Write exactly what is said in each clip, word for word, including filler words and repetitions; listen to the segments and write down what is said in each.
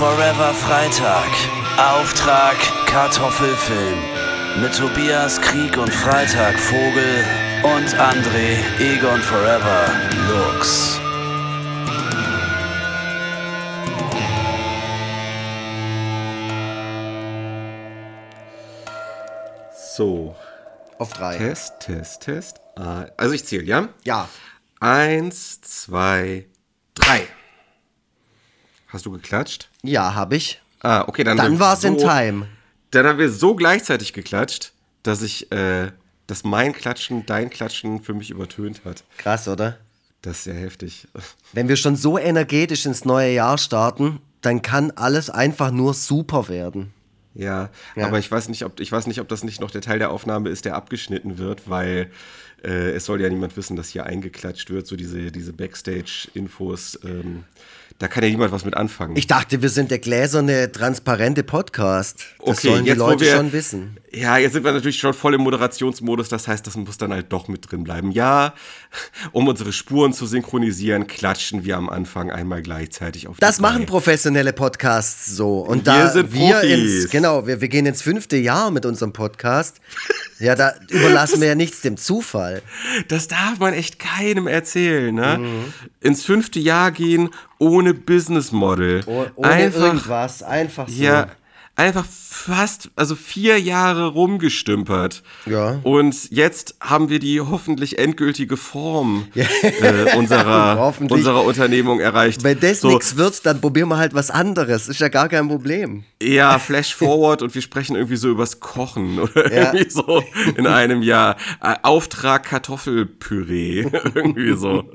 Forever Freitag. Auftrag Kartoffelfilm. Mit Tobias Krieg und Freitag Vogel und André Egon Forever Lux. So. Auf drei. Test, Test, Test. Also ich zähle, ja? Ja. Eins, zwei, drei. Hast du geklatscht? Ja, hab ich. Ah, okay, dann. Dann war's so, in time. Dann haben wir so gleichzeitig geklatscht, dass ich, äh, dass mein Klatschen dein Klatschen für mich übertönt hat. Krass, oder? Das ist sehr heftig. Wenn wir schon so energetisch ins neue Jahr starten, dann kann alles einfach nur super werden. Ja, Ja. aber ich weiß nicht, ob ich weiß nicht, ob das nicht noch der Teil der Aufnahme ist, der abgeschnitten wird, weil äh, es soll ja niemand wissen, dass hier eingeklatscht wird, so diese, diese Backstage-Infos. Ähm, da kann ja niemand was mit anfangen. Ich dachte, wir sind der gläserne, transparente Podcast. Das Okay, sollen die jetzt, wo Leute wir- schon wissen. Ja, jetzt sind wir natürlich schon voll im Moderationsmodus, das heißt, das muss dann halt doch mit drin bleiben. Ja, um unsere Spuren zu synchronisieren, klatschen wir am Anfang einmal gleichzeitig auf die Das machen drei. professionelle Podcasts so. Und Wir da sind wir Profis. ins, genau, wir, wir gehen ins fünfte Jahr mit unserem Podcast. Ja, da überlassen wir ja nichts dem Zufall. Das darf man echt keinem erzählen, ne? Mhm. Ins fünfte Jahr gehen ohne Business Model. Oh, ohne einfach, irgendwas, einfach so. ja, einfach fast, also vier Jahre rumgestümpert. Ja. Und jetzt haben wir die hoffentlich endgültige Form äh, unserer, Hoffentlich. unserer Unternehmung erreicht. Wenn das So, nichts wird, dann probieren wir halt was anderes. Ist ja gar kein Problem. Ja, Flash Forward und wir sprechen irgendwie so übers Kochen oder Ja. irgendwie so in einem Jahr. Äh, Auftrag Kartoffelpüree, irgendwie so.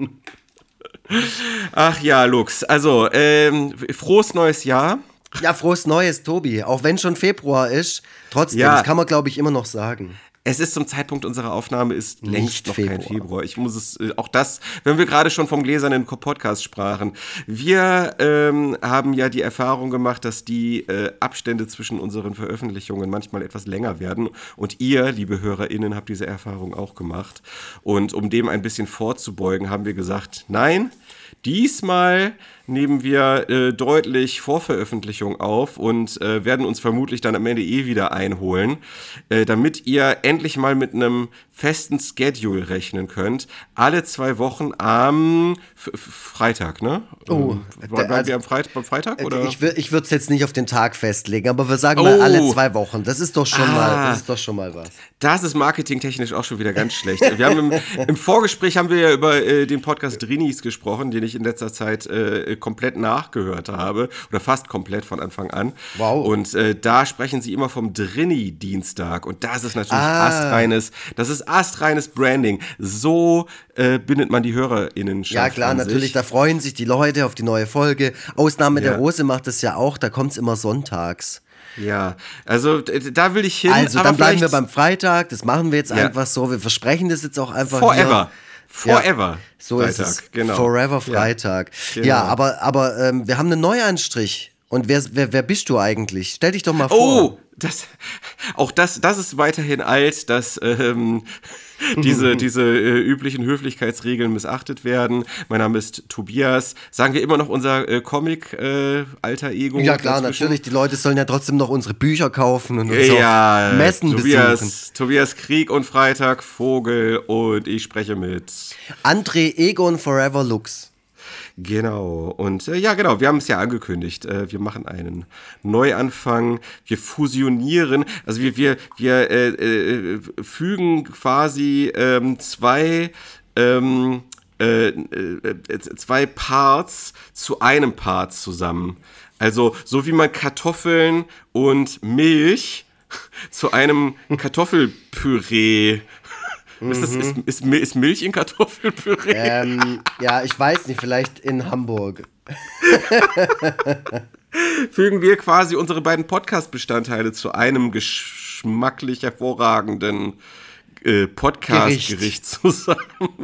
Ach ja, Lux. Also, ähm, frohes neues Jahr. Ja, frohes Neues, Tobi. Auch wenn schon Februar ist, trotzdem, Ja. das kann man, glaube ich, immer noch sagen. Es ist zum Zeitpunkt unserer Aufnahme ist längst Nicht noch kein Februar. Februar. Ich muss es, äh, auch das, wenn wir gerade schon vom gläsernen Podcast sprachen. Wir ähm, haben ja die Erfahrung gemacht, dass die äh, Abstände zwischen unseren Veröffentlichungen manchmal etwas länger werden. Und ihr, liebe HörerInnen, habt diese Erfahrung auch gemacht. Und um dem ein bisschen vorzubeugen, haben wir gesagt, nein, diesmal nehmen wir äh, deutlich vor Veröffentlichung auf und äh, werden uns vermutlich dann am Ende eh wieder einholen, äh, damit ihr endlich mal mit einem festen Schedule rechnen könnt. Alle zwei Wochen am F- F- Freitag, ne? Oh, ähm, der- bleiben also- wir am Freit- beim Freitag? Oder? Ich, wür- ich würde es jetzt nicht auf den Tag festlegen, aber wir sagen mal Oh. alle zwei Wochen. Das ist doch schon Ah. mal, das ist doch schon mal was. Das ist marketingtechnisch auch schon wieder ganz schlecht. Wir haben im, im Vorgespräch haben wir ja über äh, den Podcast Drinis gesprochen, den ich in letzter Zeit äh, komplett nachgehört habe oder fast komplett von Anfang an. Wow. Und äh, da sprechen sie immer vom Drini-Dienstag und das ist natürlich Ah. astreines, das ist astreines Branding. So äh, bindet man die HörerInnen Ja klar, an natürlich, sich. da freuen sich die Leute auf die neue Folge. Ausnahme Ja. der Rose macht das ja auch, da kommt es immer sonntags. Ja, also d- da will ich hin. Also, aber dann bleiben wir vielleicht beim Freitag, das machen wir jetzt Ja. einfach so. Wir versprechen das jetzt auch einfach Forever. hier. Forever. Ja, so Freitag, ist es. genau. Forever Ja. Freitag. Ja, Genau. aber, aber ähm, wir haben einen Neuanstrich. Und wer, wer, wer bist du eigentlich? Stell dich doch mal vor. Oh, das, auch das, das ist weiterhin alt, dass ähm, diese, diese äh, üblichen Höflichkeitsregeln missachtet werden. Mein Name ist Tobias. Sagen wir immer noch unser äh, Comic-Alter-Ego? Ja klar, dazwischen? natürlich. Die Leute sollen ja trotzdem noch unsere Bücher kaufen und uns Ja, auf Messen besuchen. Tobias, Tobias Krieg und Freitag Vogel und ich spreche mit. André Egon Forever Lux. Genau, und äh, ja genau, wir haben es ja angekündigt, äh, wir machen einen Neuanfang, wir fusionieren, also wir, wir, wir äh, äh, fügen quasi ähm, zwei, ähm, äh, äh, zwei Parts zu einem Part zusammen. Also so wie man Kartoffeln und Milch zu einem Kartoffelpüree. Ist, das, ist, ist, ist Milch in Kartoffelpüree? Ähm, ja, ich weiß nicht, vielleicht in Hamburg. Fügen wir quasi unsere beiden Podcast-Bestandteile zu einem geschmacklich hervorragenden äh, Podcast-Gericht zusammen.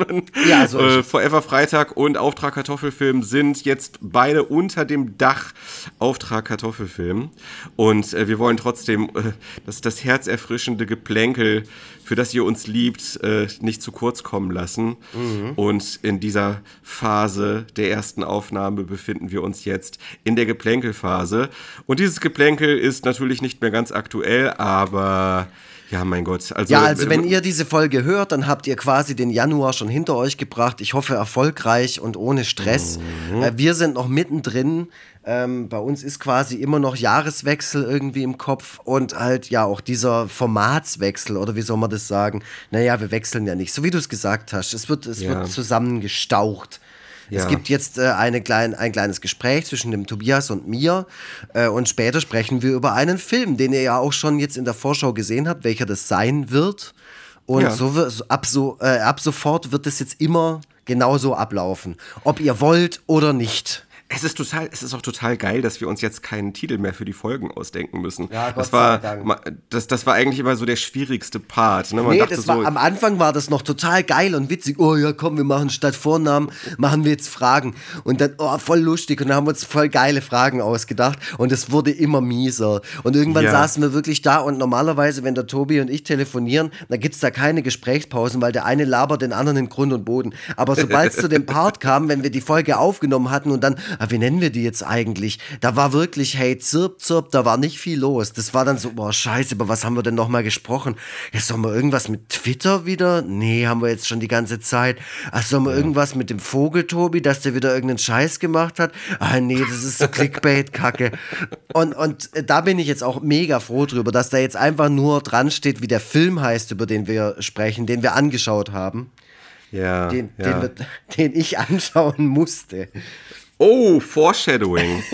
Ja, so äh, Forever Freitag und Auftrag Kartoffelfilm sind jetzt beide unter dem Dach Auftrag Kartoffelfilm. Und äh, wir wollen trotzdem äh, das, das herzerfrischende Geplänkel, für das ihr uns liebt, äh, nicht zu kurz kommen lassen. Mhm. Und in dieser Phase der ersten Aufnahme befinden wir uns jetzt in der Geplänkelphase. Und dieses Geplänkel ist natürlich nicht mehr ganz aktuell, aber ja, mein Gott. Also, ja, also wenn ihr diese Folge hört, dann habt ihr quasi den Januar schon hinter euch gebracht. Ich hoffe erfolgreich und ohne Stress. Mhm. Äh, wir sind noch mittendrin. Ähm, bei uns ist quasi immer noch Jahreswechsel irgendwie im Kopf und halt ja auch dieser Formatswechsel oder wie soll man das sagen? Naja, wir wechseln ja nicht, so wie du es gesagt hast. Es wird, es ja. wird zusammengestaucht. Ja. Es gibt jetzt äh, eine klein, ein kleines Gespräch zwischen dem Tobias und mir äh, und später sprechen wir über einen Film, den ihr ja auch schon jetzt in der Vorschau gesehen habt, welcher das sein wird. Und ja. so wird, ab, so, äh, ab sofort wird es jetzt immer genauso ablaufen, ob ihr wollt oder nicht. Es ist total, es ist auch total geil, dass wir uns jetzt keinen Titel mehr für die Folgen ausdenken müssen. Ja, Gott das war, sei Dank. das, das war eigentlich immer so der schwierigste Part. Ne? Man nee, dachte das so, war, am Anfang war das noch total geil und witzig. Oh ja, komm, wir machen statt Vornamen, machen wir jetzt Fragen. Und dann, oh, voll lustig. Und dann haben wir uns voll geile Fragen ausgedacht. Und es wurde immer mieser. Und irgendwann ja. saßen wir wirklich da. Und normalerweise, wenn der Tobi und ich telefonieren, dann gibt es da keine Gesprächspausen, weil der eine labert den anderen in Grund und Boden. Aber sobald es zu dem Part kam, wenn wir die Folge aufgenommen hatten und dann, ah, wie nennen wir die jetzt eigentlich? Da war wirklich, hey, zirp, zirp, da war nicht viel los. Das war dann so, boah, scheiße, über was haben wir denn nochmal gesprochen? Jetzt sollen wir irgendwas mit Twitter wieder? Nee, haben wir jetzt schon die ganze Zeit. Ach, sollen wir ja. irgendwas mit dem Vogel, Tobi, dass der wieder irgendeinen Scheiß gemacht hat? Ah, nee, das ist so Clickbait-Kacke. Und, und da bin ich jetzt auch mega froh drüber, dass da jetzt einfach nur dran steht, wie der Film heißt, über den wir sprechen, den wir angeschaut haben. Ja, den, ja. Den, wir, den ich anschauen musste. Oh, Foreshadowing.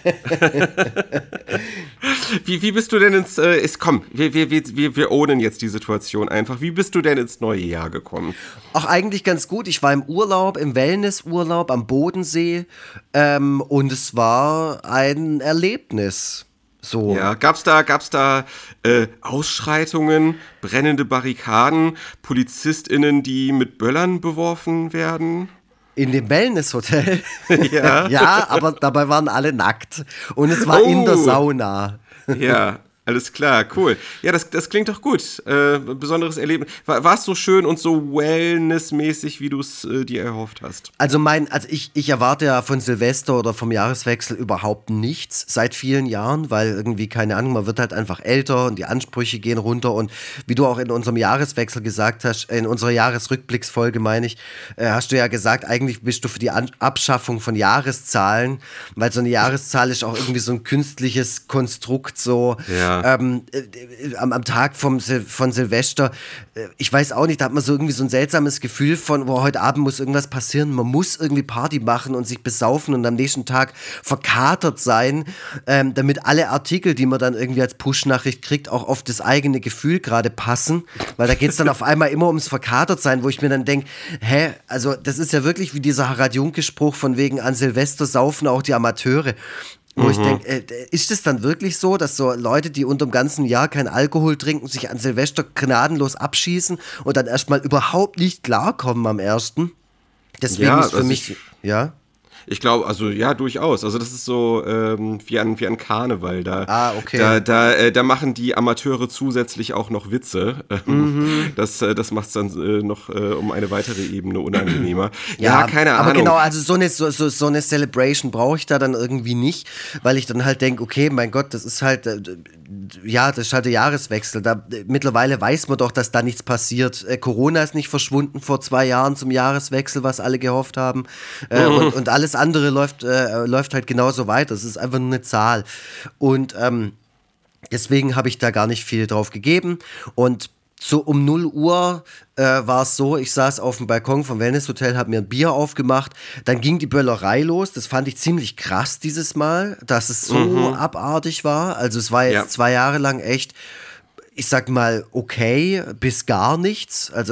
wie, wie bist du denn ins, äh, ist, komm, wir, wir, wir, wir ownen jetzt die Situation einfach. Wie bist du denn ins neue Jahr gekommen? Auch eigentlich ganz gut. Ich war im Urlaub, im Wellnessurlaub am Bodensee ähm, und es war ein Erlebnis. So. Ja, gab's da, gab's da äh, Ausschreitungen, brennende Barrikaden, PolizistInnen, die mit Böllern beworfen werden? In dem Wellnesshotel? Ja. Ja, aber dabei waren alle nackt. Und es war oh. in der Sauna. Ja, alles klar, cool. Ja, das, das klingt doch gut. Äh, besonderes Erlebnis. War, war es so schön und so wellnessmäßig, wie du es äh, dir erhofft hast? Also mein, also ich, ich erwarte ja von Silvester oder vom Jahreswechsel überhaupt nichts seit vielen Jahren, weil irgendwie, keine Ahnung, man wird halt einfach älter und die Ansprüche gehen runter und wie du auch in unserem Jahreswechsel gesagt hast, in unserer Jahresrückblicksfolge meine ich, äh, hast du ja gesagt, eigentlich bist du für die An- Abschaffung von Jahreszahlen, weil so eine Jahreszahl ist auch irgendwie so ein künstliches Konstrukt, so ja. Ähm, äh, am, am Tag vom Sil- von Silvester, äh, ich weiß auch nicht, da hat man so irgendwie so ein seltsames Gefühl von, boah, heute Abend muss irgendwas passieren, man muss irgendwie Party machen und sich besaufen und am nächsten Tag verkatert sein, ähm, damit alle Artikel, die man dann irgendwie als Push-Nachricht kriegt, auch auf das eigene Gefühl gerade passen, weil da geht es dann auf einmal immer ums Verkatertsein, wo ich mir dann denke, hä, also das ist ja wirklich wie dieser Harald-Junke-Spruch von wegen an Silvester saufen auch die Amateure. Wo mhm. ich denke, äh, ist es dann wirklich so, dass so Leute, die unter dem ganzen Jahr kein Alkohol trinken, sich an Silvester gnadenlos abschießen und dann erstmal überhaupt nicht klarkommen am ersten? Deswegen ja, ist für mich, ich, ja. Ich glaube, also ja, durchaus. Also das ist so ähm, wie, an, wie an Karneval. Da, ah, okay. Da, da, äh, da machen die Amateure zusätzlich auch noch Witze. Mhm. Das, äh, das macht es dann äh, noch äh, um eine weitere Ebene unangenehmer. ja, ja, keine aber Ahnung. Aber genau, also so eine, so, so, so eine Celebration brauche ich da dann irgendwie nicht, weil ich dann halt denke, okay, mein Gott, das ist halt, äh, ja, das ist halt der Jahreswechsel. Da, äh, mittlerweile weiß man doch, dass da nichts passiert. Äh, Corona ist nicht verschwunden vor zwei Jahren zum Jahreswechsel, was alle gehofft haben. Äh, mhm. und, und alles andere läuft, äh, läuft halt genauso weiter. Es ist einfach nur eine Zahl. Und ähm, deswegen habe ich da gar nicht viel drauf gegeben. Und so um null Uhr äh, war es so, ich saß auf dem Balkon vom Wellnesshotel, habe mir ein Bier aufgemacht. Dann ging die Böllerei los. Das fand ich ziemlich krass dieses Mal, dass es so mhm. abartig war. Also es war jetzt ja. zwei Jahre lang echt, ich sag mal, okay bis gar nichts. Also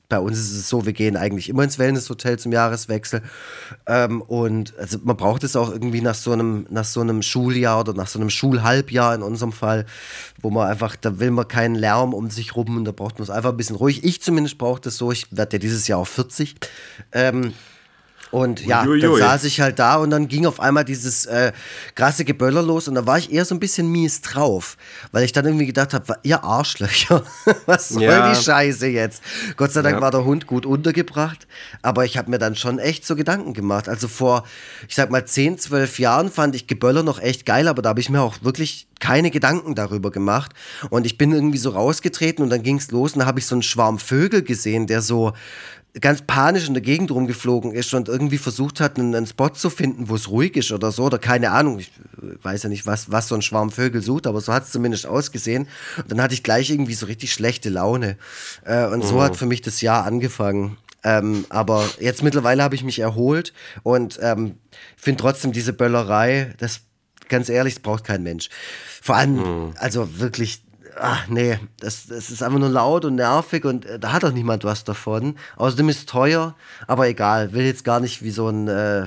Bei uns ist es so, wir gehen eigentlich immer ins Wellnesshotel zum Jahreswechsel. Ähm, und also man braucht es auch irgendwie nach so einem, nach so einem Schuljahr oder nach so einem Schulhalbjahr in unserem Fall, wo man einfach, da will man keinen Lärm um sich rum und da braucht man es einfach ein bisschen ruhig. Ich zumindest brauche das so, ich werde ja dieses Jahr auch vierzig. Ähm, Und ja, Uiuiui. dann saß ich halt da und dann ging auf einmal dieses äh, krasse Geböller los und da war ich eher so ein bisschen mies drauf, weil ich dann irgendwie gedacht habe, ihr Arschlöcher, was soll Ja. die Scheiße jetzt? Gott sei Dank Ja. war der Hund gut untergebracht, aber ich habe mir dann schon echt so Gedanken gemacht. Also vor, ich sag mal, zehn, zwölf Jahren fand ich Geböller noch echt geil, aber da habe ich mir auch wirklich keine Gedanken darüber gemacht und ich bin irgendwie so rausgetreten und dann ging es los und da habe ich so einen Schwarm Vögel gesehen, der so ganz panisch in der Gegend rumgeflogen ist und irgendwie versucht hat, einen, einen Spot zu finden, wo es ruhig ist oder so, oder keine Ahnung, ich weiß ja nicht, was, was so ein Schwarm Vögel sucht, aber so hat es zumindest ausgesehen. Und dann hatte ich gleich irgendwie so richtig schlechte Laune. Äh, und so Mhm. hat für mich das Jahr angefangen. Ähm, aber jetzt mittlerweile habe ich mich erholt und ähm, finde trotzdem diese Böllerei, das, ganz ehrlich, das braucht kein Mensch. Vor allem, Mhm. also wirklich, ach nee, das, das ist einfach nur laut und nervig und äh, da hat doch niemand was davon. Außerdem ist es teuer, aber egal, will jetzt gar nicht wie so ein äh,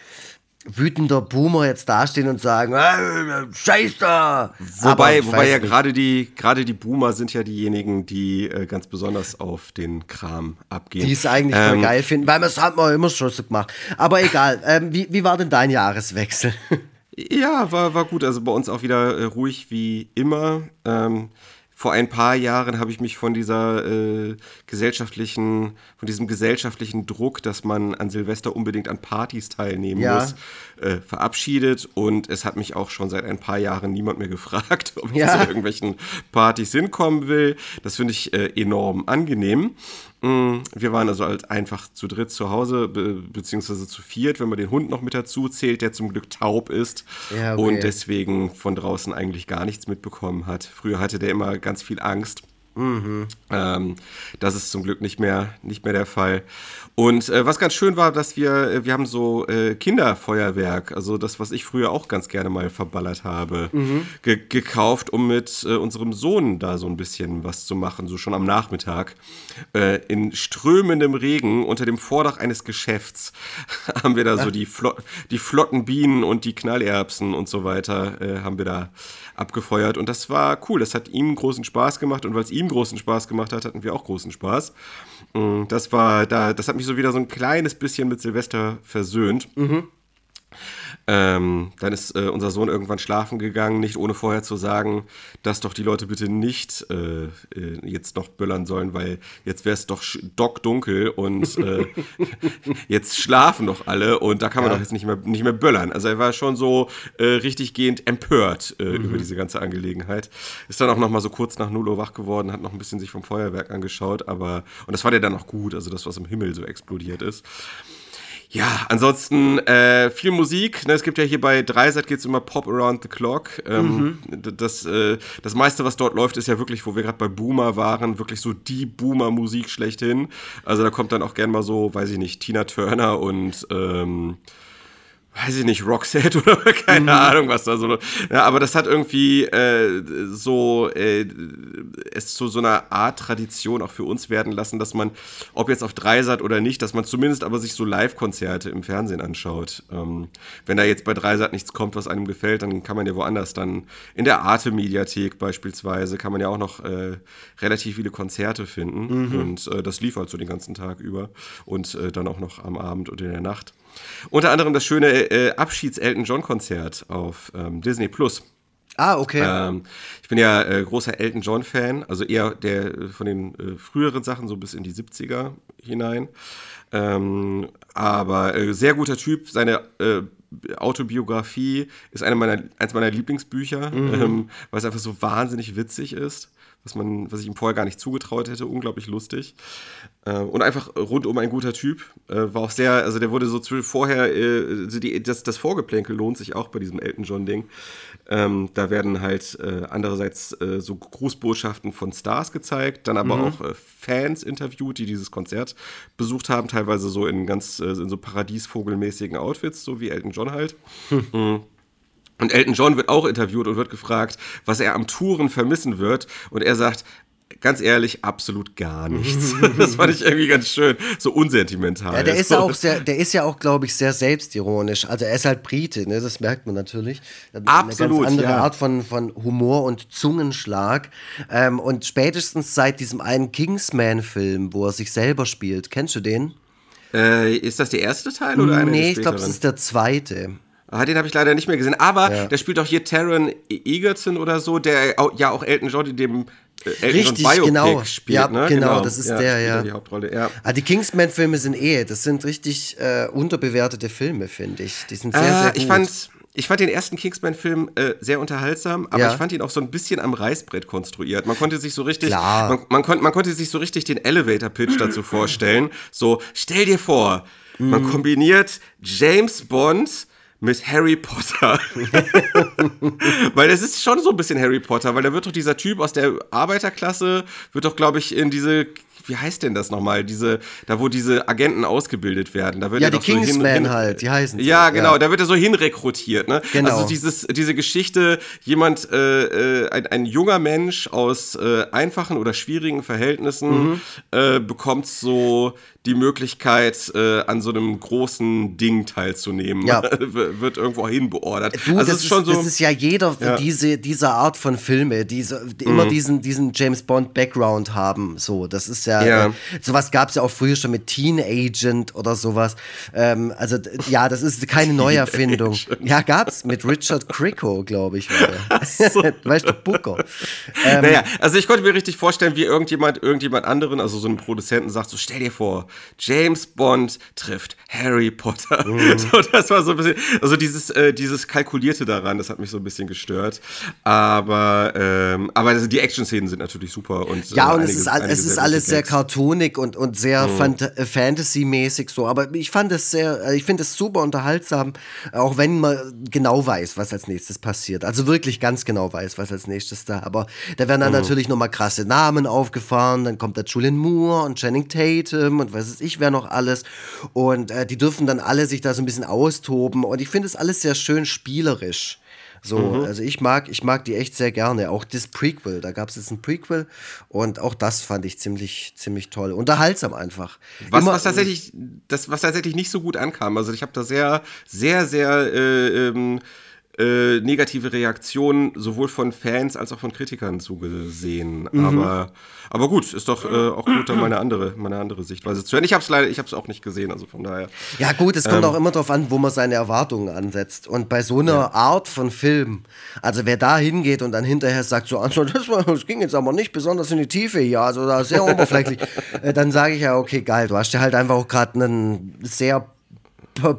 wütender Boomer jetzt dastehen und sagen, äh, Scheiß da! Wobei, Aber ich wobei weiß ja nicht. gerade die, gerade die Boomer sind ja diejenigen, die äh, ganz besonders auf den Kram abgehen. Die es eigentlich voll Ähm, geil finden, weil das hat man immer schon so gemacht. Aber egal, ähm, wie, wie war denn dein Jahreswechsel? Ja, war, war gut. Also bei uns auch wieder äh, ruhig wie immer. Ähm, vor ein paar Jahren habe ich mich von dieser äh, gesellschaftlichen, von diesem gesellschaftlichen Druck, dass man an Silvester unbedingt an Partys teilnehmen Ja. muss, äh, verabschiedet. Und es hat mich auch schon seit ein paar Jahren niemand mehr gefragt, ob ich Ja. zu irgendwelchen Partys hinkommen will. Das finde ich äh, enorm angenehm. Mm, Wir waren also halt einfach zu dritt zu Hause, be beziehungsweise zu viert, wenn man den Hund noch mit dazu zählt, der zum Glück taub ist Ja, okay. und deswegen von draußen eigentlich gar nichts mitbekommen hat. Früher hatte der immer ganz viel Angst. Ähm, das ist zum Glück nicht mehr, nicht mehr der Fall. Und äh, was ganz schön war, dass wir, äh, wir haben so äh, Kinderfeuerwerk, also das, was ich früher auch ganz gerne mal verballert habe, ge gekauft, um mit äh, unserem Sohn da so ein bisschen was zu machen, so schon am Nachmittag. Äh, in strömendem Regen unter dem Vordach eines Geschäfts haben wir da so die, Flo die flotten Bienen und die Knallerbsen und so weiter äh, haben wir da abgefeuert. Und das war cool. Das hat ihm großen Spaß gemacht. Und weil es ihm großen Spaß gemacht hat, hatten wir auch großen Spaß. Mm, Das war da, das hat mich so wieder so ein kleines bisschen mit Silvester versöhnt. Ähm, dann ist äh, unser Sohn irgendwann schlafen gegangen, nicht ohne vorher zu sagen, dass doch die Leute bitte nicht äh, äh, jetzt noch böllern sollen, weil jetzt wäre es doch stockdunkel und äh, jetzt schlafen doch alle und da kann man Ja. doch jetzt nicht mehr, nicht mehr böllern. Also er war schon so äh, richtig gehend empört äh, über diese ganze Angelegenheit. Ist dann auch noch mal so kurz nach null Uhr wach geworden, hat noch ein bisschen sich vom Feuerwerk angeschaut, aber und das fand er dann auch gut, also das, was im Himmel so explodiert ist. Ja, ansonsten äh, viel Musik. Ne? Es gibt ja hier bei Dreisat geht's immer Pop Around the Clock. Ähm, d- das, äh, das meiste, was dort läuft, ist ja wirklich, wo wir gerade bei Boomer waren, wirklich so die Boomer-Musik schlechthin. Also da kommt dann auch gern mal so, weiß ich nicht, Tina Turner und ähm, weiß ich nicht, Roxette oder keine Ahnung, was da so. Ja, aber das hat irgendwie äh, so äh, es zu so einer Art Tradition auch für uns werden lassen, dass man, ob jetzt auf Dreisat oder nicht, dass man zumindest aber sich so Live-Konzerte im Fernsehen anschaut. Ähm, wenn da jetzt bei Dreisat nichts kommt, was einem gefällt, dann kann man ja woanders dann in der Arte-Mediathek beispielsweise kann man ja auch noch äh, relativ viele Konzerte finden und äh, das lief halt so den ganzen Tag über und äh, dann auch noch am Abend und in der Nacht. Unter anderem das schöne äh, Abschieds-Elton-John-Konzert auf ähm, Disney Plus. Ah, okay. Ähm, ich bin ja äh, großer Elton John-Fan, also eher der äh, von den äh, früheren Sachen, so bis in die siebziger hinein. Ähm, aber äh, sehr guter Typ. Seine äh, Autobiografie ist eine meiner, eins meiner Lieblingsbücher, ähm, weil es einfach so wahnsinnig witzig ist. Was, man, was ich ihm vorher gar nicht zugetraut hätte, unglaublich lustig. Äh, und einfach rundum ein guter Typ. Äh, war auch sehr, also der wurde so zu, vorher, äh, also die, das, das Vorgeplänkel lohnt sich auch bei diesem Elton John-Ding. Ähm, da werden halt äh, andererseits äh, so Grußbotschaften von Stars gezeigt, dann aber auch äh, Fans interviewt, die dieses Konzert besucht haben, teilweise so in ganz, äh, in so paradiesvogelmäßigen Outfits, so wie Elton John halt. Mhm. Und Elton John wird auch interviewt und wird gefragt, was er am Touren vermissen wird. Und er sagt, ganz ehrlich, absolut gar nichts. Das fand ich irgendwie ganz schön, so unsentimental. Ja, der ist so. auch sehr, der ist ja auch, glaube ich, sehr selbstironisch. Also er ist halt Brite, ne? Das merkt man natürlich. Absolut, eine ganz andere ja. Art von, von Humor und Zungenschlag. Ähm, und spätestens seit diesem einen Kingsman-Film, wo er sich selber spielt, kennst du den? Äh, ist das der erste Teil oder einer Nee, der ich glaube, es späteren? ist der zweite. Ah, den habe ich leider nicht mehr gesehen. Aber Ja. der spielt auch hier Taron Egerton oder so, der au- ja auch Elton John in dem äh, Elton Richtig, John Biopic genau. spielt. Ja, ne? genau, das ist der, spielt ja. er Die Hauptrolle, ja. Ah, die Kingsman-Filme sind eh, das sind richtig äh, unterbewertete Filme, finde ich. Die sind sehr, Äh, sehr gut. ich fand, ich fand den ersten Kingsman-Film äh, sehr unterhaltsam, aber Ja. ich fand ihn auch so ein bisschen am Reißbrett konstruiert. Man konnte sich so richtig, Klar. man, man, kon, man konnte sich so richtig den Elevator-Pitch dazu vorstellen. So, stell dir vor, man Mhm. kombiniert James Bond mit Harry Potter. Weil das ist schon so ein bisschen Harry Potter, weil da wird doch dieser Typ aus der Arbeiterklasse, wird doch, glaube ich, in diese, wie heißt denn das nochmal, diese, da wo diese Agenten ausgebildet werden. Da wird Ja, er die doch so hin- Kingsmen hin- halt, die heißen so, Ja, genau, ja. da wird er so hinrekrutiert, ne? Genau. Also dieses, diese Geschichte, jemand, äh, äh, ein, ein junger Mensch aus äh, einfachen oder schwierigen Verhältnissen Mhm. äh, bekommt so die Möglichkeit, äh, an so einem großen Ding teilzunehmen. Ja. Wird irgendwo hin beordert. Du, also das, es ist schon so. das ist ja jeder Ja. diese, diese Art von Filme, die, so, die immer diesen, diesen James Bond Background haben. So, das ist ja, Ja. Äh, sowas gab es ja auch früher schon mit Teen Agent oder sowas. Ähm, also d- ja, das ist keine Neuerfindung. Ja, gab's mit Richard Grieco, glaube ich. War der. Weißt du, Booker. Ähm, Naja, also ich konnte mir richtig vorstellen, wie irgendjemand, irgendjemand anderen, also so einen Produzenten sagt, so stell dir vor, James Bond trifft Harry Potter. So, das war so ein bisschen, also dieses, äh, dieses Kalkulierte daran, das hat mich so ein bisschen gestört. Aber, ähm, aber also die Action-Szenen sind natürlich super. Und, Ja, äh, und einige, es ist, all- einige es ist sehr alles gute sehr Gags. cartoonig und, und sehr Fant- äh, Fantasy-mäßig so. Aber ich fand es sehr, äh, ich finde es super unterhaltsam, auch wenn man genau weiß, was als nächstes passiert. Also wirklich ganz genau weiß, was als nächstes da. Aber da werden dann natürlich nochmal krasse Namen aufgefahren. Dann kommt da Julianne Moore und Channing Tatum und weiß es ich, wer noch alles. Und äh, die dürfen dann alle sich da so ein bisschen austoben. Und ich finde es alles sehr schön spielerisch. So, also ich mag, ich mag die echt sehr gerne. Auch das Prequel, da gab es jetzt ein Prequel und auch das fand ich ziemlich, ziemlich toll. Unterhaltsam einfach. Was, Immer- was, tatsächlich, das, was tatsächlich nicht so gut ankam. Also ich habe da sehr, sehr, sehr äh, ähm, äh, negative Reaktionen sowohl von Fans als auch von Kritikern zugesehen. Mhm. Aber, aber gut, ist doch äh, auch gut, dann meine andere, meine andere Sichtweise zu hören. Ich habe es leider, ich habe es auch nicht gesehen, also von daher. Ja gut, es kommt Ähm. auch immer darauf an, wo man seine Erwartungen ansetzt. Und bei so einer Art von Film, also wer da hingeht und dann hinterher sagt, so, also das, war, das ging jetzt aber nicht besonders in die Tiefe hier, also da sehr oberflächlich, äh, dann sage ich ja, okay, geil, du hast dir halt einfach auch gerade einen sehr P-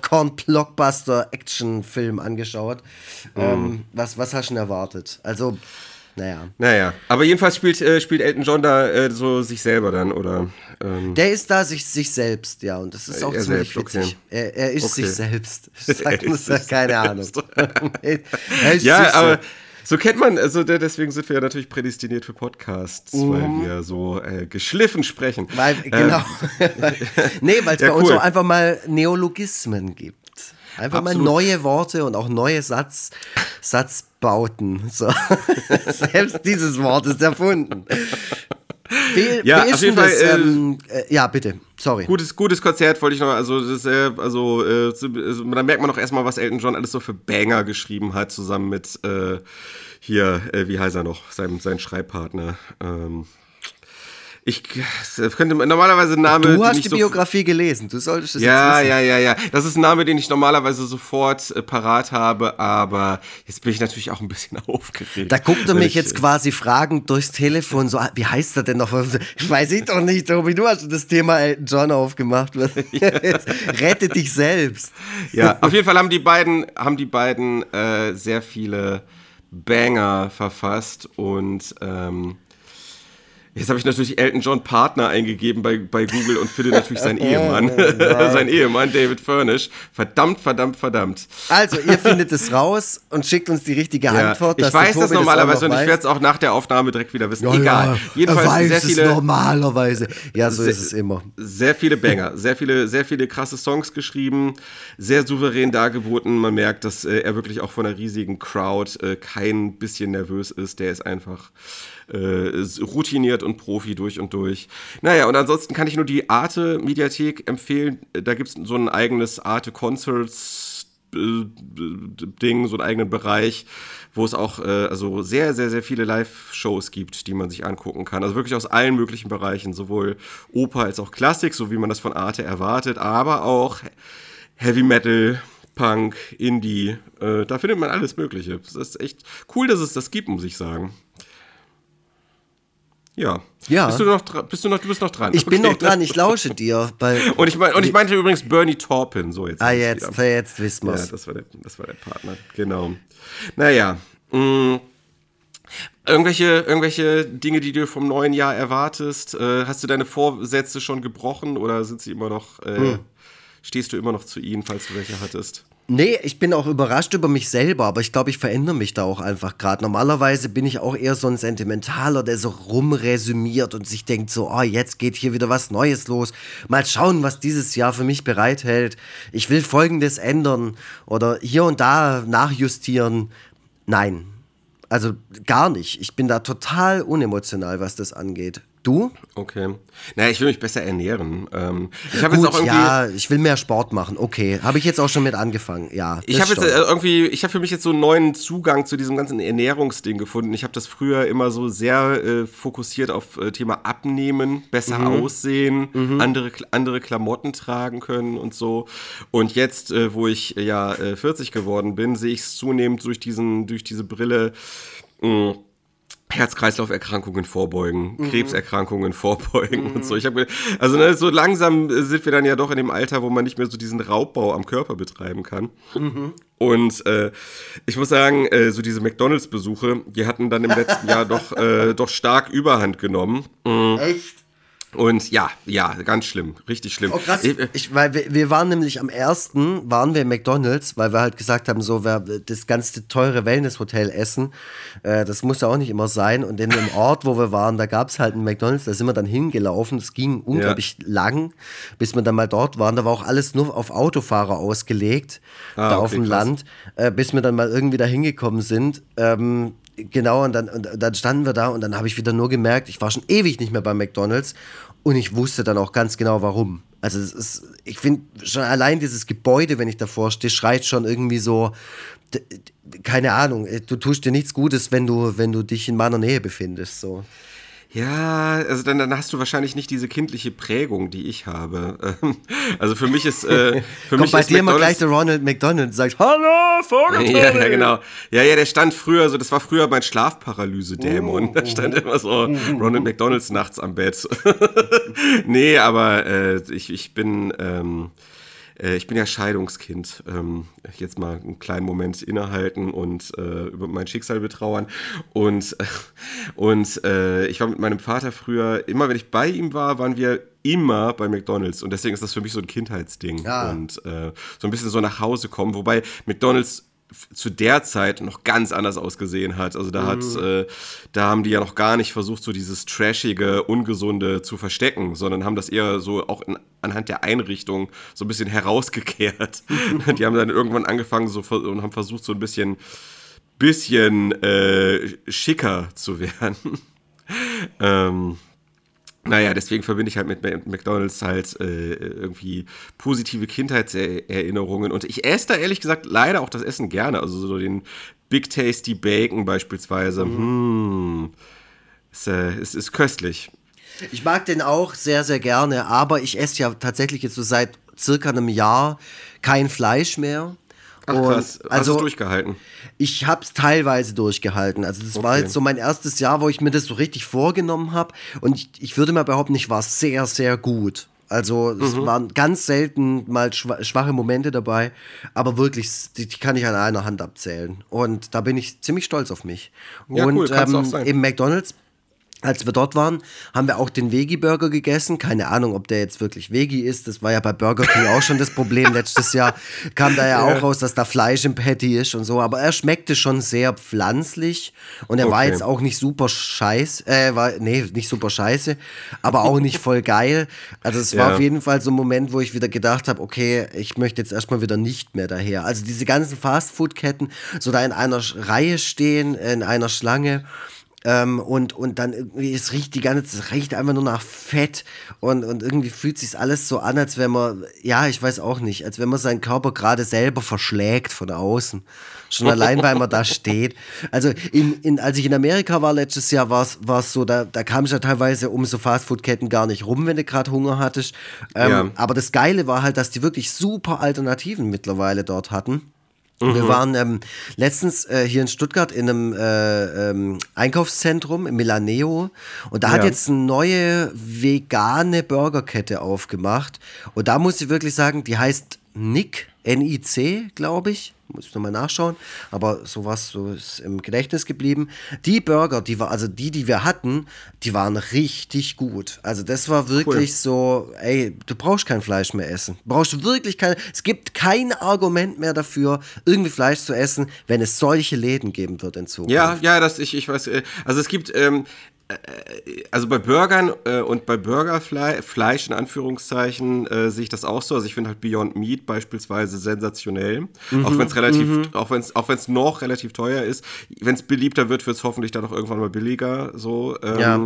Popcorn-Blockbuster-Action-Film angeschaut. Ähm, was, was hast du denn erwartet? Also, naja. Naja, aber jedenfalls spielt, äh, spielt Elton John da äh, so sich selber dann, oder? Ähm, Der ist da sich, sich selbst, ja, und das ist auch Er ziemlich selbst, witzig. okay. Er, er ist Okay. sich selbst. Sagt Er man ist das? sich Keine Ahnung. selbst. Er ist Ja, sich aber selbst. so kennt man, also de- deswegen sind wir ja natürlich prädestiniert für Podcasts, Mhm. weil wir so äh, geschliffen sprechen. Weil, genau. nee, weil es ja, bei uns cool. auch einfach mal Neologismen gibt. Einfach Absolut. mal neue Worte und auch neue Satz, Satzbauten. So. Selbst dieses Wort ist erfunden. Wie, Ja, wie ist auf jeden denn das? Fall, äh, ähm, äh, ja, bitte. Sorry. Gutes, gutes Konzert wollte ich noch, also, das ist, äh, also, äh, zu- also da merkt man auch erstmal, was Elton John alles so für Banger geschrieben hat, zusammen mit, äh, hier, äh, wie heißt er noch, sein, sein Schreibpartner. Ähm, ich das könnte normalerweise ein Name. Du den hast ich die so- Biografie gelesen, du solltest es Ja, jetzt wissen. ja, ja, ja. Das ist ein Name, den ich normalerweise sofort äh, parat habe, aber jetzt bin ich natürlich auch ein bisschen aufgeregt. Da guckt er Weil mich ich, jetzt quasi fragend durchs Telefon so, ah, wie heißt er denn noch? Ich weiß ich doch nicht, Tobi, du hast das Thema Elton John aufgemacht. Jetzt rette dich selbst. Ja, auf jeden Fall haben die beiden, haben die beiden äh, sehr viele Banger verfasst und ähm, Jetzt habe ich natürlich Elton John Partner eingegeben bei, bei Google und finde natürlich seinen Ehemann. Sein Ehemann, David Furnish. Verdammt, verdammt, verdammt. Also, ihr findet es raus und schickt uns die richtige Ja, Antwort. ich dass weiß der das Tobi normalerweise auch noch und ich weiß. werde es auch nach der Aufnahme direkt wieder wissen. Ja, Egal. ja, Jedenfalls er weiß sehr es viele, normalerweise. Ja, so sehr, ist es immer. Sehr viele Banger, sehr viele, sehr viele krasse Songs geschrieben, sehr souverän dargeboten. Man merkt, dass äh, er wirklich auch von einer riesigen Crowd äh, kein bisschen nervös ist. Der ist einfach äh, routiniert und Profi durch und durch. Naja, und ansonsten kann ich nur die Arte-Mediathek empfehlen. Da gibt es so ein eigenes Arte-Concerts Ding, so einen eigenen Bereich, wo es auch äh, also sehr, sehr, sehr viele Live-Shows gibt, die man sich angucken kann. Also wirklich aus allen möglichen Bereichen, sowohl Oper als auch Klassik, so wie man das von Arte erwartet, aber auch Heavy Metal, Punk, Indie, äh, da findet man alles Mögliche. Das ist echt cool, dass es das gibt, muss ich sagen. Ja. Ja. Bist du noch dran? Bist du noch, du bist noch dran. Ich bin Okay. noch dran, ich lausche dir. Bei Und ich, mein, und ich meinte übrigens Bernie Taupin. So, jetzt ah, hab ich's jetzt, wieder. jetzt wissen Ja, wir's. das war der, das war der Partner, genau. Naja, mh, irgendwelche, irgendwelche Dinge, die du vom neuen Jahr erwartest, äh, hast du deine Vorsätze schon gebrochen oder sind sie immer noch, äh, hm. stehst du immer noch zu ihnen, falls du welche hattest? Nee, ich bin auch überrascht über mich selber, aber ich glaube, ich verändere mich da auch einfach gerade. Normalerweise bin ich auch eher so ein Sentimentaler, der so rumresümiert und sich denkt so, oh, jetzt geht hier wieder was Neues los. Mal schauen, was dieses Jahr für mich bereithält. Ich will Folgendes ändern oder hier und da nachjustieren. Nein, also gar nicht. Ich bin da total unemotional, was das angeht. Du? Okay. Naja, ich will mich besser ernähren. Ähm, ich habe Gut, jetzt auch irgendwie. ja, ich will mehr Sport machen. Okay, habe ich jetzt auch schon mit angefangen. Ja. Ich habe jetzt äh, irgendwie, ich habe für mich jetzt so einen neuen Zugang zu diesem ganzen Ernährungsding gefunden. Ich habe das früher immer so sehr äh, fokussiert auf äh, Thema Abnehmen, besser mhm. aussehen, mhm. andere andere Klamotten tragen können und so. Und jetzt, äh, wo ich äh, ja äh, vierzig geworden bin, sehe ich es zunehmend durch diesen durch diese Brille. Mh, Herz-Kreislauf-Erkrankungen vorbeugen, mhm. Krebserkrankungen vorbeugen mhm. und so. Ich habe, also ne, so langsam sind wir dann ja doch in dem Alter, wo man nicht mehr so diesen Raubbau am Körper betreiben kann. Mhm. Und äh, ich muss sagen, äh, so diese McDonalds-Besuche, die hatten dann im letzten Jahr doch, äh, doch stark Überhand genommen. Mhm. Echt? Und ja, ja, ganz schlimm, richtig schlimm. Oh krass, ich, ich, weil wir, wir waren nämlich am ersten, waren wir im McDonalds, weil wir halt gesagt haben, so, wir das ganze teure Wellness-Hotel essen, äh, das muss ja auch nicht immer sein. Und in dem Ort, wo wir waren, da gab es halt einen McDonalds, da sind wir dann hingelaufen, das ging unglaublich ja. lang, bis wir dann mal dort waren. Da war auch alles nur auf Autofahrer ausgelegt, ah, da okay, auf dem krass. Land, äh, bis wir dann mal irgendwie da hingekommen sind. Ähm, Genau, und dann, und dann standen wir da und dann habe ich wieder nur gemerkt, ich war schon ewig nicht mehr bei McDonalds und ich wusste dann auch ganz genau, warum. Also es ist, ich finde schon allein dieses Gebäude, wenn ich davor stehe, schreit schon irgendwie so, d- d- keine Ahnung, du tust dir nichts Gutes, wenn du, wenn du dich in meiner Nähe befindest, so. Ja, also dann, dann hast du wahrscheinlich nicht diese kindliche Prägung, die ich habe. Also für mich ist äh, für Kommt mich bei ist dir immer McDonald's gleich der Ronald McDonald und sagt, hallo, Vogeltoni! Ja, ja, genau. Ja, ja, der stand früher so, das war früher mein Schlafparalyse-Dämon. Oh, Da stand immer so Ronald McDonalds nachts am Bett. Nee, aber äh, ich, ich bin... Ähm, Ich bin ja Scheidungskind. Ähm, jetzt mal einen kleinen Moment innehalten und äh, über mein Schicksal betrauern. Und, äh, und äh, ich war mit meinem Vater früher, immer wenn ich bei ihm war, waren wir immer bei McDonalds. Und deswegen ist das für mich so ein Kindheitsding. Ja. Und äh, so ein bisschen so nach Hause kommen. Wobei McDonalds zu der Zeit noch ganz anders ausgesehen hat. Also da mhm. hat, äh, da haben die ja noch gar nicht versucht, so dieses trashige, ungesunde zu verstecken, sondern haben das eher so auch in, anhand der Einrichtung so ein bisschen herausgekehrt. Mhm. Die haben dann irgendwann angefangen so, und haben versucht, so ein bisschen, bisschen äh, schicker zu werden. ähm, Naja, deswegen verbinde ich halt mit McDonalds halt äh, irgendwie positive Kindheitserinnerungen. Und ich esse da ehrlich gesagt leider auch das Essen gerne. Also so den Big Tasty Bacon beispielsweise. Mhm. Hm, ist, äh, ist, ist köstlich. Ich mag den auch sehr, sehr gerne. Aber ich esse ja tatsächlich jetzt so seit circa einem Jahr kein Fleisch mehr. Ach krass, hast also, du es durchgehalten? Ich habe es teilweise durchgehalten. Also das okay. war jetzt so mein erstes Jahr, wo ich mir das so richtig vorgenommen habe. Und ich, ich würde mal behaupten, ich war sehr, sehr gut. Also es mhm. waren ganz selten mal schwache Momente dabei. Aber wirklich, die, die kann ich an einer Hand abzählen. Und da bin ich ziemlich stolz auf mich. Ja, und cool, kannst ähm, auch sein. im McDonald's Als wir dort waren, haben wir auch den Veggie-Burger gegessen. Keine Ahnung, ob der jetzt wirklich Veggie ist. Das war ja bei Burger King auch schon das Problem. Letztes Jahr kam da ja, ja auch raus, dass da Fleisch im Patty ist und so. Aber er schmeckte schon sehr pflanzlich. Und er okay. war jetzt auch nicht super scheiße. Äh, war, nee, nicht super scheiße. Aber auch nicht voll geil. Also es war ja. auf jeden Fall so ein Moment, wo ich wieder gedacht habe, okay, ich möchte jetzt erstmal wieder nicht mehr daher. Also diese ganzen Fastfood-Ketten, so da in einer Reihe stehen, in einer Schlange. Ähm, und, und dann irgendwie, es riecht die ganze Zeit, es riecht einfach nur nach Fett und, und irgendwie fühlt sich alles so an, als wenn man, ja, ich weiß auch nicht, als wenn man seinen Körper gerade selber verschlägt von außen. Schon allein, weil man da steht. Also, in, in, als ich in Amerika war letztes Jahr, war es so, da, da kam ich ja teilweise um so Fastfood-Ketten gar nicht rum, wenn du gerade Hunger hattest. Ähm, ja. Aber das Geile war halt, dass die wirklich super Alternativen mittlerweile dort hatten. Wir waren ähm, letztens äh, hier in Stuttgart in einem äh, ähm, Einkaufszentrum, im Milaneo, und da ja. hat jetzt eine neue vegane Burgerkette aufgemacht. Und da muss ich wirklich sagen, die heißt Nick, N I C, glaube ich. Muss ich nochmal nachschauen, aber sowas so ist im Gedächtnis geblieben. Die Burger, die war, also die, die wir hatten, die waren richtig gut. Also das war wirklich cool. so, ey, du brauchst kein Fleisch mehr essen. Du brauchst wirklich kein, es gibt kein Argument mehr dafür, irgendwie Fleisch zu essen, wenn es solche Läden geben wird in Zukunft. Ja, ja, das, ich, ich weiß, also es gibt, ähm, also bei Burgern äh, und bei Burgerfleisch in Anführungszeichen äh, sehe ich das auch so. Also ich finde halt Beyond Meat beispielsweise sensationell. Mhm, auch wenn es relativ, mhm. auch wenn es auch wenn es noch relativ teuer ist. Wenn es beliebter wird, wird es hoffentlich dann auch irgendwann mal billiger. So. Ähm, ja.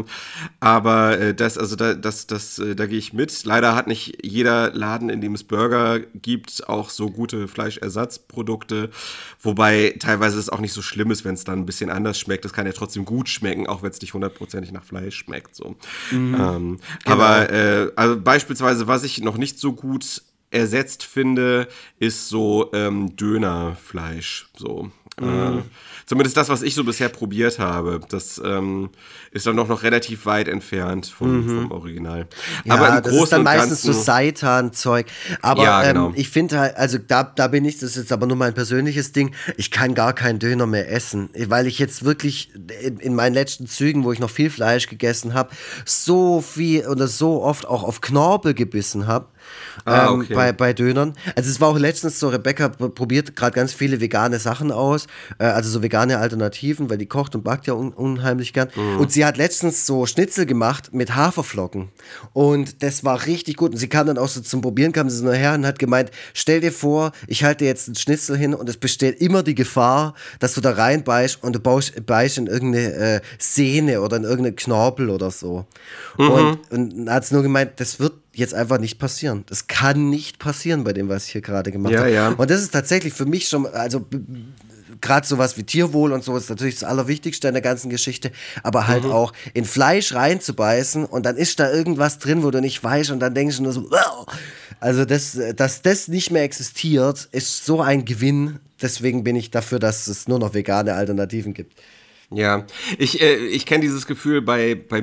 Aber äh, das, also da, das, das, äh, da gehe ich mit. Leider hat nicht jeder Laden, in dem es Burger gibt, auch so gute Fleischersatzprodukte. Wobei teilweise es auch nicht so schlimm ist, wenn es dann ein bisschen anders schmeckt. Das kann ja trotzdem gut schmecken, auch wenn es nicht hundert Prozent nach Fleisch schmeckt. So. Mhm. Ähm, genau. Aber äh, also beispielsweise, was ich noch nicht so gut ersetzt finde, ist so ähm, Dönerfleisch. So. Mhm. Äh, zumindest das, was ich so bisher probiert habe, das ähm, ist dann noch, noch relativ weit entfernt vom, mhm. vom Original. Ja, aber im das Großen ist dann und meistens Ganzen, so Seitan-Zeug. Aber ja, genau. ähm, ich finde halt, also da, da bin ich, das ist jetzt aber nur mein persönliches Ding, ich kann gar keinen Döner mehr essen, weil ich jetzt wirklich in, in meinen letzten Zügen, wo ich noch viel Fleisch gegessen habe, so viel oder so oft auch auf Knorpel gebissen habe. Ah, ähm, okay. bei, bei Dönern. Also es war auch letztens so, Rebecca probiert gerade ganz viele vegane Sachen aus, äh, also so vegane Alternativen, weil die kocht und backt ja un- unheimlich gern. Mhm. Und sie hat letztens so Schnitzel gemacht mit Haferflocken und das war richtig gut. Und sie kam dann auch so zum Probieren, kam sie so nachher und hat gemeint, stell dir vor, ich halte jetzt einen Schnitzel hin und es besteht immer die Gefahr, dass du da reinbeißt und du baust, beißt in irgendeine äh, Sehne oder in irgendeinen Knorpel oder so. Mhm. Und, und hat es nur gemeint, das wird jetzt einfach nicht passieren. Das kann nicht passieren bei dem, was ich hier gerade gemacht ja, habe. Ja. Und das ist tatsächlich für mich schon, also b- gerade sowas wie Tierwohl und so ist natürlich das Allerwichtigste in der ganzen Geschichte, aber halt mhm. auch in Fleisch reinzubeißen und dann ist da irgendwas drin, wo du nicht weißt und dann denkst du nur so, also das, dass das nicht mehr existiert, ist so ein Gewinn. Deswegen bin ich dafür, dass es nur noch vegane Alternativen gibt. Ja, ich, äh, ich kenne dieses Gefühl bei, bei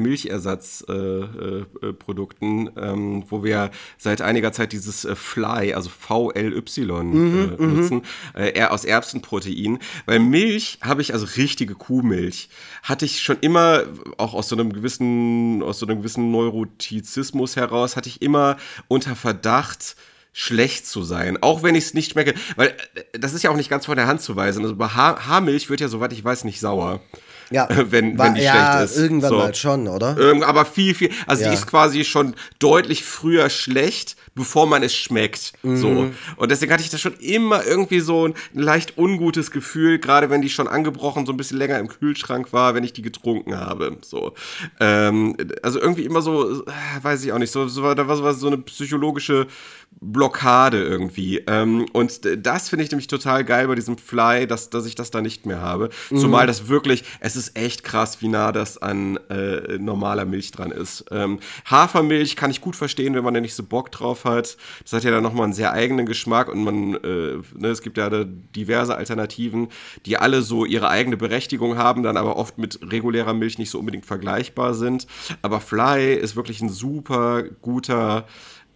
Milchersatzprodukten, äh, äh, ähm, wo wir seit einiger Zeit dieses äh, Fly, also V L Y Mhm, äh, nutzen, äh, eher aus Erbsenprotein. Weil Milch habe ich, also richtige Kuhmilch, hatte ich schon immer, auch aus so einem gewissen, aus so einem gewissen Neurotizismus heraus, hatte ich immer unter Verdacht, schlecht zu sein, auch wenn ich es nicht schmecke, weil äh, das ist ja auch nicht ganz von der Hand zu weisen. Also bei ha- Haarmilch wird ja, soweit ich weiß, nicht sauer. Ja, wenn, war, wenn die ja, schlecht ist. Irgendwann so. mal schon, oder? Irgend, aber viel, viel, also ja. die ist quasi schon deutlich früher schlecht, bevor man es schmeckt. Mhm. So. Und deswegen hatte ich da schon immer irgendwie so ein leicht ungutes Gefühl, gerade wenn die schon angebrochen so ein bisschen länger im Kühlschrank war, wenn ich die getrunken habe. So. Ähm, also irgendwie immer so, weiß ich auch nicht, so, so, da war so, so eine psychologische Blockade irgendwie. Ähm, und das finde ich nämlich total geil bei diesem Fly, dass, dass ich das da nicht mehr habe. Mhm. Zumal das wirklich, es ist echt krass, wie nah das an äh, normaler Milch dran ist. Ähm, Hafermilch kann ich gut verstehen, wenn man da nicht so Bock drauf hat. Das hat ja dann nochmal einen sehr eigenen Geschmack und man, äh, ne, es gibt ja da diverse Alternativen, die alle so ihre eigene Berechtigung haben, dann aber oft mit regulärer Milch nicht so unbedingt vergleichbar sind. Aber Fly ist wirklich ein super guter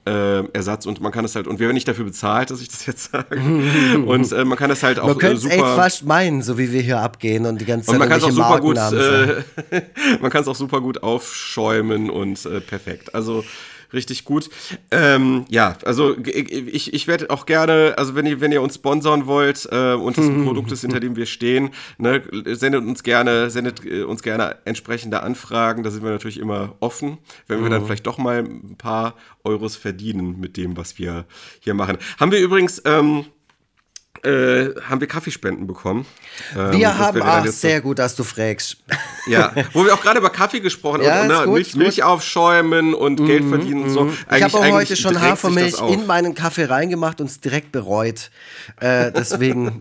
äh, Ersatz und man kann es halt, und wir werden nicht dafür bezahlt, dass ich das jetzt sage. Und äh, man kann es halt auch man äh, super... Man könnte es echt fast meinen, so wie wir hier abgehen und die ganze Zeit und man kann es auch super gut, Markennamen äh, man kann es auch super gut aufschäumen und äh, perfekt. Also richtig gut. Ähm, ja, also ich, ich werde auch gerne, also wenn ihr, wenn ihr uns sponsern wollt äh, und das ein Produkt ist, hinter dem wir stehen, ne, sendet uns gerne, sendet uns gerne entsprechende Anfragen. Da sind wir natürlich immer offen, wenn wir dann vielleicht doch mal ein paar Euros verdienen mit dem, was wir hier machen. Haben wir übrigens ähm, Äh, haben wir Kaffeespenden bekommen. Ähm, wir haben, ach, sehr gut, dass du fragst. Ja, wo wir auch gerade über Kaffee gesprochen ja, haben, ne? gut, Milch, Milch aufschäumen und mm, Geld verdienen mm. und so. Ich habe auch heute schon Hafermilch in meinen Kaffee reingemacht und es direkt bereut. Äh, deswegen.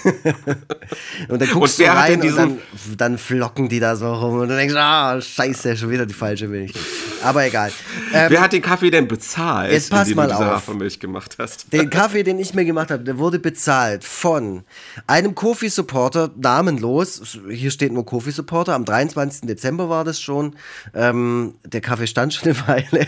Und dann guckst und du rein und dann, dann flocken die da so rum und du denkst, ah, scheiße, schon wieder die falsche Milch. Aber egal. Ähm, wer hat den Kaffee denn bezahlt, jetzt pass indem mal du diese auf. Hafermilch gemacht hast? Den Kaffee, den ich mir gemacht habe, der wurde bezahlt von einem Kofi-Supporter, namenlos, hier steht nur Kofi-Supporter, am dreiundzwanzigsten Dezember war das schon, ähm, der Kaffee stand schon eine Weile,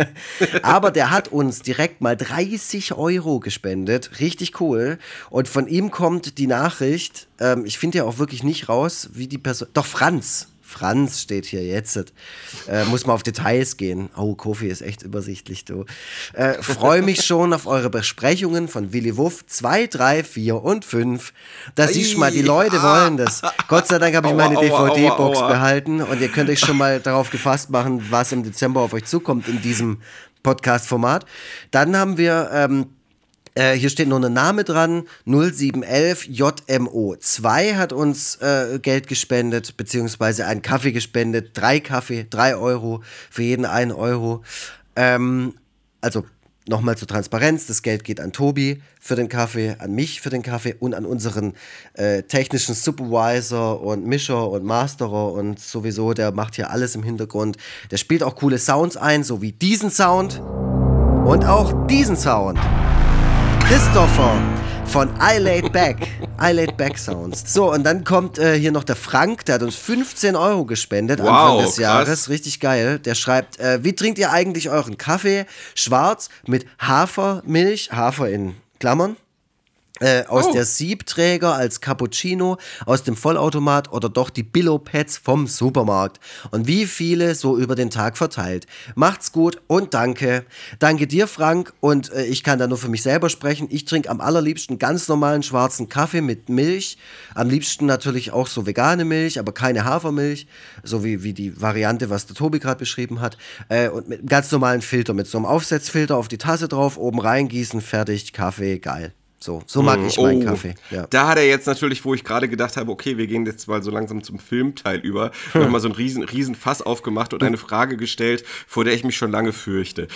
aber der hat uns direkt mal dreißig Euro gespendet, richtig cool, und von ihm kommt die Nachricht, ähm, ich finde ja auch wirklich nicht raus, wie die Person, doch Franz, Franz steht hier jetzt. Äh, muss man auf Details gehen. Oh, Kofi ist echt übersichtlich, du. Äh, Freue mich schon auf eure Besprechungen von Willy Wuff zwei, drei, vier und fünf. Da siehst du mal, die Leute wollen das. Gott sei Dank habe ich meine D V D-Box behalten und ihr könnt euch schon mal darauf gefasst machen, was im Dezember auf euch zukommt in diesem Podcast-Format. Dann haben wir... Ähm, Äh, hier steht nur ein Name dran, null sieben eins eins J M O zwei hat uns äh, Geld gespendet, beziehungsweise einen Kaffee gespendet, drei Kaffee, drei Euro, für jeden ein Euro. Ähm, also nochmal zur Transparenz, das Geld geht an Tobi für den Kaffee, an mich für den Kaffee und an unseren äh, technischen Supervisor und Mischer und Masterer und sowieso, der macht hier alles im Hintergrund. Der spielt auch coole Sounds ein, so wie diesen Sound und auch diesen Sound. Christopher von I Laid Back. I Laid Back Sounds. So, und dann kommt äh, hier noch der Frank, der hat uns fünfzehn Euro gespendet wow, Anfang des krass. Jahres. Richtig geil. Der schreibt, äh, wie trinkt ihr eigentlich euren Kaffee? Schwarz mit Hafermilch, Hafer in Klammern. Äh, aus oh. der Siebträger als Cappuccino, aus dem Vollautomat oder doch die Billo-Pads vom Supermarkt. Und wie viele so über den Tag verteilt. Macht's gut und danke. Danke dir, Frank. Und äh, ich kann da nur für mich selber sprechen. Ich trinke am allerliebsten ganz normalen schwarzen Kaffee mit Milch. Am liebsten natürlich auch so vegane Milch, aber keine Hafermilch. So wie, wie die Variante, was der Tobi gerade beschrieben hat. Äh, und mit einem ganz normalen Filter, mit so einem Aufsetzfilter auf die Tasse drauf, oben reingießen, fertig, Kaffee, geil. So, so mag ich meinen oh, Kaffee. Ja. Da hat er jetzt natürlich, wo ich gerade gedacht habe, okay, wir gehen jetzt mal so langsam zum Filmteil über, hm. nochmal so einen riesen, riesen Fass aufgemacht und eine Frage gestellt, vor der ich mich schon lange fürchte.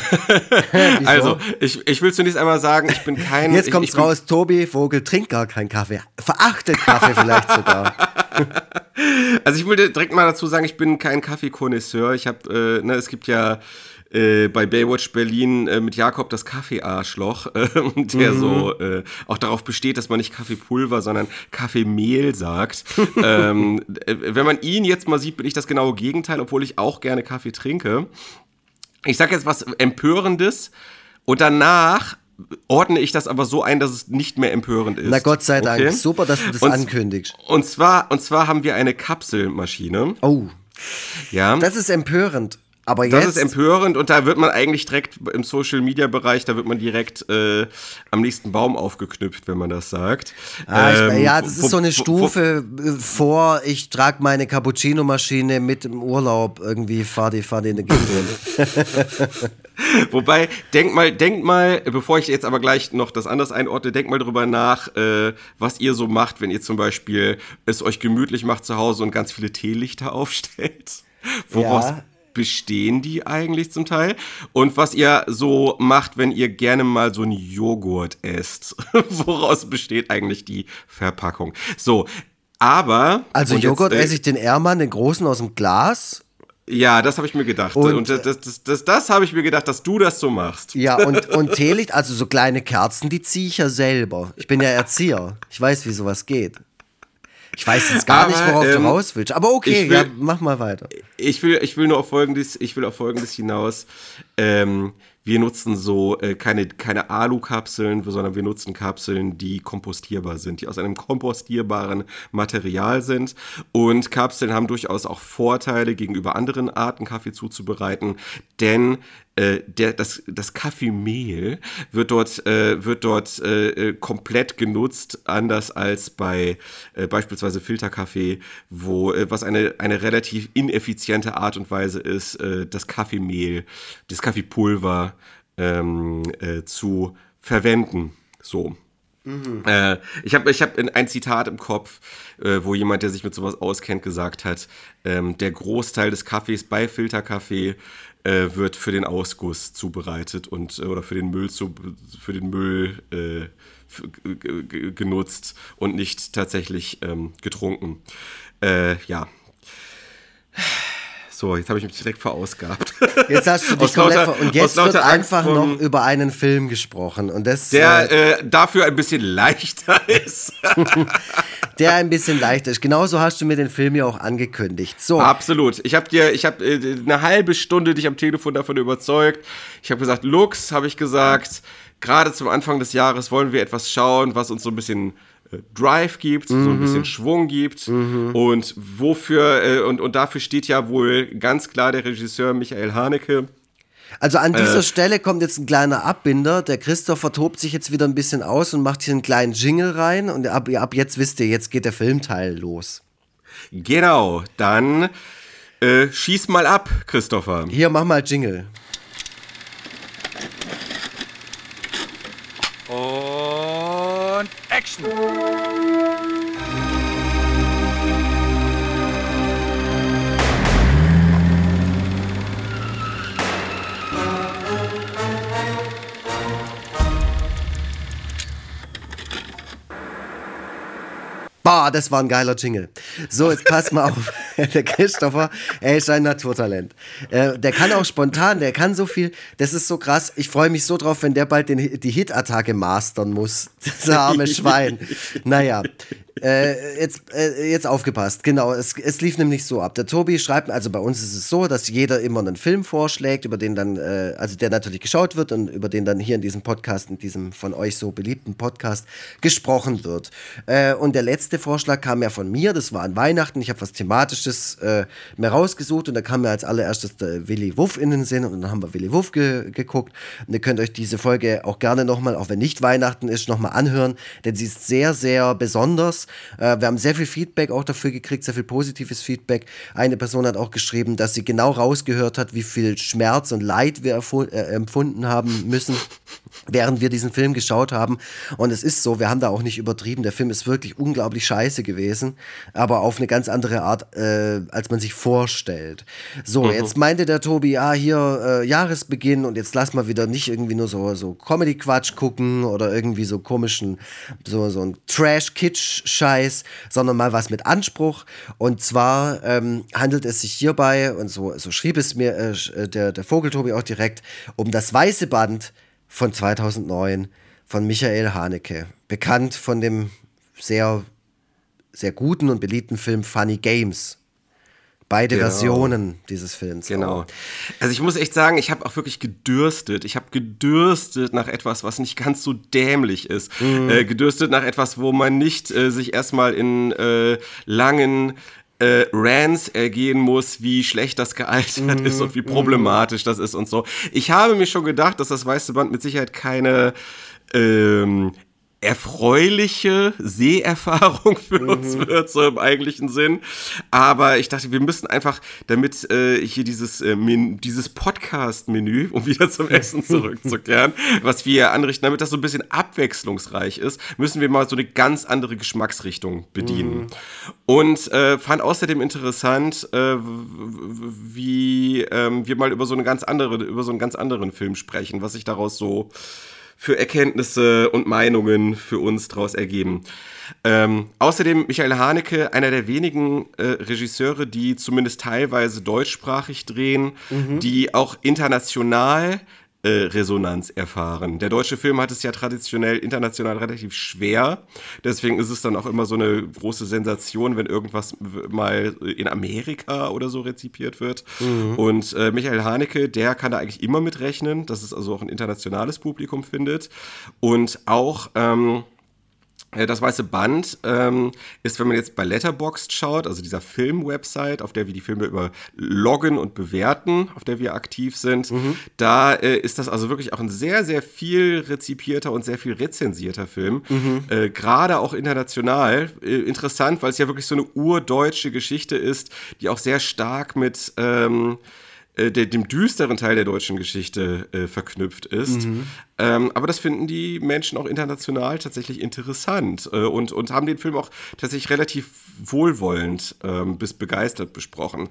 Also, ich, ich will zunächst einmal sagen, ich bin kein... Jetzt kommt's ich, ich bin, raus, Tobi Vogel trinkt gar keinen Kaffee. Verachtet Kaffee vielleicht sogar. Also ich will direkt mal dazu sagen, ich bin kein Kaffeekonnoisseur. Ich habe, äh, ne, es gibt ja... Äh, bei Baywatch Berlin äh, mit Jakob das Kaffee-Arschloch, äh, der mhm. so äh, auch darauf besteht, dass man nicht Kaffeepulver, sondern Kaffeemehl sagt. ähm, äh, wenn man ihn jetzt mal sieht, bin ich das genaue Gegenteil, obwohl ich auch gerne Kaffee trinke. Ich sage jetzt was Empörendes und danach ordne ich das aber so ein, dass es nicht mehr empörend ist. Na Gott sei Dank, okay? Super, dass du das und, ankündigst. Und zwar, und zwar haben wir eine Kapselmaschine. Oh, ja. Das ist empörend. Aber das jetzt? ist empörend und da wird man eigentlich direkt im Social-Media-Bereich, da wird man direkt äh, am nächsten Baum aufgeknüpft, wenn man das sagt. Ah, ich, ähm, ja, das wo, ist so eine wo, Stufe wo, vor, ich trage meine Cappuccino-Maschine mit im Urlaub, irgendwie fahr die, fahr die in die Gegend. Wobei, denk mal, denk mal, bevor ich jetzt aber gleich noch das anders einordne, denk mal drüber nach, äh, was ihr so macht, wenn ihr zum Beispiel es euch gemütlich macht zu Hause und ganz viele Teelichter aufstellt. Woraus ja. bestehen die eigentlich zum Teil? Und was ihr so macht, wenn ihr gerne mal so einen Joghurt esst. Woraus besteht eigentlich die Verpackung? So, aber... Also Joghurt jetzt, äh, esse ich den Ehrmann, den großen aus dem Glas... Ja, das habe ich mir gedacht. Und, und das, das, das, das, das habe ich mir gedacht, dass du das so machst. Ja, und, und Teelicht, also so kleine Kerzen, die ziehe ich ja selber. Ich bin ja Erzieher. Ich weiß, wie sowas geht. Ich weiß jetzt gar aber, nicht, worauf ähm, du raus willst. Aber okay, will, ja, mach mal weiter. Ich will, ich will nur auf Folgendes, ich will auf Folgendes hinaus. Ähm, wir nutzen so äh, keine, keine Alu-Kapseln, sondern wir nutzen Kapseln, die kompostierbar sind, die aus einem kompostierbaren Material sind. Und Kapseln haben durchaus auch Vorteile gegenüber anderen Arten, Kaffee zuzubereiten, denn äh, der, das, das Kaffeemehl wird dort, äh, wird dort äh, komplett genutzt, anders als bei äh, beispielsweise Filterkaffee, wo, äh, was eine, eine relativ ineffiziente Art und Weise ist, äh, das Kaffeemehl, das Kaffeepulver ähm, äh, zu verwenden. So. Mhm. Äh, ich habe ich hab ein Zitat im Kopf, äh, wo jemand, der sich mit sowas auskennt, gesagt hat, ähm, der Großteil des Kaffees bei Filterkaffee äh, wird für den Ausguss zubereitet und oder für den Müll zu, für den Müll äh, f- g- g- genutzt und nicht tatsächlich ähm, getrunken. Äh, ja. So, jetzt habe ich mich direkt verausgabt. Jetzt hast du dich Aus komplett lauter- ver- und jetzt aus wird lauter Angst einfach vom- noch über einen Film gesprochen und das Der äh, äh, dafür ein bisschen leichter ist. der ein bisschen leichter ist. Genauso hast du mir den Film ja auch angekündigt. So, Absolut. Ich habe dir, ich habe äh, eine halbe Stunde dich am Telefon davon überzeugt. Ich habe gesagt, Lux, habe ich gesagt, gerade zum Anfang des Jahres wollen wir etwas schauen, was uns so ein bisschen äh, Drive gibt, Mhm. so ein bisschen Schwung gibt. Und wofür, äh, und, und dafür steht ja wohl ganz klar der Regisseur Michael Haneke. also an dieser Äh. Stelle kommt jetzt ein kleiner Abbinder. Der Christopher tobt sich jetzt wieder ein bisschen aus und macht hier einen kleinen Jingle rein und ab, ab jetzt wisst ihr, jetzt geht der Filmteil los. Genau, dann äh, schieß mal ab, Christopher. Hier, mach mal Jingle. Und Action! Boah, das war ein geiler Jingle. So, jetzt pass mal auf. Der Christopher, er ist ein Naturtalent. Äh, der kann auch spontan, der kann so viel. Das ist so krass. Ich freue mich so drauf, wenn der bald den, die Hit-Attacke mastern muss. Das arme Schwein. Naja, äh, jetzt, äh, jetzt aufgepasst. Genau, es, es lief nämlich so ab. Der Tobi schreibt, also bei uns ist es so, dass jeder immer einen Film vorschlägt, über den dann, äh, also der natürlich geschaut wird und über den dann hier in diesem Podcast, in diesem von euch so beliebten Podcast gesprochen wird. Äh, und der letzte Vorschlag kam ja von mir, das war an Weihnachten. Ich habe was Thematisches äh, mir rausgesucht und da kam mir als allererstes der Willy Wuff in den Sinn und dann haben wir Willy Wuff ge geguckt. Und ihr könnt euch diese Folge auch gerne nochmal, auch wenn nicht Weihnachten ist, nochmal anhören, denn sie ist sehr, sehr besonders. Äh, wir haben sehr viel Feedback auch dafür gekriegt, sehr viel positives Feedback. Eine Person hat auch geschrieben, dass sie genau rausgehört hat, wie viel Schmerz und Leid wir äh, empfunden haben müssen, während wir diesen Film geschaut haben. Und es ist so, wir haben da auch nicht übertrieben. Der Film ist wirklich unglaublich scheiße gewesen, aber auf eine ganz andere Art, äh, als man sich vorstellt. So, mhm. Jetzt meinte der Tobi, ah, hier äh, Jahresbeginn und jetzt lass mal wieder nicht irgendwie nur so, so Comedy-Quatsch gucken oder irgendwie so komischen, so, so ein Trash-Kitsch-Scheiß, sondern mal was mit Anspruch. Und zwar ähm, handelt es sich hierbei, und so, so schrieb es mir äh, der, der Vogel-Tobi auch direkt, um das Weiße Band von zweitausendneun von Michael Haneke. Bekannt von dem sehr, sehr guten und beliebten Film Funny Games. Beide Genau. Versionen dieses Films. Genau. Also ich muss echt sagen, ich habe auch wirklich gedürstet. Ich habe gedürstet nach etwas, was nicht ganz so dämlich ist. Mhm. Äh, gedürstet nach etwas, wo man nicht äh, sich erstmal in äh, langen äh, Rants ergehen muss, wie schlecht das gealtert mm, ist und wie problematisch mm. das ist und so. Ich habe mir schon gedacht, dass das Weiße Band mit Sicherheit keine ähm, erfreuliche Seherfahrung für mhm. uns wird, so im eigentlichen Sinn. Aber ich dachte, wir müssen einfach, damit äh, hier dieses, äh, dieses Podcast-Menü, um wieder zum Essen zurückzukehren, was wir anrichten, damit das so ein bisschen abwechslungsreich ist, müssen wir mal so eine ganz andere Geschmacksrichtung bedienen. Mhm. Und äh, fand außerdem interessant, äh, wie ähm, wir mal über so eine ganz andere, über so einen ganz anderen Film sprechen, was sich daraus so für Erkenntnisse und Meinungen für uns daraus ergeben. Ähm, außerdem Michael Haneke, einer der wenigen äh, Regisseure, die zumindest teilweise deutschsprachig drehen, mhm. die auch international Äh, Resonanz erfahren. Der deutsche Film hat es ja traditionell international relativ schwer. Deswegen ist es dann auch immer so eine große Sensation, wenn irgendwas mal in Amerika oder so rezipiert wird. Mhm. Und äh, Michael Haneke, der kann da eigentlich immer mit rechnen, dass es also auch ein internationales Publikum findet. Und auch ähm, das Weiße Band ähm, ist, wenn man jetzt bei Letterboxd schaut, also dieser Film-Website, auf der wir die Filme über loggen und bewerten, auf der wir aktiv sind, mhm. da äh, ist das also wirklich auch ein sehr, sehr viel rezipierter und sehr viel rezensierter Film. Mhm. Äh, gerade auch international. Äh, interessant, weil es ja wirklich so eine urdeutsche Geschichte ist, die auch sehr stark mit ähm, dem düsteren Teil der deutschen Geschichte äh, verknüpft ist. Mhm. Ähm, aber das finden die Menschen auch international tatsächlich interessant äh, und, und haben den Film auch tatsächlich relativ wohlwollend ähm, bis begeistert besprochen.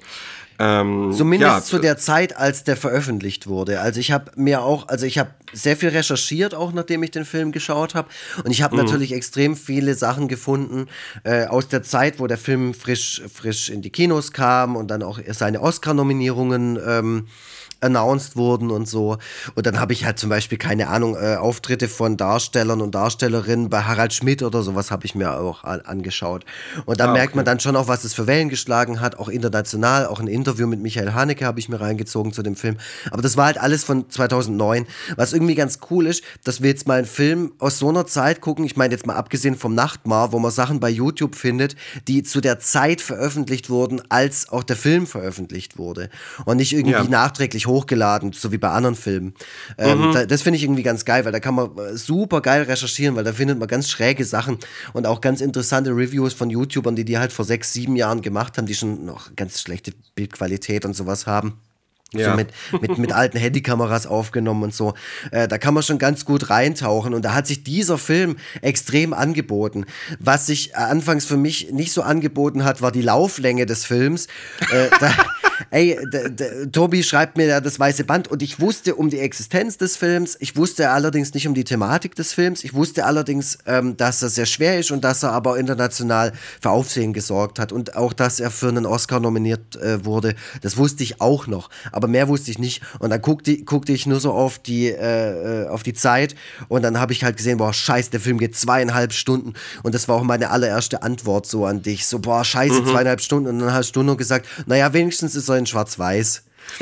Ähm, Zumindest ja, zu der Zeit, als der veröffentlicht wurde. Also ich habe mir auch, also ich habe sehr viel recherchiert, auch nachdem ich den Film geschaut habe. Und ich habe mhm. natürlich extrem viele Sachen gefunden äh, aus der Zeit, wo der Film frisch, frisch in die Kinos kam und dann auch seine Oscar-Nominierungen ähm, announced wurden und so. Und dann habe ich halt zum Beispiel, keine Ahnung, äh, Auftritte von Darstellern und Darstellerinnen bei Harald Schmidt oder sowas habe ich mir auch a- angeschaut. Und da ah, merkt okay. man dann schon auch, was es für Wellen geschlagen hat, auch international. Auch ein Interview mit Michael Haneke habe ich mir reingezogen zu dem Film. Aber das war halt alles von zweitausendneun. Was irgendwie ganz cool ist, dass wir jetzt mal einen Film aus so einer Zeit gucken. Ich meine jetzt mal abgesehen vom Nachtmar, wo man Sachen bei YouTube findet, die zu der Zeit veröffentlicht wurden, als auch der Film veröffentlicht wurde. Und nicht irgendwie ja. nachträglich hochgeladen, so wie bei anderen Filmen. Ähm, mhm. da, das finde ich irgendwie ganz geil, weil da kann man super geil recherchieren, weil da findet man ganz schräge Sachen und auch ganz interessante Reviews von YouTubern, die die halt vor sechs, sieben Jahren gemacht haben, die schon noch ganz schlechte Bildqualität und sowas haben. Ja. So mit, mit, mit alten Handykameras aufgenommen und so. Äh, da kann man schon ganz gut reintauchen. Und da hat sich dieser Film extrem angeboten. Was sich anfangs für mich nicht so angeboten hat, war die Lauflänge des Films. Äh, da, ey, d- d- Tobi schreibt mir ja das Weiße Band und ich wusste um die Existenz des Films. Ich wusste allerdings nicht um die Thematik des Films. Ich wusste allerdings, ähm, dass er sehr schwer ist und dass er aber international für Aufsehen gesorgt hat. Und auch, dass er für einen Oscar nominiert äh, wurde. Das wusste ich auch noch. Aber mehr wusste ich nicht. Und dann guckte, guckte ich nur so auf die, äh, auf die Zeit und dann habe ich halt gesehen, boah, scheiße, der Film geht zweieinhalb Stunden. Und das war auch meine allererste Antwort so an dich. So, boah, scheiße, mhm. zweieinhalb Stunden. Und dann hast du nur gesagt, naja, wenigstens ist er in schwarz-weiß.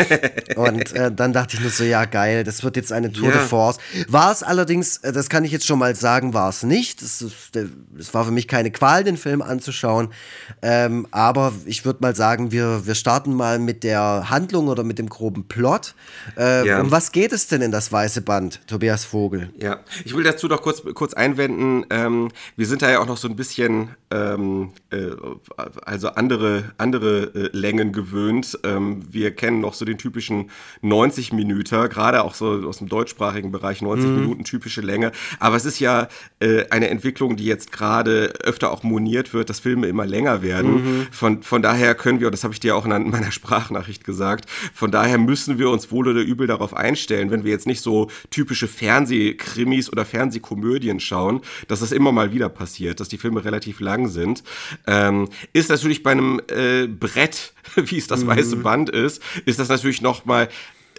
Und äh, dann dachte ich nur so, ja geil, das wird jetzt eine Tour yeah. de Force. War es allerdings, äh, das kann ich jetzt schon mal sagen, war es nicht. Es war für mich keine Qual, den Film anzuschauen. Ähm, aber ich würde mal sagen, wir, wir starten mal mit der Handlung oder mit dem groben Plot. Äh, yeah. Um was geht es denn in das Weiße Band, Tobias Vogel? Ja, ich will dazu doch kurz, kurz einwenden, ähm, wir sind da ja auch noch so ein bisschen ähm, äh, also andere, andere äh, Längen gewöhnt. Ähm, wir kennen noch so den typischen neunzig Minuten, gerade auch so aus dem deutschsprachigen Bereich, neunzig mhm. Minuten typische Länge. Aber es ist ja äh, eine Entwicklung, die jetzt gerade öfter auch moniert wird, dass Filme immer länger werden. Mhm. Von, von daher können wir, und das habe ich dir auch in meiner Sprachnachricht gesagt, von daher müssen wir uns wohl oder übel darauf einstellen, wenn wir jetzt nicht so typische Fernsehkrimis oder Fernsehkomödien schauen, dass das immer mal wieder passiert, dass die Filme relativ lang sind. Ähm, ist natürlich bei einem äh, Brett, wie es das mhm. Weiße Band ist, ist das natürlich noch mal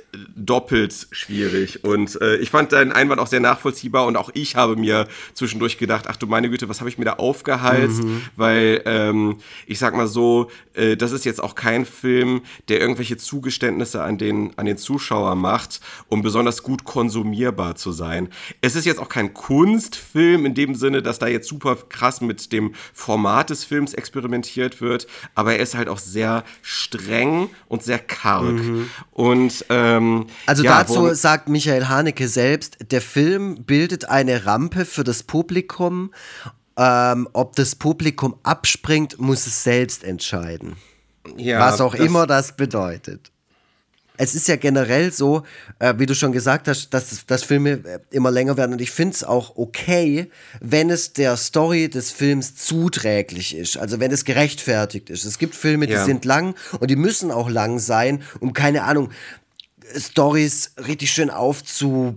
doppelt schwierig. Und äh, ich fand deinen Einwand auch sehr nachvollziehbar und auch ich habe mir zwischendurch gedacht, ach du meine Güte, was habe ich mir da aufgehalst? Mhm. Weil ähm, ich sag mal so, äh, das ist jetzt auch kein Film, der irgendwelche Zugeständnisse an den, an den Zuschauer macht, um besonders gut konsumierbar zu sein. Es ist jetzt auch kein Kunstfilm in dem Sinne, dass da jetzt super krass mit dem Format des Films experimentiert wird, aber er ist halt auch sehr streng und sehr karg. Mhm. Und ähm, Also ja, dazu worum- sagt Michael Haneke selbst, der Film bildet eine Rampe für das Publikum. Ähm, ob das Publikum abspringt, muss es selbst entscheiden. Ja, was auch das immer das bedeutet. Es ist ja generell so, äh, wie du schon gesagt hast, dass, dass Filme immer länger werden. Und ich finde es auch okay, wenn es der Story des Films zuträglich ist. Also wenn es gerechtfertigt ist. Es gibt Filme, die ja. sind lang und die müssen auch lang sein, um, keine Ahnung, Storys richtig schön aufzu,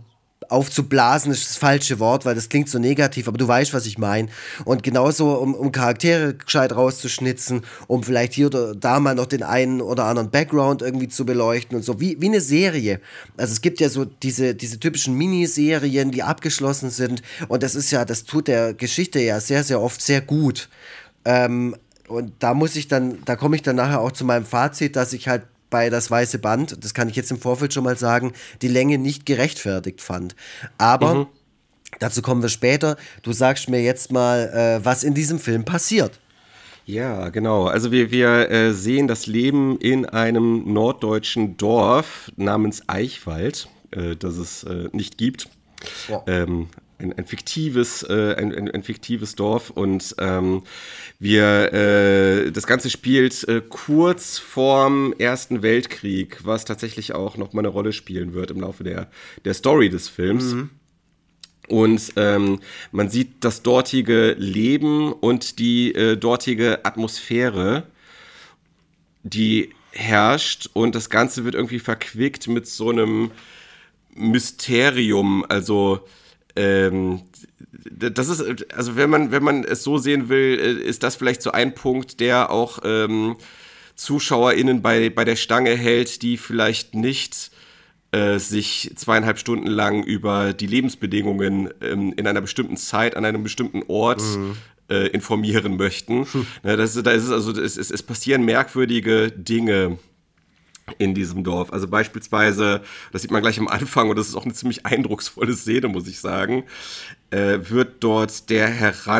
aufzublasen ist das falsche Wort, weil das klingt so negativ, aber du weißt, was ich meine. Und genauso, um, um Charaktere gescheit rauszuschnitzen, um vielleicht hier oder da mal noch den einen oder anderen Background irgendwie zu beleuchten und so, wie, wie eine Serie. Also es gibt ja so diese, diese typischen Miniserien, die abgeschlossen sind und das ist ja, das tut der Geschichte ja sehr, sehr oft sehr gut. Ähm, und da muss ich dann, da komme ich dann nachher auch zu meinem Fazit, dass ich halt bei Das Weiße Band, das kann ich jetzt im Vorfeld schon mal sagen, die Länge nicht gerechtfertigt fand. Aber mhm. dazu kommen wir später. Du sagst mir jetzt mal, äh, was in diesem Film passiert. Ja, genau. Also wir, wir äh, sehen das Leben in einem norddeutschen Dorf namens Eichwald, äh, das es äh, nicht gibt. Ja. Ähm, Ein, ein, fiktives, äh, ein, ein, ein fiktives Dorf und ähm, wir, äh, das Ganze spielt äh, kurz vorm Ersten Weltkrieg, was tatsächlich auch noch mal eine Rolle spielen wird im Laufe der, der Story des Films. Mhm. Und ähm, man sieht das dortige Leben und die äh, dortige Atmosphäre, die herrscht und das Ganze wird irgendwie verquickt mit so einem Mysterium, also Ähm, das ist, also wenn man, wenn man es so sehen will, ist das vielleicht so ein Punkt, der auch ähm, ZuschauerInnen bei, bei der Stange hält, die vielleicht nicht äh, sich zweieinhalb Stunden lang über die Lebensbedingungen ähm, in einer bestimmten Zeit, an einem bestimmten Ort mhm. äh, informieren möchten. Hm. Das, da ist es also, es, es, es passieren merkwürdige Dinge in diesem Dorf. Also beispielsweise, das sieht man gleich am Anfang und das ist auch eine ziemlich eindrucksvolle Szene, muss ich sagen, äh, wird dort der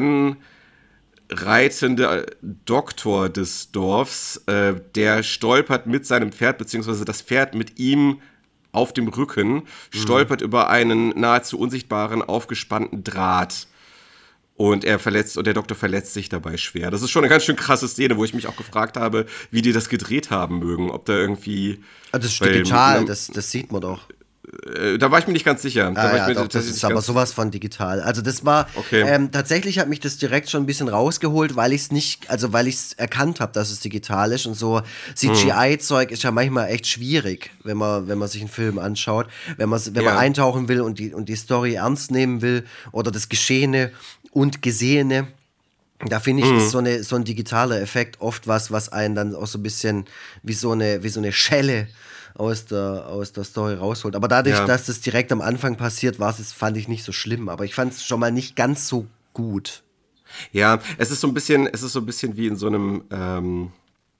heranreitende Doktor des Dorfs, äh, der stolpert mit seinem Pferd, beziehungsweise das Pferd mit ihm auf dem Rücken, stolpert mhm. über einen nahezu unsichtbaren, aufgespannten Draht. Und er verletzt, und der Doktor verletzt sich dabei schwer. Das ist schon eine ganz schön krasse Szene, wo ich mich auch gefragt habe, wie die das gedreht haben mögen. Ob da irgendwie. Also das ist digital, das, das sieht man doch. Äh, da war ich mir nicht ganz sicher. Ah, da war ja, ich mir doch, das ist aber sowas von digital. Also das war, okay. ähm, tatsächlich hat mich das direkt schon ein bisschen rausgeholt, weil ich es nicht, also weil ich es erkannt habe, dass es digital ist und so C G I-Zeug ist ja manchmal echt schwierig, wenn man, wenn man sich einen Film anschaut, wenn man, wenn ja. man eintauchen will und die, und die Story ernst nehmen will oder das Geschehene und Gesehene. Da finde ich, mhm. ist so, eine, so ein digitaler Effekt oft was, was einen dann auch so ein bisschen wie so eine, wie so eine Schelle aus der, aus der Story rausholt. Aber dadurch, ja. dass das direkt am Anfang passiert war, das fand ich nicht so schlimm. Aber ich fand es schon mal nicht ganz so gut. Ja, es ist so ein bisschen, es ist so ein bisschen wie in so einem, ähm,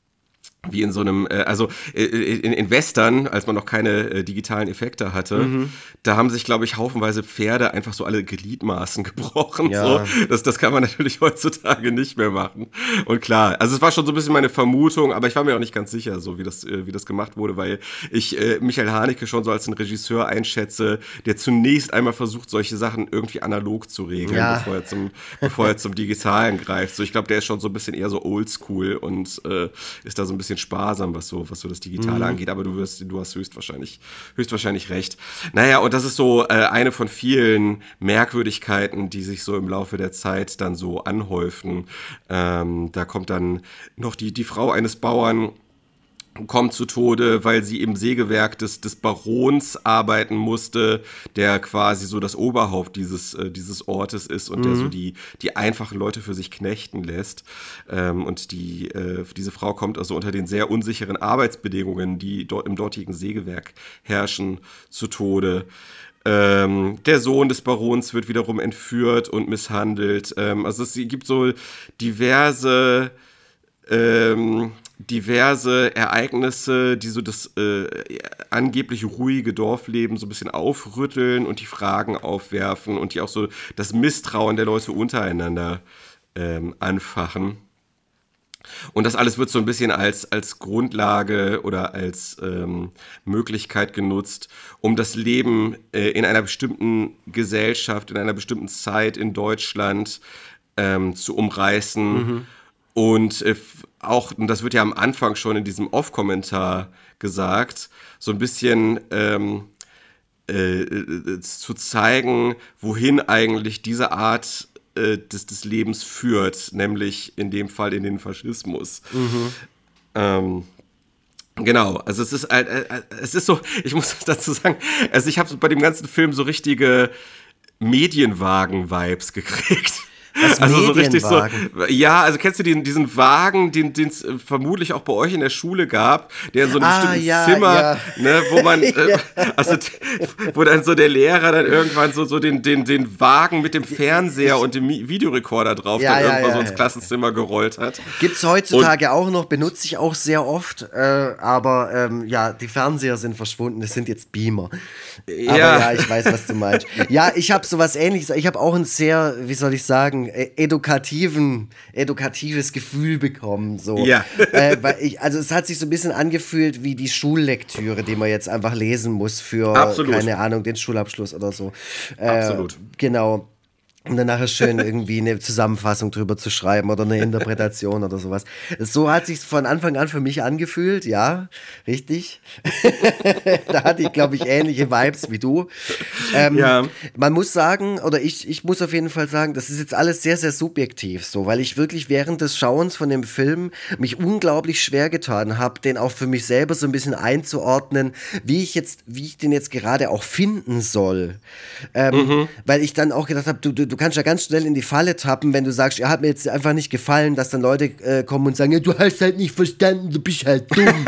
wie in so einem, äh, also äh, in, in Western, als man noch keine äh, digitalen Effekte hatte, mhm. da haben sich, glaube ich, haufenweise Pferde einfach so alle Gliedmaßen gebrochen. Ja. So. Das, das kann man natürlich heutzutage nicht mehr machen. Und klar, also es war schon so ein bisschen meine Vermutung, aber ich war mir auch nicht ganz sicher, so wie das, äh, wie das gemacht wurde, weil ich äh, Michael Haneke schon so als einen Regisseur einschätze, der zunächst einmal versucht, solche Sachen irgendwie analog zu regeln, ja. bevor er zum, bevor er zum Digitalen greift. So, ich glaube, der ist schon so ein bisschen eher so oldschool und äh, ist da so ein bisschen sparsam, was so, was so das Digitale mhm. angeht, aber du wirst, du hast höchstwahrscheinlich, höchstwahrscheinlich recht. Naja, und das ist so äh, eine von vielen Merkwürdigkeiten, die sich so im Laufe der Zeit dann so anhäufen. Ähm, da kommt dann noch die, die Frau eines Bauern, kommt zu Tode, weil sie im Sägewerk des, des Barons arbeiten musste, der quasi so das Oberhaupt dieses, äh, dieses Ortes ist und mhm. der so die, die einfachen Leute für sich knechten lässt. Ähm, und die, äh, diese Frau kommt also unter den sehr unsicheren Arbeitsbedingungen, die dort im dortigen Sägewerk herrschen, zu Tode. Ähm, der Sohn des Barons wird wiederum entführt und misshandelt. Ähm, also es gibt so diverse ähm, diverse Ereignisse, die so das äh, angeblich ruhige Dorfleben so ein bisschen aufrütteln und die Fragen aufwerfen und die auch so das Misstrauen der Leute untereinander ähm, anfachen. Und das alles wird so ein bisschen als, als Grundlage oder als ähm, Möglichkeit genutzt, um das Leben äh, in einer bestimmten Gesellschaft, in einer bestimmten Zeit in Deutschland ähm, zu umreißen. Mhm. Und äh, auch, und das wird ja am Anfang schon in diesem Off-Kommentar gesagt, so ein bisschen ähm, äh, äh, zu zeigen, wohin eigentlich diese Art äh, des, des Lebens führt, nämlich in dem Fall in den Faschismus. Mhm. Ähm, Genau, also es ist halt, äh, es ist so, ich muss dazu sagen, also ich habe bei dem ganzen Film so richtige Medienwagen-Vibes gekriegt. Was, also so richtig so, Medienwagen? ja, also kennst du den, diesen Wagen, den es äh, vermutlich auch bei euch in der Schule gab, der in so einem Ah, bestimmten ja, Zimmer, ja. ne, wo man, äh, also wo dann so der Lehrer dann irgendwann so, so den, den, den Wagen mit dem Fernseher und dem Mi- Videorekorder drauf Ja, dann ja, irgendwann ja, so ins ja. Klassenzimmer gerollt hat. Gibt's heutzutage auch noch, benutze ich auch sehr oft, äh, aber ähm, ja, die Fernseher sind verschwunden, es sind jetzt Beamer. Aber Ja. ja, ich weiß, was du meinst. Ja, ich habe sowas Ähnliches, ich habe auch ein sehr, wie soll ich sagen, äh, edukativen, edukatives Gefühl bekommen. So. Ja. Äh, weil ich, also es hat sich so ein bisschen angefühlt wie die Schullektüre, die man jetzt einfach lesen muss für, Absolut. keine Ahnung, den Schulabschluss oder so. Äh, Absolut. Genau. Um dann nachher schön irgendwie eine Zusammenfassung drüber zu schreiben oder eine Interpretation oder sowas. So hat sich von Anfang an für mich angefühlt, ja, richtig. Da hatte ich, glaube ich, ähnliche Vibes wie du. Ähm, Ja. Man muss sagen, oder ich, ich muss auf jeden Fall sagen, das ist jetzt alles sehr, sehr subjektiv so, weil ich wirklich während des Schauens von dem Film mich unglaublich schwer getan habe, den auch für mich selber so ein bisschen einzuordnen, wie ich jetzt, wie ich den jetzt gerade auch finden soll. Ähm, Mhm. Weil ich dann auch gedacht habe, du, du, du kannst ja ganz schnell in die Falle tappen, wenn du sagst, er hat mir jetzt einfach nicht gefallen, dass dann Leute äh, kommen und sagen, ja, du hast halt nicht verstanden, du bist halt dumm.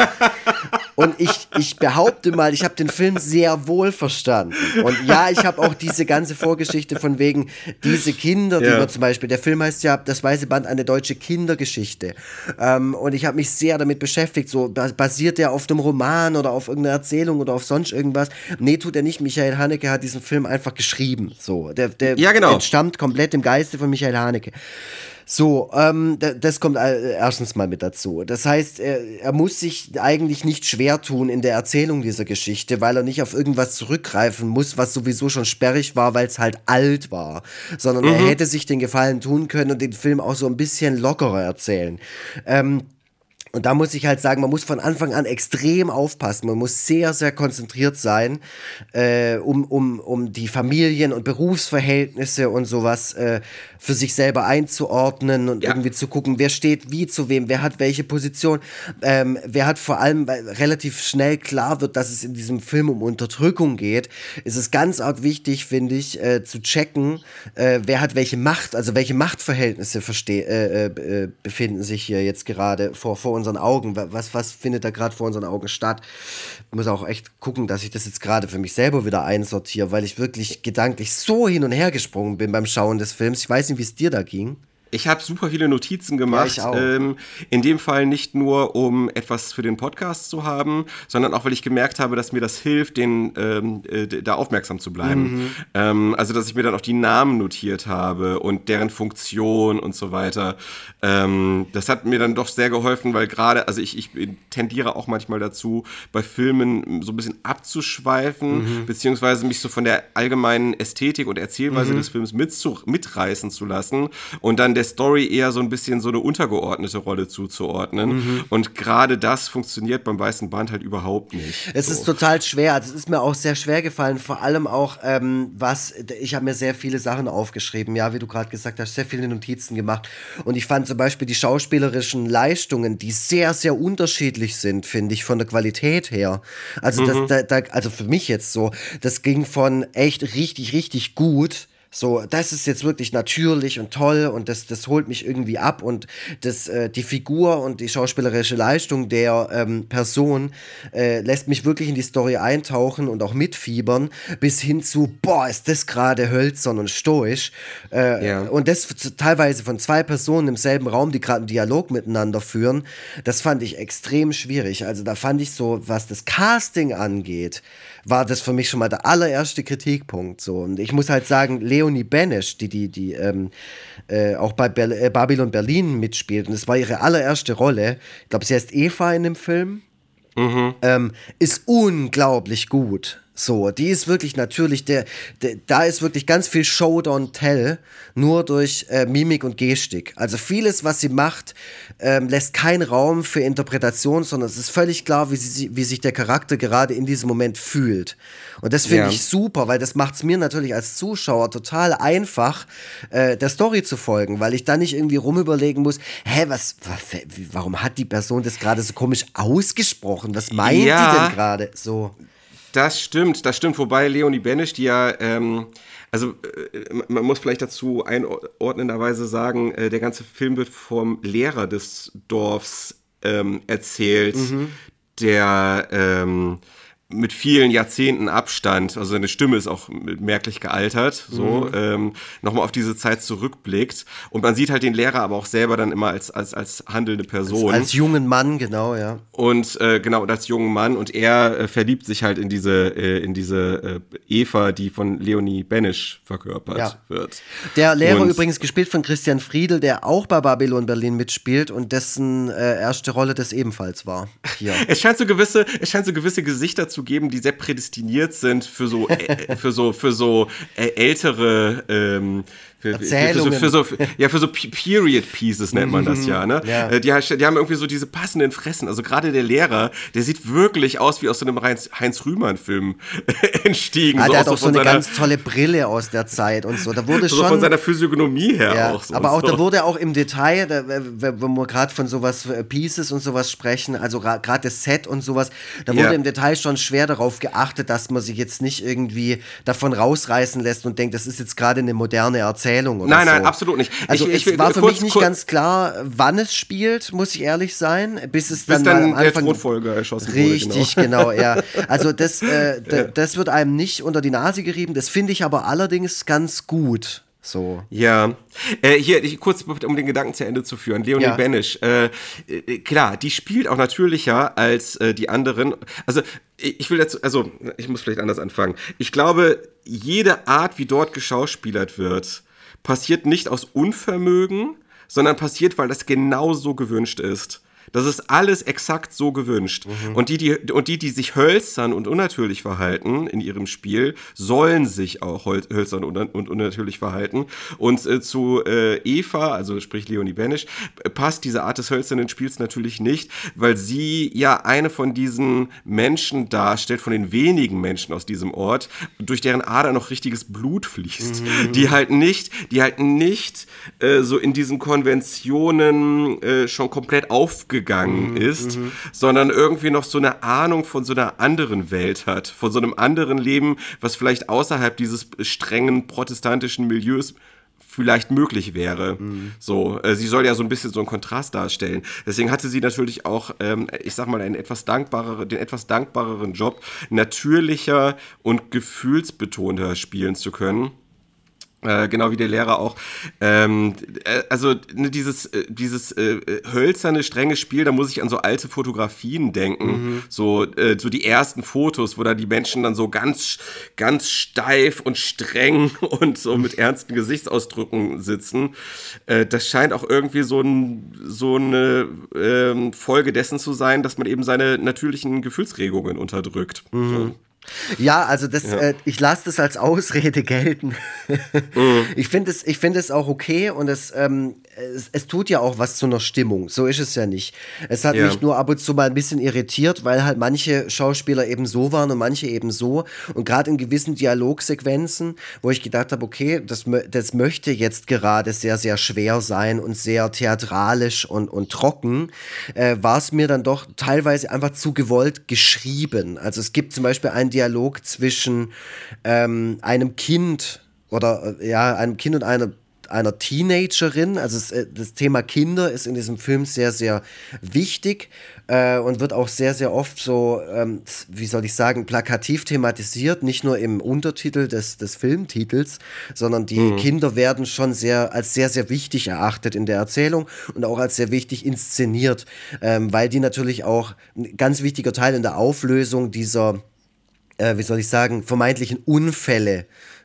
Und ich, ich behaupte mal, ich habe den Film sehr wohl verstanden. Und ja, ich habe auch diese ganze Vorgeschichte von wegen diese Kinder, die Ja. wir zum Beispiel, der Film heißt ja Das Weiße Band, eine deutsche Kindergeschichte. Ähm, und ich habe mich sehr damit beschäftigt, so bas- basiert der auf einem Roman oder auf irgendeiner Erzählung oder auf sonst irgendwas. Nee, tut er nicht. Michael Haneke hat diesen Film einfach geschrieben. So, der, der Ja, genau. entstammt komplett im Geiste von Michael Haneke. So, ähm, d- das kommt äh, erstens mal mit dazu. Das heißt, er, er muss sich eigentlich nicht schwer tun in der Erzählung dieser Geschichte, weil er nicht auf irgendwas zurückgreifen muss, was sowieso schon sperrig war, weil es halt alt war. Sondern er hätte sich den Gefallen tun können und den Film auch so ein bisschen lockerer erzählen. Ähm, Und da muss ich halt sagen, man muss von Anfang an extrem aufpassen. Man muss sehr, sehr konzentriert sein, äh, um, um, um die Familien- und Berufsverhältnisse und sowas äh, für sich selber einzuordnen und Ja. irgendwie zu gucken, wer steht wie zu wem, wer hat welche Position. Ähm, wer hat vor allem, weil relativ schnell klar wird, dass es in diesem Film um Unterdrückung geht, ist es ganz arg wichtig, finde ich, äh, zu checken, äh, wer hat welche Macht, also welche Machtverhältnisse verste- äh, äh, befinden sich hier jetzt gerade vor, vor unseren Augen. Was, was findet da gerade vor unseren Augen statt? Ich muss auch echt gucken, dass ich das jetzt gerade für mich selber wieder einsortiere, weil ich wirklich gedanklich so hin und her gesprungen bin beim Schauen des Films. Ich weiß nicht, wie es dir da ging. Ich habe super viele Notizen gemacht. Ja, ich auch. Ähm, in dem Fall nicht nur, um etwas für den Podcast zu haben, sondern auch, weil ich gemerkt habe, dass mir das hilft, den, ähm, äh, da aufmerksam zu bleiben. Mhm. Ähm, also, dass ich mir dann auch die Namen notiert habe und deren Funktion und so weiter. Ähm, das hat mir dann doch sehr geholfen, weil gerade, also ich, ich tendiere auch manchmal dazu, bei Filmen so ein bisschen abzuschweifen, Mhm. beziehungsweise mich so von der allgemeinen Ästhetik und Erzählweise des Films mitzu mitreißen zu lassen und dann der Story eher so ein bisschen so eine untergeordnete Rolle zuzuordnen. Und gerade das funktioniert beim Weißen Band halt überhaupt nicht. Es so. ist total schwer. Also es ist mir auch sehr schwer gefallen, vor allem auch, ähm, was, ich habe mir sehr viele Sachen aufgeschrieben, ja, wie du gerade gesagt hast, sehr viele Notizen gemacht. Und ich fand zum Beispiel die schauspielerischen Leistungen, die sehr, sehr unterschiedlich sind, finde ich, von der Qualität her. Also, das, da, da, also für mich jetzt so, das ging von echt richtig, richtig gut. So, das ist jetzt wirklich natürlich und toll und das, das holt mich irgendwie ab und das, äh, die Figur und die schauspielerische Leistung der ähm, Person äh, lässt mich wirklich in die Story eintauchen und auch mitfiebern, bis hin zu, boah, ist das gerade hölzern und stoisch. Äh, Ja. Und das f- teilweise von zwei Personen im selben Raum, die gerade einen Dialog miteinander führen, das fand ich extrem schwierig. Also da fand ich so, was das Casting angeht, war das für mich schon mal der allererste Kritikpunkt. So. Und ich muss halt sagen, Leonie Benesch, die, die, die ähm, äh, auch bei Ber- äh, Babylon Berlin mitspielt, und das war ihre allererste Rolle, ich glaube, sie heißt Eva in dem Film, ähm, ist unglaublich gut. So, die ist wirklich natürlich, der, der, da ist wirklich ganz viel Show don't tell, nur durch äh, Mimik und Gestik. Also vieles, was sie macht, ähm, lässt keinen Raum für Interpretation, sondern es ist völlig klar, wie, sie, wie sich der Charakter gerade in diesem Moment fühlt. Und das finde Ja. ich super, weil das macht es mir natürlich als Zuschauer total einfach, äh, der Story zu folgen, weil ich dann nicht irgendwie rumüberlegen muss, hä, was, was warum hat die Person das gerade so komisch ausgesprochen? Was meint Ja. die denn gerade? So. Das stimmt, das stimmt. Wobei Leonie Benisch, die ja, ähm, also äh, man muss vielleicht dazu einordnenderweise sagen, äh, der ganze Film wird vom Lehrer des Dorfs ähm, erzählt, Mhm. der ähm, mit vielen Jahrzehnten Abstand, also seine Stimme ist auch merklich gealtert, so, Mhm. ähm, nochmal auf diese Zeit zurückblickt. Und man sieht halt den Lehrer aber auch selber dann immer als, als, als handelnde Person. Als, als jungen Mann, genau, ja. Und äh, genau, und als jungen Mann, und er äh, verliebt sich halt in diese, äh, in diese äh, Eva, die von Leonie Benisch verkörpert Ja. wird. Der Lehrer Und- übrigens gespielt von Christian Friedel, der auch bei Babylon Berlin mitspielt und dessen äh, erste Rolle das ebenfalls war. Hier. Es scheint so gewisse, es scheint so gewisse Gesichter zu geben, die sehr prädestiniert sind für so, äh, für so, für so äh, ältere ähm, für, für, Erzählungen. für, so, für so, ja, für so P- Period Pieces nennt man das ja, ne? Ja. Äh, Die, die haben irgendwie so diese passenden Fressen. Also gerade der Lehrer, der sieht wirklich aus wie aus so einem Heinz, Heinz Rühmann-Film entstiegen. Ah, so der aus hat auch so von eine seiner, ganz tolle Brille aus der Zeit und so. Da wurde so schon. von seiner Physiognomie her Ja, auch. So aber auch so. da wurde auch im Detail, da, wenn wir gerade von sowas äh, Pieces und sowas sprechen, also gerade das Set und sowas, da wurde Ja. im Detail schon schwer darauf geachtet, dass man sich jetzt nicht irgendwie davon rausreißen lässt und denkt, das ist jetzt gerade eine moderne Erzählung oder Nein, so. nein, absolut nicht. Also Ich- ich es will- war für kurz- mich nicht kurz- ganz klar, wann es spielt, muss ich ehrlich sein, bis es Bis dann, dann mal am der Anfang Thronfolger erschossen wurde, Richtig, genau. ja. Also das, äh, d- das wird einem nicht unter die Nase gerieben, das finde ich aber allerdings ganz gut. So. Ja, äh, hier ich, kurz, um den Gedanken zu Ende zu führen. Leonie Ja. Benisch, äh, äh, klar, die spielt auch natürlicher als äh, die anderen. Also ich ich will dazu, also ich muss vielleicht anders anfangen. Ich glaube, jede Art, wie dort geschauspielert wird, passiert nicht aus Unvermögen, sondern passiert, weil das genau so gewünscht ist. Das ist alles exakt so gewünscht. Mhm. Und, die, die, und die, die sich hölzern und unnatürlich verhalten in ihrem Spiel, sollen sich auch hol- hölzern und, und unnatürlich verhalten. Und äh, zu äh, Eva, also sprich Leonie Benisch, äh, passt diese Art des hölzernen Spiels natürlich nicht, weil sie ja eine von diesen Menschen darstellt, von den wenigen Menschen aus diesem Ort, durch deren Ader noch richtiges Blut fließt. Mhm. Die halt nicht, die halt nicht äh, so in diesen Konventionen äh, schon komplett aufgegangen ist, sondern irgendwie noch so eine Ahnung von so einer anderen Welt hat, von so einem anderen Leben, was vielleicht außerhalb dieses strengen protestantischen Milieus vielleicht möglich wäre. So, äh, sie soll ja so ein bisschen so einen Kontrast darstellen. Deswegen hatte sie natürlich auch, ähm, ich sag mal, einen etwas dankbareren, den etwas dankbareren Job, natürlicher und gefühlsbetonter spielen zu können. Äh, genau wie der Lehrer auch. Ähm, äh, also ne, dieses, äh, dieses äh, hölzerne, strenge Spiel, da muss ich an so alte Fotografien denken. Mhm. So, äh, so die ersten Fotos, wo da die Menschen dann so ganz, ganz steif und streng und so mit ernsten Gesichtsausdrücken sitzen. Äh, das scheint auch irgendwie so, ein, so eine ähm, Folge dessen zu sein, dass man eben seine natürlichen Gefühlsregungen unterdrückt. So. Ja, also das, äh, ich lasse das als Ausrede gelten. Ich finde es, ich finde es auch okay und es, ähm, es, es tut ja auch was zu einer Stimmung. So ist es ja nicht. Es hat Ja. mich nur ab und zu mal ein bisschen irritiert, weil halt manche Schauspieler eben so waren und manche eben so. Und gerade in gewissen Dialogsequenzen, wo ich gedacht habe, okay, das, mö- das möchte jetzt gerade sehr, sehr schwer sein und sehr theatralisch und, und trocken, äh, war es mir dann doch teilweise einfach zu gewollt geschrieben. Also es gibt zum Beispiel einen Dialog zwischen ähm, einem Kind oder äh, ja, einem Kind und einer einer Teenagerin, also es, äh, das Thema Kinder ist in diesem Film sehr, sehr wichtig äh, und wird auch sehr, sehr oft so, ähm, wie soll ich sagen, plakativ thematisiert, nicht nur im Untertitel des, des Filmtitels, sondern die Mhm. Kinder werden schon sehr, als sehr, sehr wichtig erachtet in der Erzählung und auch als sehr wichtig inszeniert, ähm, weil die natürlich auch ein ganz wichtiger Teil in der Auflösung dieser äh, wie soll ich sagen, vermeintlichen Unfälle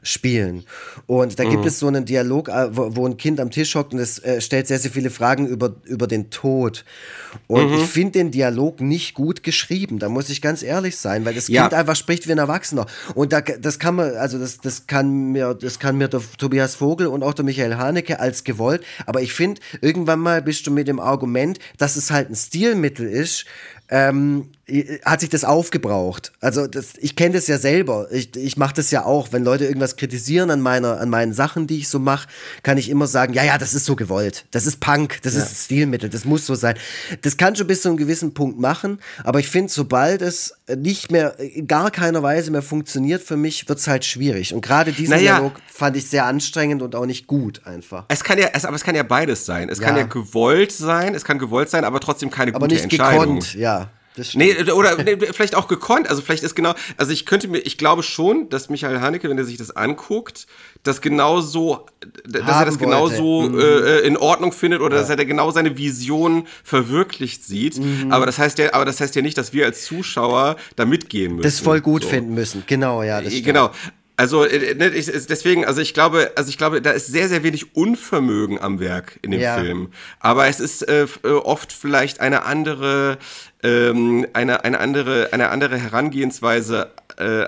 spielen. Und da mhm. gibt es so einen Dialog, wo, wo ein Kind am Tisch hockt und es äh, stellt sehr, sehr viele Fragen über, über den Tod. Und mhm. ich finde den Dialog nicht gut geschrieben, da muss ich ganz ehrlich sein, weil das ja. Kind einfach spricht wie ein Erwachsener. Und da, das kann man, also das, das kann mir, das kann mir der Tobias Vogel und auch der Michael Haneke als gewollt, aber ich finde, irgendwann mal bist du mit dem Argument, dass es halt ein Stilmittel ist, ähm, hat sich das aufgebraucht. Also das, ich kenne das ja selber. Ich, ich mache das ja auch. Wenn Leute irgendwas kritisieren an meiner, an meinen Sachen, die ich so mache, kann ich immer sagen, ja, ja, das ist so gewollt. Das ist Punk, das ja. ist Stilmittel, das muss so sein. Das kann schon bis zu einem gewissen Punkt machen, aber ich finde, sobald es nicht mehr, in gar keiner Weise mehr funktioniert für mich, wird es halt schwierig. Und gerade diesen naja. Dialog fand ich sehr anstrengend und auch nicht gut einfach. Es kann ja, es, aber es kann ja beides sein. Es ja. kann ja gewollt sein, es kann gewollt sein, aber trotzdem keine aber gute Entscheidung. Aber nicht gekonnt, ja. Nee, oder nee, vielleicht auch gekonnt, also vielleicht ist genau, also ich könnte mir, ich glaube schon, dass Michael Haneke, wenn er sich das anguckt, das genauso, dass Haben er das genauso mhm. äh, in Ordnung findet oder ja. dass er da genau seine Vision verwirklicht sieht, mhm. aber das heißt ja, aber das heißt ja nicht, dass wir als Zuschauer da mitgehen müssen. Das voll gut so. finden müssen, genau, ja, das stimmt. Genau. Also ne, ich, deswegen, also ich glaube, also ich glaube, da ist sehr, sehr wenig Unvermögen am Werk in dem ja. Film. Aber es ist äh, oft vielleicht eine andere, ähm, eine eine andere, eine andere Herangehensweise äh,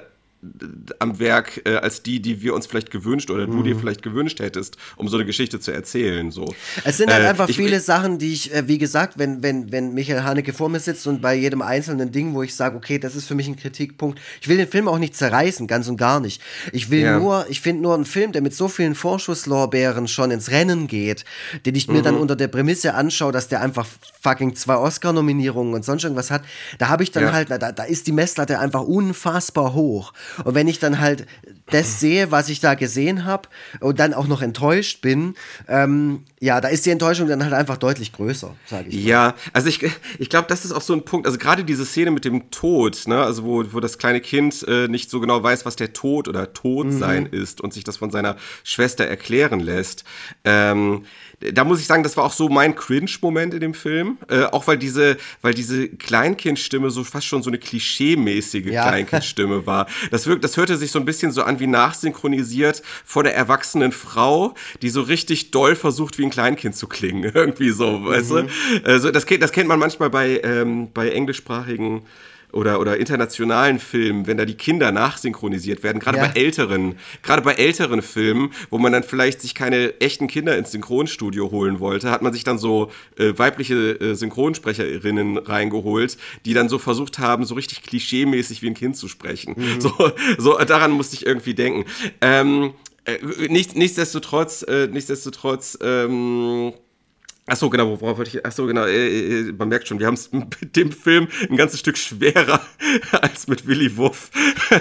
am Werk äh, als die, die wir uns vielleicht gewünscht oder mhm. du dir vielleicht gewünscht hättest, um so eine Geschichte zu erzählen. So. Es sind halt äh, einfach ich, viele ich, Sachen, die ich, äh, wie gesagt, wenn, wenn, wenn Michael Haneke vor mir sitzt und bei jedem einzelnen Ding, wo ich sage, okay, das ist für mich ein Kritikpunkt, ich will den Film auch nicht zerreißen, ganz und gar nicht. Ich will ja. nur, ich finde nur einen Film, der mit so vielen Vorschusslorbeeren schon ins Rennen geht, den ich mir mhm. dann unter der Prämisse anschaue, dass der einfach fucking zwei Oscar-Nominierungen und sonst irgendwas hat, da habe ich dann ja. halt, da, da ist die Messlatte einfach unfassbar hoch. Und wenn ich dann halt das sehe, was ich da gesehen habe und dann auch noch enttäuscht bin, ähm, ja, da ist die Enttäuschung dann halt einfach deutlich größer, sage ich mal. Ja, also ich, ich glaube, das ist auch so ein Punkt, also gerade diese Szene mit dem Tod, ne, also wo, wo das kleine Kind äh, nicht so genau weiß, was der Tod oder Todsein mhm. ist und sich das von seiner Schwester erklären lässt, ähm, da muss ich sagen, das war auch so mein Cringe-Moment in dem Film, äh, auch weil diese, weil diese Kleinkindstimme so fast schon so eine klischee-mäßige ja. Kleinkindstimme war. Das, wirkt, das hörte sich so ein bisschen so an wie nachsynchronisiert vor der erwachsenen Frau, die so richtig doll versucht, wie ein Kleinkind zu klingen. Irgendwie so, mhm. weißt du? Also das, das kennt man manchmal bei, ähm, bei englischsprachigen oder oder internationalen Filmen, wenn da die Kinder nachsynchronisiert werden, gerade ja. bei älteren, gerade bei älteren Filmen, wo man dann vielleicht sich keine echten Kinder ins Synchronstudio holen wollte, hat man sich dann so äh, weibliche äh, Synchronsprecherinnen reingeholt, die dann so versucht haben, so richtig klischeemäßig wie ein Kind zu sprechen. Mhm. So, so daran musste ich irgendwie denken. Ähm, äh, nicht, nichtsdestotrotz, äh, nichtsdestotrotz, ähm, Ach so, genau, worauf wollte ich, ach so, genau, äh, äh, man merkt schon, wir haben es mit dem Film ein ganzes Stück schwerer als mit Willy Wuff.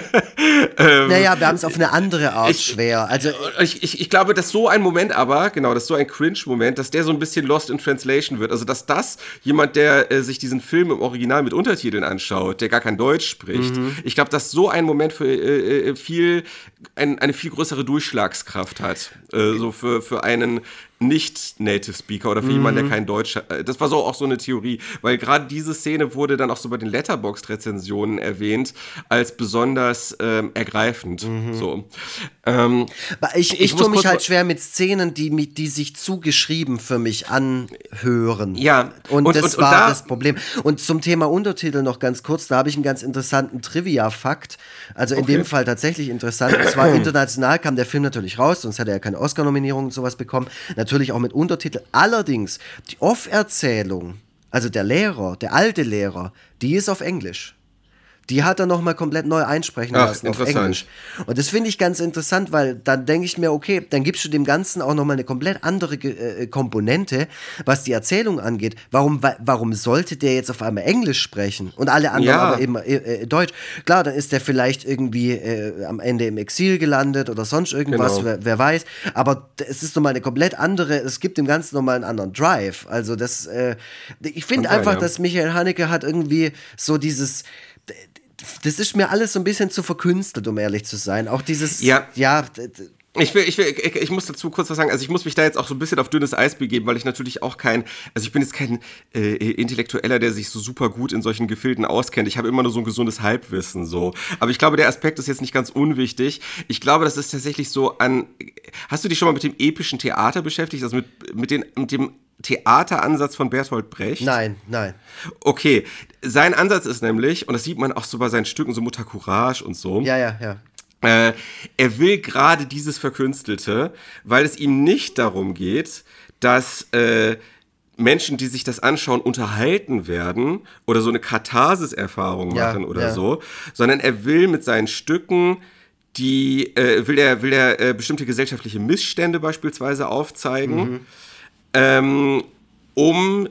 ähm, naja, wir haben es auf eine andere Art ich, schwer. Also ich, ich, ich glaube, dass so ein Moment aber, genau, dass so ein Cringe-Moment, dass der so ein bisschen lost in translation wird. Also, dass das jemand, der äh, sich diesen Film im Original mit Untertiteln anschaut, der gar kein Deutsch spricht, mhm. ich glaube, dass so ein Moment für äh, viel, ein, eine viel größere Durchschlagskraft hat. Äh, so für, für einen Nicht-Native Speaker oder für mhm. jemanden, der kein Deutsch hat. Das war so auch so eine Theorie, weil gerade diese Szene wurde dann auch so bei den Letterboxd-Rezensionen erwähnt als besonders ähm, ergreifend. Mhm. So. Ähm, ich ich, ich tue mich halt schwer mit Szenen, die, die sich zugeschrieben für mich anhören. Ja. Und, und das und, war und da, das Problem. Und zum Thema Untertitel noch ganz kurz, da habe ich einen ganz interessanten Trivia-Fakt. Also in okay. dem Fall tatsächlich interessant. Und zwar international kam der Film natürlich raus, sonst hätte er ja keine Oscar-Nominierung und sowas bekommen. Natürlich auch mit Untertitel. Allerdings, die Off-Erzählung, also der Lehrer, der alte Lehrer, die ist auf Englisch. Die hat er nochmal komplett neu einsprechen Ach, lassen auf Englisch. Und das finde ich ganz interessant, weil dann denke ich mir, okay, dann gibst du dem Ganzen auch nochmal eine komplett andere äh, Komponente, was die Erzählung angeht. Warum, wa- warum sollte der jetzt auf einmal Englisch sprechen und alle anderen ja. aber eben äh, Deutsch? Klar, dann ist der vielleicht irgendwie äh, am Ende im Exil gelandet oder sonst irgendwas, genau. wer, wer weiß. Aber es ist nochmal eine komplett andere, es gibt dem Ganzen nochmal einen anderen Drive. Also das, äh, ich finde einfach, ja. dass Michael Haneke hat irgendwie so dieses... Das ist mir alles so ein bisschen zu verkünstelt, um ehrlich zu sein. Auch dieses, ja, ja Ich, will, ich, will, ich, ich muss dazu kurz was sagen, also ich muss mich da jetzt auch so ein bisschen auf dünnes Eis begeben, weil ich natürlich auch kein, also ich bin jetzt kein äh, Intellektueller, der sich so super gut in solchen Gefilden auskennt. Ich habe immer nur so ein gesundes Halbwissen so. Aber ich glaube, der Aspekt ist jetzt nicht ganz unwichtig. Ich glaube, das ist tatsächlich so an, hast du dich schon mal mit dem epischen Theater beschäftigt, also mit, mit, den, mit dem Theateransatz von Bertolt Brecht? Nein, nein. Okay, sein Ansatz ist nämlich, und das sieht man auch so bei seinen Stücken, so Mutter Courage und so. Ja, ja, ja. Äh, er will gerade dieses Verkünstelte, weil es ihm nicht darum geht, dass äh, Menschen, die sich das anschauen, unterhalten werden oder so eine Katharsis-Erfahrung machen ja, oder ja. so, sondern er will mit seinen Stücken die, äh, will er, will er äh, bestimmte gesellschaftliche Missstände beispielsweise aufzeigen, mhm. ähm, um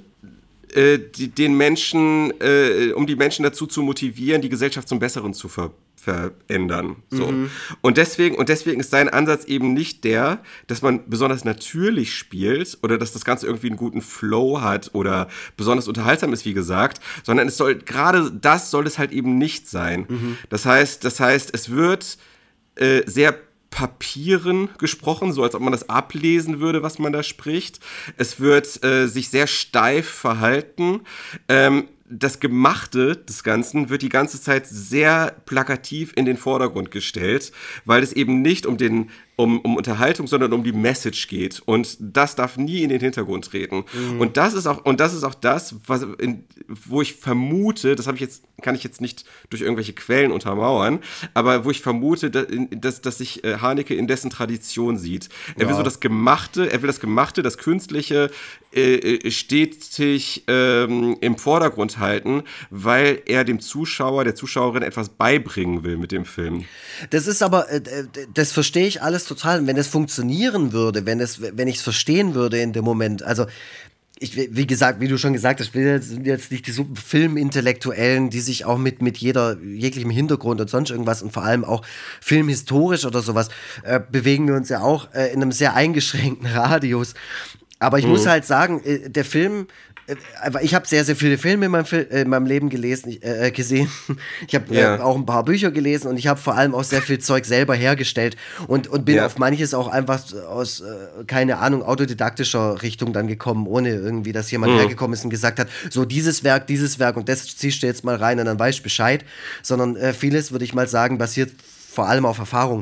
äh, die, den Menschen, äh, um die Menschen dazu zu motivieren, die Gesellschaft zum Besseren zu ver verändern. So. Mhm. Und deswegen, und deswegen ist sein Ansatz eben nicht der, dass man besonders natürlich spielt oder dass das Ganze irgendwie einen guten Flow hat oder besonders unterhaltsam ist, wie gesagt, sondern es soll, gerade das soll es halt eben nicht sein. Mhm. Das heißt, das heißt, es wird äh, sehr Papieren gesprochen, so als ob man das ablesen würde, was man da spricht. Es wird äh, sich sehr steif verhalten. Ähm, das Gemachte des Ganzen wird die ganze Zeit sehr plakativ in den Vordergrund gestellt, weil es eben nicht um den um, um Unterhaltung, sondern um die Message geht. Und das darf nie in den Hintergrund treten. Mhm. Und das ist auch, und das ist auch das, was in, wo ich vermute, das habe ich jetzt, kann ich jetzt nicht durch irgendwelche Quellen untermauern, aber wo ich vermute, dass, dass sich Haneke in dessen Tradition sieht. Er wow. will so das Gemachte, er will das Gemachte, das Künstliche äh, stetig ähm, im Vordergrund halten, weil er dem Zuschauer, der Zuschauerin etwas beibringen will mit dem Film. Das ist aber, äh, das verstehe ich alles total. Und wenn es funktionieren würde, wenn es, wenn ich es verstehen würde in dem Moment, also ich, wie gesagt, wie du schon gesagt hast, wir sind jetzt nicht die super Filmintellektuellen, die sich auch mit, mit jeder, jeglichem Hintergrund und sonst irgendwas und vor allem auch filmhistorisch oder sowas, äh, bewegen wir uns ja auch äh, in einem sehr eingeschränkten Radius. Aber ich mhm. muss halt sagen, äh, der Film, äh, ich habe sehr, sehr viele Filme in meinem, Fil- äh, in meinem Leben gelesen, äh, gesehen. Ich habe ja. äh, auch ein paar Bücher gelesen und ich habe vor allem auch sehr viel Zeug selber hergestellt und, und bin ja. auf manches auch einfach aus, äh, keine Ahnung, autodidaktischer Richtung dann gekommen, ohne irgendwie, dass jemand mhm. hergekommen ist und gesagt hat, so dieses Werk, dieses Werk und das ziehst du jetzt mal rein und dann weißt du Bescheid. Sondern äh, vieles, würde ich mal sagen, basiert vor allem auf Erfahrung.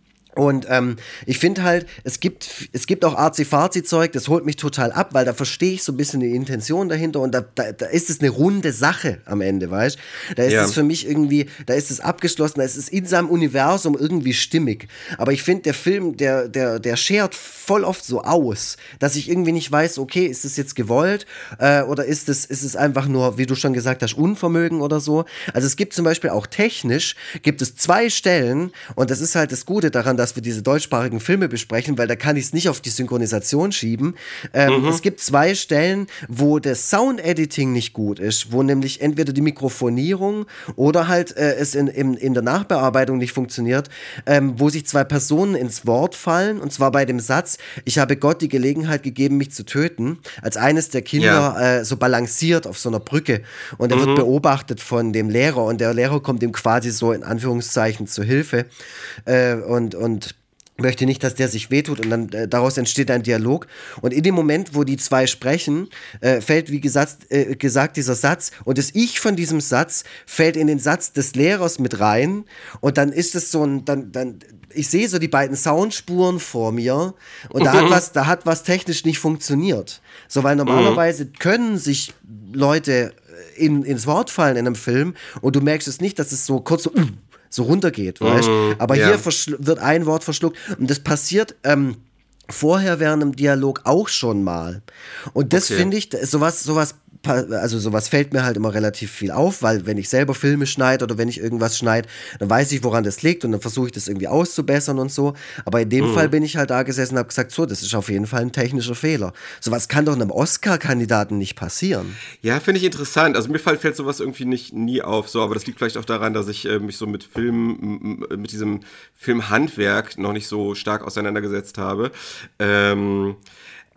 Und ähm, ich finde halt, es gibt, es gibt auch Arzi-Fazi-Zeug, das holt mich total ab, weil da verstehe ich so ein bisschen die Intention dahinter und da, da, da ist es eine runde Sache am Ende, weißt du? Da ist ja. es für mich irgendwie, da ist es abgeschlossen, da ist es in seinem Universum irgendwie stimmig. Aber ich finde, der Film, der, der, der schert voll oft so aus, dass ich irgendwie nicht weiß, okay, ist das jetzt gewollt äh, oder ist es, ist es einfach nur, wie du schon gesagt hast, Unvermögen oder so. Also es gibt zum Beispiel auch technisch, gibt es zwei Stellen und das ist halt das Gute daran, dass wir diese deutschsprachigen Filme besprechen, weil da kann ich es nicht auf die Synchronisation schieben. Ähm, mhm. Es gibt zwei Stellen, wo das Sound-Editing nicht gut ist, wo nämlich entweder die Mikrofonierung oder halt äh, es in, in, in der Nachbearbeitung nicht funktioniert, ähm, wo sich zwei Personen ins Wort fallen, und zwar bei dem Satz, ich habe Gott die Gelegenheit gegeben, mich zu töten, als eines der Kinder ja. äh, so balanciert auf so einer Brücke und er mhm. wird beobachtet von dem Lehrer und der Lehrer kommt ihm quasi so in Anführungszeichen zur Hilfe äh, und, und möchte nicht, dass der sich wehtut und dann äh, daraus entsteht ein Dialog und in dem Moment, wo die zwei sprechen, äh, fällt wie gesagt, äh, gesagt dieser Satz und das Ich von diesem Satz fällt in den Satz des Lehrers mit rein und dann ist es so ein, dann, dann ich sehe so die beiden Soundspuren vor mir und da hat was, da hat was technisch nicht funktioniert. So, weil normalerweise mhm. können sich Leute in, ins Wort fallen in einem Film und du merkst es nicht, dass es so kurz so so runtergeht, weißt du? Aber ja. hier verschl- wird ein Wort verschluckt und das passiert ähm, vorher während einem Dialog auch schon mal. Und das okay. finde ich, sowas, sowas, also sowas fällt mir halt immer relativ viel auf, weil wenn ich selber Filme schneide oder wenn ich irgendwas schneide, dann weiß ich, woran das liegt und dann versuche ich das irgendwie auszubessern und so. Aber in dem mhm. Fall bin ich halt da gesessen und habe gesagt, so, das ist auf jeden Fall ein technischer Fehler. Sowas kann doch einem Oscar-Kandidaten nicht passieren. Ja, finde ich interessant. Also mir fällt, fällt sowas irgendwie nicht nie auf, so, aber das liegt vielleicht auch daran, dass ich äh, mich so mit Film, mit diesem Filmhandwerk noch nicht so stark auseinandergesetzt habe. Ähm,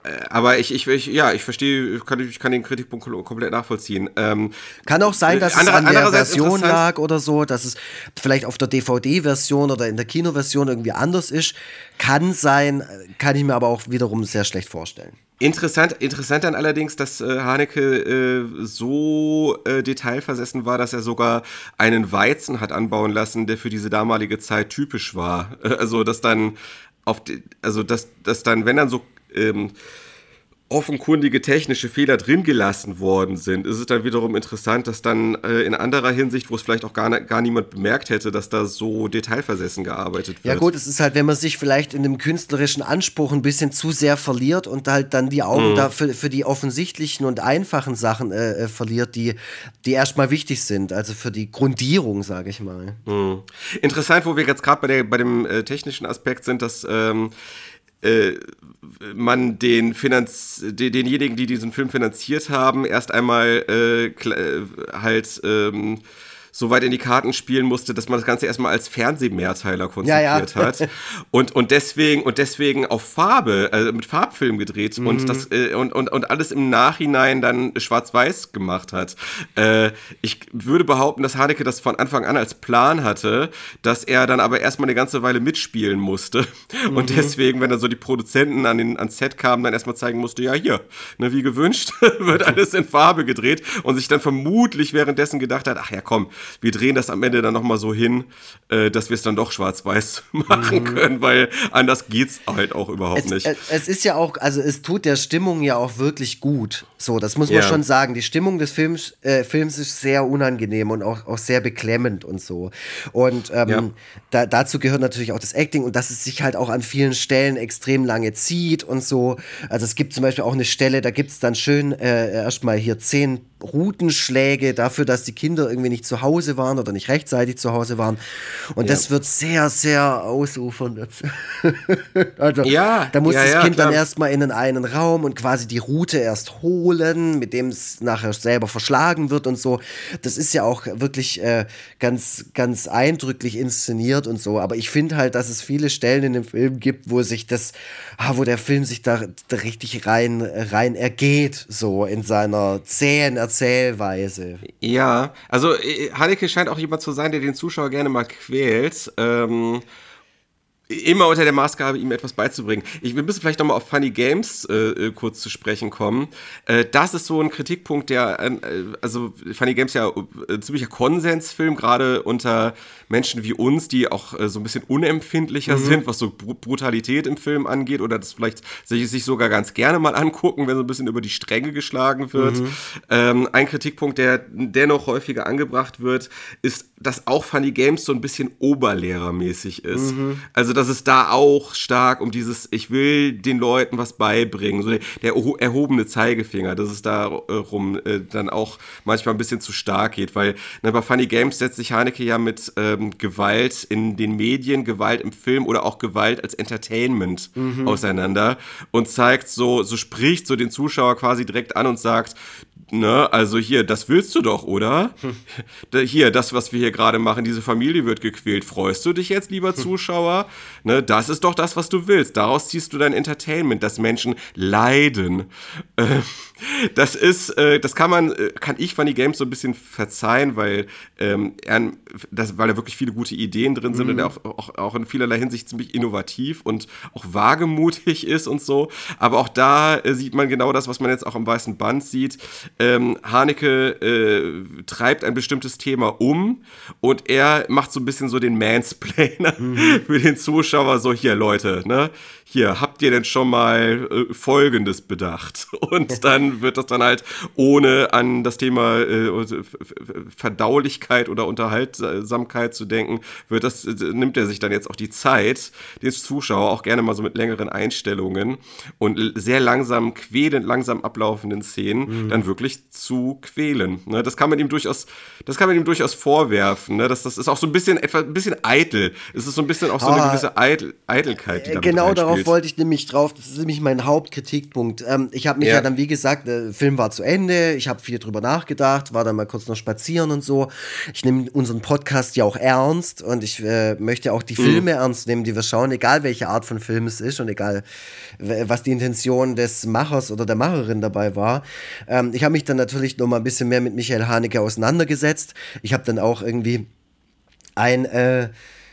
Aber ich, ich, ich, ja, ich verstehe, ich kann, ich kann den Kritikpunkt komplett nachvollziehen. Ähm, Kann auch sein, dass andere, es an der Version lag oder so, dass es vielleicht auf der D V D-Version oder in der Kinoversion irgendwie anders ist. Kann sein, kann ich mir aber auch wiederum sehr schlecht vorstellen. Interessant, interessant dann allerdings, dass äh, Haneke äh, so äh, detailversessen war, dass er sogar einen Weizen hat anbauen lassen, der für diese damalige Zeit typisch war. Also, dass dann auf die, also dass, dass dann, wenn dann so ähm, offenkundige technische Fehler drin gelassen worden sind, ist es dann wiederum interessant, dass dann äh, in anderer Hinsicht, wo es vielleicht auch gar, gar niemand bemerkt hätte, dass da so detailversessen gearbeitet wird. Ja gut, es ist halt, wenn man sich vielleicht in dem künstlerischen Anspruch ein bisschen zu sehr verliert und halt dann die Augen mhm. da für, für die offensichtlichen und einfachen Sachen äh, verliert, die, die erstmal wichtig sind, also für die Grundierung, sage ich mal. Mhm. Interessant, wo wir jetzt gerade bei, bei dem äh, technischen Aspekt sind, dass ähm, Äh, man den Finanz, den, denjenigen, die diesen Film finanziert haben, erst einmal äh, kl- halt ähm, so weit in die Karten spielen musste, dass man das Ganze erstmal als Fernsehmehrteiler konzipiert ja, ja. hat. Und, und, deswegen, und deswegen auf Farbe, also mit Farbfilm gedreht mhm. und, das, äh, und, und, und alles im Nachhinein dann schwarz-weiß gemacht hat. Äh, ich würde behaupten, dass Haneke das von Anfang an als Plan hatte, dass er dann aber erstmal eine ganze Weile mitspielen musste. Mhm. Und deswegen, wenn dann so die Produzenten an den, ans Set kamen, dann erstmal zeigen musste, ja hier, ne, wie gewünscht, wird alles in Farbe gedreht und sich dann vermutlich währenddessen gedacht hat, ach ja komm, wir drehen das am Ende dann nochmal so hin, äh, dass wir es dann doch schwarz-weiß machen mhm. können, weil anders geht's halt auch überhaupt es, nicht. Es, es ist ja auch, also es tut der Stimmung ja auch wirklich gut. So, das muss man ja. schon sagen. Die Stimmung des Films, äh, Films ist sehr unangenehm und auch, auch sehr beklemmend und so. Und ähm, ja. da, dazu gehört natürlich auch das Acting und dass es sich halt auch an vielen Stellen extrem lange zieht und so. Also es gibt zum Beispiel auch eine Stelle, da gibt es dann schön äh, erstmal hier zehn Rutenschläge dafür, dass die Kinder irgendwie nicht zu Hause waren oder nicht rechtzeitig zu Hause waren. Und ja. das wird sehr, sehr ausufernd. Also ja, da muss ja, das ja, Kind klar. dann erstmal in einen Raum und quasi die Rute erst holen, mit dem es nachher selber verschlagen wird und so. Das ist ja auch wirklich äh, ganz, ganz eindrücklich inszeniert und so. Aber ich finde halt, dass es viele Stellen in dem Film gibt, wo sich das, ah, wo der Film sich da, da richtig rein, rein ergeht, so in seiner zähen Erzählweise. Ja, also Haneke scheint auch jemand zu sein, der den Zuschauer gerne mal quält. Ähm, immer unter der Maßgabe, ihm etwas beizubringen. Ich, wir müssen vielleicht nochmal auf Funny Games äh, kurz zu sprechen kommen. Äh, das ist so ein Kritikpunkt, der, äh, also Funny Games ja ein ziemlicher Konsensfilm, gerade unter Menschen wie uns, die auch äh, so ein bisschen unempfindlicher mhm. sind, was so Br- Brutalität im Film angeht oder das vielleicht sich, sich sogar ganz gerne mal angucken, wenn so ein bisschen über die Stränge geschlagen wird. Mhm. Ähm, ein Kritikpunkt, der dennoch häufiger angebracht wird, ist, dass auch Funny Games so ein bisschen oberlehrermäßig ist. Mhm. Also, dass es da auch stark um dieses, ich will den Leuten was beibringen, so der, der erhobene Zeigefinger, dass es darum äh, dann auch manchmal ein bisschen zu stark geht, weil ne, bei Funny Games setzt sich Haneke ja mit ähm, Gewalt in den Medien, Gewalt im Film oder auch Gewalt als Entertainment mhm. auseinander und zeigt so, so spricht so den Zuschauer quasi direkt an und sagt, ne, also hier, das willst du doch, oder? Hm. Hier, das, was wir hier gerade machen, diese Familie wird gequält. Freust du dich jetzt, lieber Zuschauer? Ne, das ist doch das, was du willst. Daraus ziehst du dein Entertainment, dass Menschen leiden. Äh, das ist, äh, das kann man, kann ich Funny Games so ein bisschen verzeihen, weil, ähm, er, das, weil da wirklich viele gute Ideen drin sind mhm. und er auch, auch, auch in vielerlei Hinsicht ziemlich innovativ und auch wagemutig ist und so. Aber auch da äh, sieht man genau das, was man jetzt auch am Weißen Band sieht. Ähm, Haneke äh, treibt ein bestimmtes Thema um und er macht so ein bisschen so den Mansplainer mhm. für den Zuschauer, so hier Leute, ne, hier, habt ihr denn schon mal äh, Folgendes bedacht? Und dann wird das dann halt ohne an das Thema äh, Verdaulichkeit oder Unterhaltsamkeit zu denken, wird das, äh, nimmt er sich dann jetzt auch die Zeit, den Zuschauer auch gerne mal so mit längeren Einstellungen und sehr langsam quälend, langsam ablaufenden Szenen mhm. dann wirklich zu quälen. Ne? Das kann man ihm durchaus, das kann man ihm durchaus vorwerfen. Ne? Das, das ist auch so ein bisschen etwa ein bisschen eitel. Es ist so ein bisschen auch so ah, eine gewisse Eitel, Eitelkeit, die da genau darauf darauf wollte ich nämlich drauf, das ist nämlich mein Hauptkritikpunkt. Ähm, ich habe mich ja. ja dann, wie gesagt, der Film war zu Ende, ich habe viel drüber nachgedacht, war dann mal kurz noch spazieren und so. Ich nehme unseren Podcast ja auch ernst und ich äh, möchte auch die mhm. Filme ernst nehmen, die wir schauen, egal welche Art von Film es ist und egal, was die Intention des Machers oder der Macherin dabei war. Ähm, ich habe mich dann natürlich noch mal ein bisschen mehr mit Michael Haneke auseinandergesetzt. Ich habe dann auch irgendwie ein äh,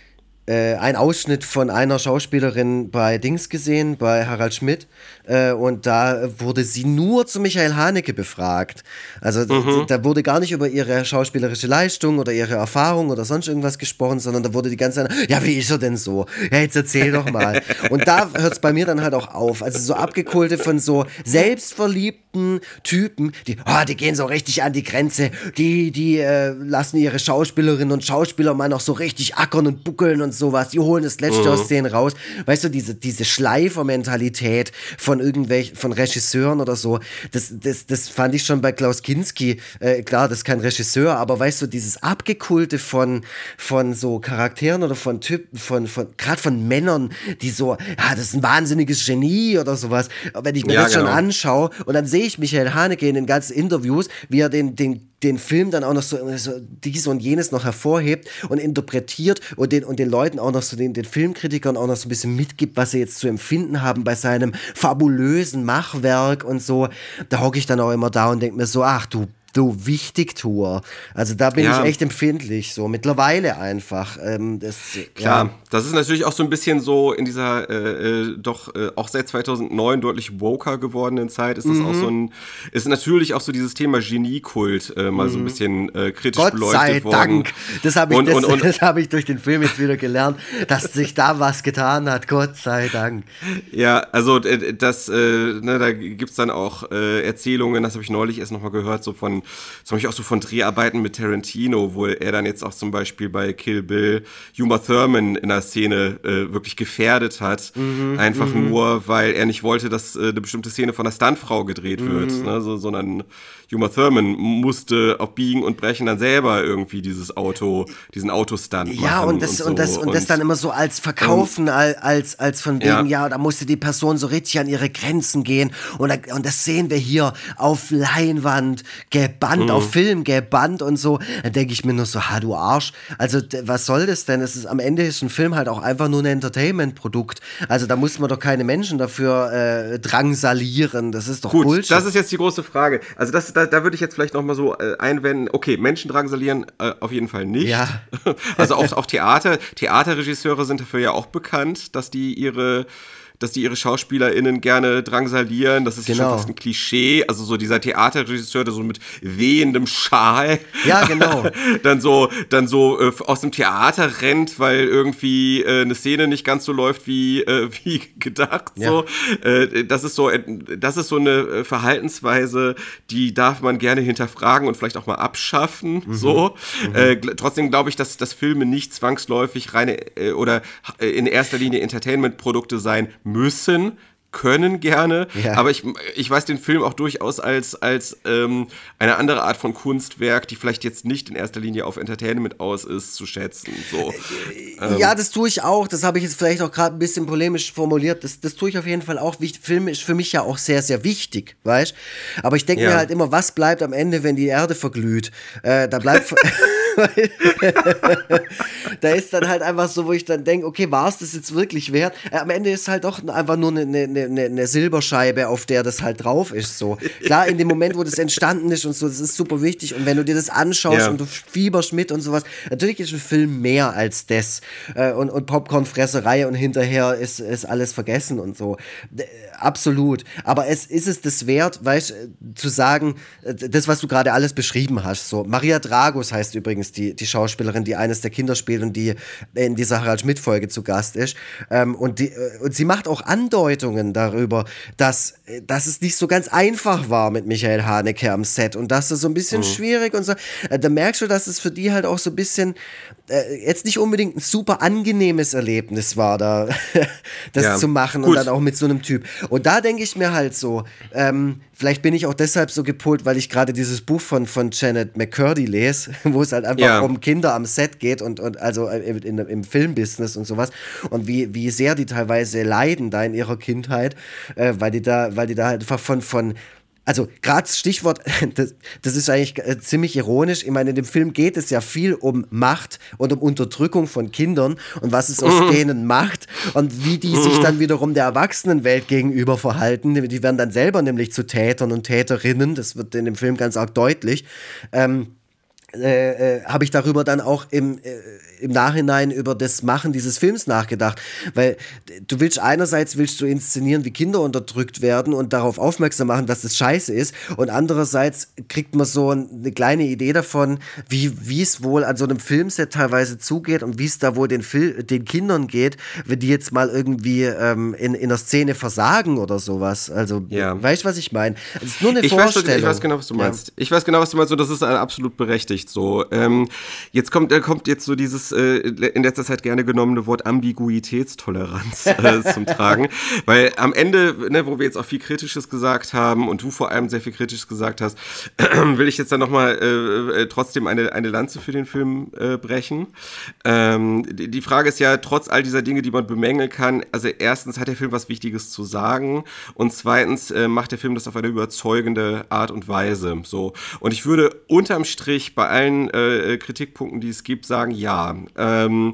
äh, ein Ausschnitt von einer Schauspielerin bei Dings gesehen, bei Harald Schmidt, äh, und da wurde sie nur zu Michael Haneke befragt. Also mhm. da wurde gar nicht über ihre schauspielerische Leistung oder ihre Erfahrung oder sonst irgendwas gesprochen, sondern da wurde die ganze Zeit, ja, wie ist er denn so? Ja, jetzt erzähl doch mal. Und da hört es bei mir dann halt auch auf. Also so abgekohlte von so selbstverliebten Typen, die, oh, die gehen so richtig an die Grenze, die, die äh, lassen ihre Schauspielerinnen und Schauspieler mal noch so richtig ackern und buckeln und sowas, die holen das Letzte mhm. aus denen raus. Weißt du, diese, diese Schleifer-Mentalität von irgendwelchen, von Regisseuren oder so, das, das, das fand ich schon bei Klaus Kinski, äh, klar, das ist kein Regisseur, aber weißt du, dieses Abgekulte von, von so Charakteren oder von Typen, von, von, gerade von Männern, die so, ja, das ist ein wahnsinniges Genie oder sowas, wenn ich mir ja, das genau. schon anschaue und dann sehe ich Michael Haneke in den ganzen Interviews, wie er den, den den Film dann auch noch so, so dies und jenes noch hervorhebt und interpretiert und den, und den Leuten auch noch so, den, den Filmkritikern auch noch so ein bisschen mitgibt, was sie jetzt zu empfinden haben bei seinem fabulösen Machwerk und so. Da hocke ich dann auch immer da und denke mir so, ach du Du Wichtigtuer. Also da bin ja. ich echt empfindlich, so mittlerweile einfach. Ähm, das, Klar, ja. das ist natürlich auch so ein bisschen so in dieser äh, äh, doch äh, auch seit zweitausendneun deutlich woker gewordenen Zeit ist das mhm. auch so ein, ist natürlich auch so dieses Thema Geniekult äh, mal mhm. so ein bisschen äh, kritisch Gott beleuchtet sei worden. Dank. Das habe ich, und, das, und, und, das hab ich durch den Film jetzt wieder gelernt, dass sich da was getan hat. Gott sei Dank. Ja, also äh, das, äh, ne, da gibt es dann auch äh, Erzählungen, das habe ich neulich erst nochmal gehört, so von zum Beispiel auch so von Dreharbeiten mit Tarantino, wo er dann jetzt auch zum Beispiel bei Kill Bill Uma Thurman in der Szene äh, wirklich gefährdet hat. Mhm, einfach mhm. nur, weil er nicht wollte, dass äh, eine bestimmte Szene von einer Stuntfrau gedreht wird, mhm. ne, so, sondern Uma Thurman musste auf Biegen und Brechen dann selber irgendwie dieses Auto, diesen Autostunt machen. Ja, und das, und, so. und, das, und, und das dann immer so als Verkaufen, und, als, als von wegen, ja. ja, da musste die Person so richtig an ihre Grenzen gehen. Und, da, und das sehen wir hier auf Leinwand gebannt, mhm. auf Film gebannt und so. Dann denke ich mir nur so, ha, du Arsch. Also, was soll das denn? Es ist, am Ende ist ein Film halt auch einfach nur ein Entertainment-Produkt. Also, da muss man doch keine Menschen dafür äh, drangsalieren. Das ist doch Gut, Bullshit. Das ist jetzt die große Frage. Also, das, da, da würde ich jetzt vielleicht noch mal so äh, einwenden, okay, Menschen drangsalieren äh, auf jeden Fall nicht. Ja. Also auch, auch Theater, Theaterregisseure sind dafür ja auch bekannt, dass die ihre dass die ihre SchauspielerInnen gerne drangsalieren. Das ist genau. schon fast ein Klischee. Also so dieser Theaterregisseur, der so mit wehendem Schal ja, genau. dann so, dann so äh, aus dem Theater rennt, weil irgendwie äh, eine Szene nicht ganz so läuft wie, äh, wie gedacht. Ja. So. Äh, das ist so, das ist so eine Verhaltensweise, die darf man gerne hinterfragen und vielleicht auch mal abschaffen. Mhm. So. Mhm. Äh, trotzdem glaube ich, dass, dass Filme nicht zwangsläufig reine äh, oder äh, in erster Linie Entertainment-Produkte sein müssen, können gerne, ja. aber ich, ich weiß den Film auch durchaus als, als ähm, eine andere Art von Kunstwerk, die vielleicht jetzt nicht in erster Linie auf Entertainment aus ist, zu schätzen. So. Ja, ähm. das tue ich auch. Das habe ich jetzt vielleicht auch gerade ein bisschen polemisch formuliert. Das, das tue ich auf jeden Fall auch. Film ist für mich ja auch sehr, sehr wichtig, weißt? Aber ich denke ja. mir halt immer, was bleibt am Ende, wenn die Erde verglüht? Äh, da bleibt... da ist dann halt einfach so, wo ich dann denke, okay, war es das jetzt wirklich wert? Äh, am Ende ist halt doch einfach nur eine, eine, eine, eine Silberscheibe, auf der das halt drauf ist. So. Klar, in dem Moment, wo das entstanden ist und so, das ist super wichtig. Und wenn du dir das anschaust ja. und du fieberst mit und sowas, natürlich ist ein Film mehr als das. Äh, und, und Popcornfresserei und hinterher ist, ist alles vergessen und so. D- absolut. Aber es ist es das wert, weißt du, zu sagen, das, was du gerade alles beschrieben hast. So. Maria Dragos heißt übrigens Die, die Schauspielerin, die eines der Kinder spielt und die in dieser Harald Schmidt-Folge zu Gast ist. Ähm, und, die, und sie macht auch Andeutungen darüber, dass, dass es nicht so ganz einfach war mit Michael Haneke am Set und dass es so ein bisschen mhm. schwierig und so. Äh, da merkst du, dass es für die halt auch so ein bisschen äh, jetzt nicht unbedingt ein super angenehmes Erlebnis war, da das ja. zu machen. Gut. Und dann auch mit so einem Typ. Und da denke ich mir halt so, ähm, vielleicht bin ich auch deshalb so gepolt, weil ich gerade dieses Buch von, von Janet McCurdy lese, wo es halt einfach ja. um Kinder am Set geht und, und also im, in, im Filmbusiness und sowas und wie, wie sehr die teilweise leiden da in ihrer Kindheit, äh, weil die da, weil die da halt einfach von, von also gerade Stichwort, das, das ist eigentlich äh, ziemlich ironisch. Ich meine, in dem Film geht es ja viel um Macht und um Unterdrückung von Kindern und was es aus denen macht und wie die sich dann wiederum der Erwachsenenwelt gegenüber verhalten. Die werden dann selber nämlich zu Tätern und Täterinnen. Das wird in dem Film ganz arg deutlich. Ähm, Äh, äh, habe ich darüber dann auch im, äh, im Nachhinein über das Machen dieses Films nachgedacht, weil du willst einerseits willst du inszenieren, wie Kinder unterdrückt werden und darauf aufmerksam machen, dass das scheiße ist und andererseits kriegt man so eine kleine Idee davon, wie wie es wohl an so einem Filmset teilweise zugeht und wie es da wohl den, Fil- den Kindern geht, wenn die jetzt mal irgendwie ähm, in, in der Szene versagen oder sowas, also ja. weißt du, was ich meine? Es ist nur eine ich Vorstellung. Weiß, ich weiß genau, was du meinst. Ja. Ich weiß genau, was du meinst und das ist absolut berechtigt. So, ähm, jetzt kommt, äh, kommt jetzt so dieses äh, in letzter Zeit gerne genommene Wort Ambiguitätstoleranz äh, zum Tragen, weil am Ende, ne, wo wir jetzt auch viel Kritisches gesagt haben und du vor allem sehr viel Kritisches gesagt hast, äh, will ich jetzt dann nochmal äh, trotzdem eine, eine Lanze für den Film äh, brechen. Ähm, die, die Frage ist ja, trotz all dieser Dinge, die man bemängeln kann, also erstens hat der Film was Wichtiges zu sagen und zweitens äh, macht der Film das auf eine überzeugende Art und Weise. So. Und ich würde unterm Strich bei allen äh, Kritikpunkten, die es gibt, sagen, ja. Ähm,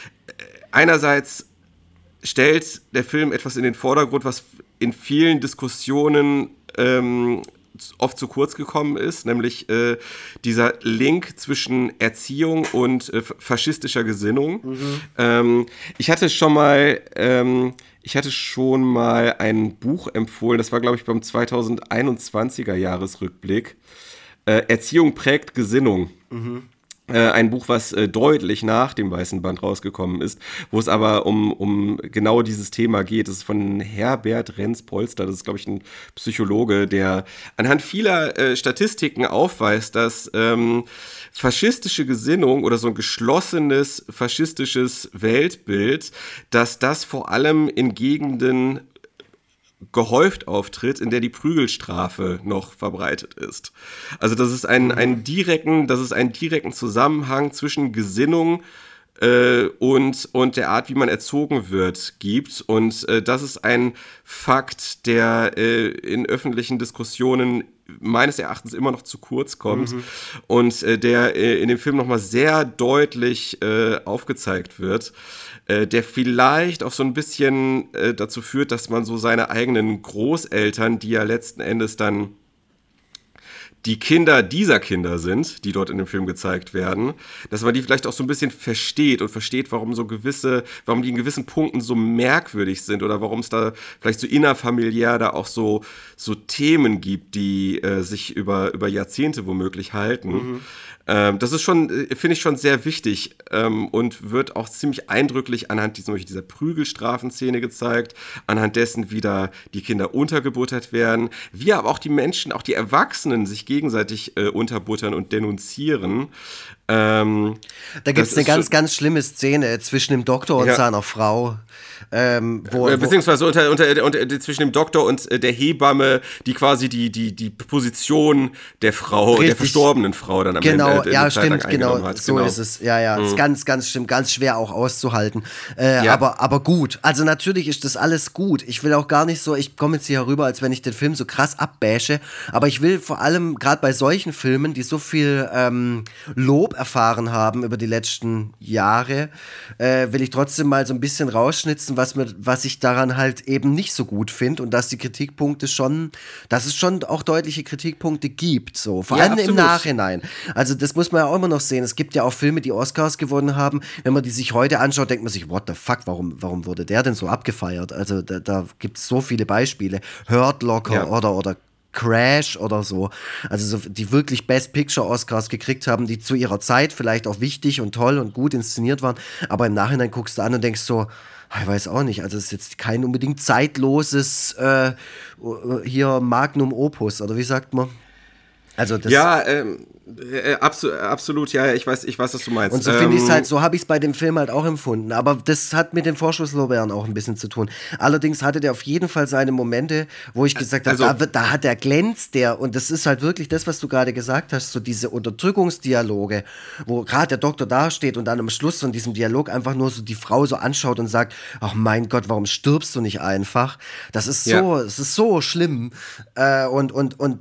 einerseits stellt der Film etwas in den Vordergrund, was in vielen Diskussionen ähm, oft zu kurz gekommen ist, nämlich äh, dieser Link zwischen Erziehung und äh, faschistischer Gesinnung. Mhm. Ähm, ich hatte schon mal... Ähm, Ich hatte schon mal ein Buch empfohlen, das war, glaube ich, beim zweitausendeinundzwanziger Jahresrückblick. Äh, Erziehung prägt Gesinnung. Mhm. Äh, ein Buch, was äh, deutlich nach dem Weißen Band rausgekommen ist, wo es aber um, um genau dieses Thema geht. Das ist von Herbert Renz-Polster, das ist, glaube ich, ein Psychologe, der anhand vieler äh, Statistiken aufweist, dass ähm, faschistische Gesinnung oder so ein geschlossenes faschistisches Weltbild, dass das vor allem in Gegenden gehäuft auftritt, in der die Prügelstrafe noch verbreitet ist. Also das ist ein, ein direkten, das ist einen direkten Zusammenhang zwischen Gesinnung äh, und, und der Art, wie man erzogen wird, gibt. Und äh, das ist ein Fakt, der äh, in öffentlichen Diskussionen meines Erachtens immer noch zu kurz kommt mhm. und äh, der äh, in dem Film nochmal sehr deutlich äh, aufgezeigt wird, äh, der vielleicht auch so ein bisschen äh, dazu führt, dass man so seine eigenen Großeltern, die ja letzten Endes dann die Kinder dieser Kinder sind, die dort in dem Film gezeigt werden, dass man die vielleicht auch so ein bisschen versteht und versteht, warum so gewisse, warum die in gewissen Punkten so merkwürdig sind oder warum es da vielleicht so innerfamiliär da auch so, so Themen gibt, die äh, sich über, über Jahrzehnte womöglich halten. Mhm. Ähm, das ist schon, finde ich schon sehr wichtig ähm, und wird auch ziemlich eindrücklich anhand dieser, dieser Prügelstrafenszene gezeigt, anhand dessen, wie da die Kinder untergebuttert werden, wie aber auch die Menschen, auch die Erwachsenen sich gegenseitig äh, unterbuttern und denunzieren. Ähm, da gibt es eine ganz, ganz schlimme Szene zwischen dem Doktor und ja. seiner Frau. Ähm, wo, äh, beziehungsweise unter, unter, unter, unter, zwischen dem Doktor und äh, der Hebamme, die quasi die, die, die Position der Frau, Richtig. der verstorbenen Frau dann am genau, Ende äh, ja, stimmt, genau, hat. so genau. ist es. Ja, ja, mhm. ist ganz, ganz schlimm, ganz schwer auch auszuhalten. Äh, ja. aber, aber gut. Also natürlich ist das alles gut. Ich will auch gar nicht so, ich komme jetzt hier rüber, als wenn ich den Film so krass abbäsche, aber ich will vor allem gerade bei solchen Filmen, die so viel ähm, Lob erfahren haben über die letzten Jahre, äh, will ich trotzdem mal so ein bisschen rausschnitzen, was mir, was ich daran halt eben nicht so gut finde und dass die Kritikpunkte schon, dass es schon auch deutliche Kritikpunkte gibt, so, vor ja, allem absolut. im Nachhinein. Also das muss man ja auch immer noch sehen. Es gibt ja auch Filme, die Oscars gewonnen haben. Wenn man die sich heute anschaut, denkt man sich, what the fuck, warum, warum wurde der denn so abgefeiert? Also da, da gibt es so viele Beispiele. Hurt Locker ja. oder, oder Crash oder so. Also so, die wirklich Best Picture Oscars gekriegt haben, die zu ihrer Zeit vielleicht auch wichtig und toll und gut inszeniert waren, aber im Nachhinein guckst du an und denkst so, ich weiß auch nicht, also es ist jetzt kein unbedingt zeitloses äh, hier Magnum Opus, oder wie sagt man? Also das Ja, ähm, äh, absolut, absolut, ja, ich weiß, ich weiß, was du meinst. Und so ähm, finde ich es halt, so habe ich es bei dem Film halt auch empfunden. Aber das hat mit den Vorschusslorbeeren auch ein bisschen zu tun. Allerdings hatte der auf jeden Fall seine Momente, wo ich gesagt habe, Also- da, wird- da hat der glänzt der. Und das ist halt wirklich das, was du gerade gesagt hast, so diese Unterdrückungsdialoge, wo gerade der Doktor dasteht und dann am Schluss von diesem Dialog einfach nur so die Frau so anschaut und sagt, ach mein Gott, warum stirbst du nicht einfach? Das ist so, Ja. es ist so schlimm. Äh, und, und, und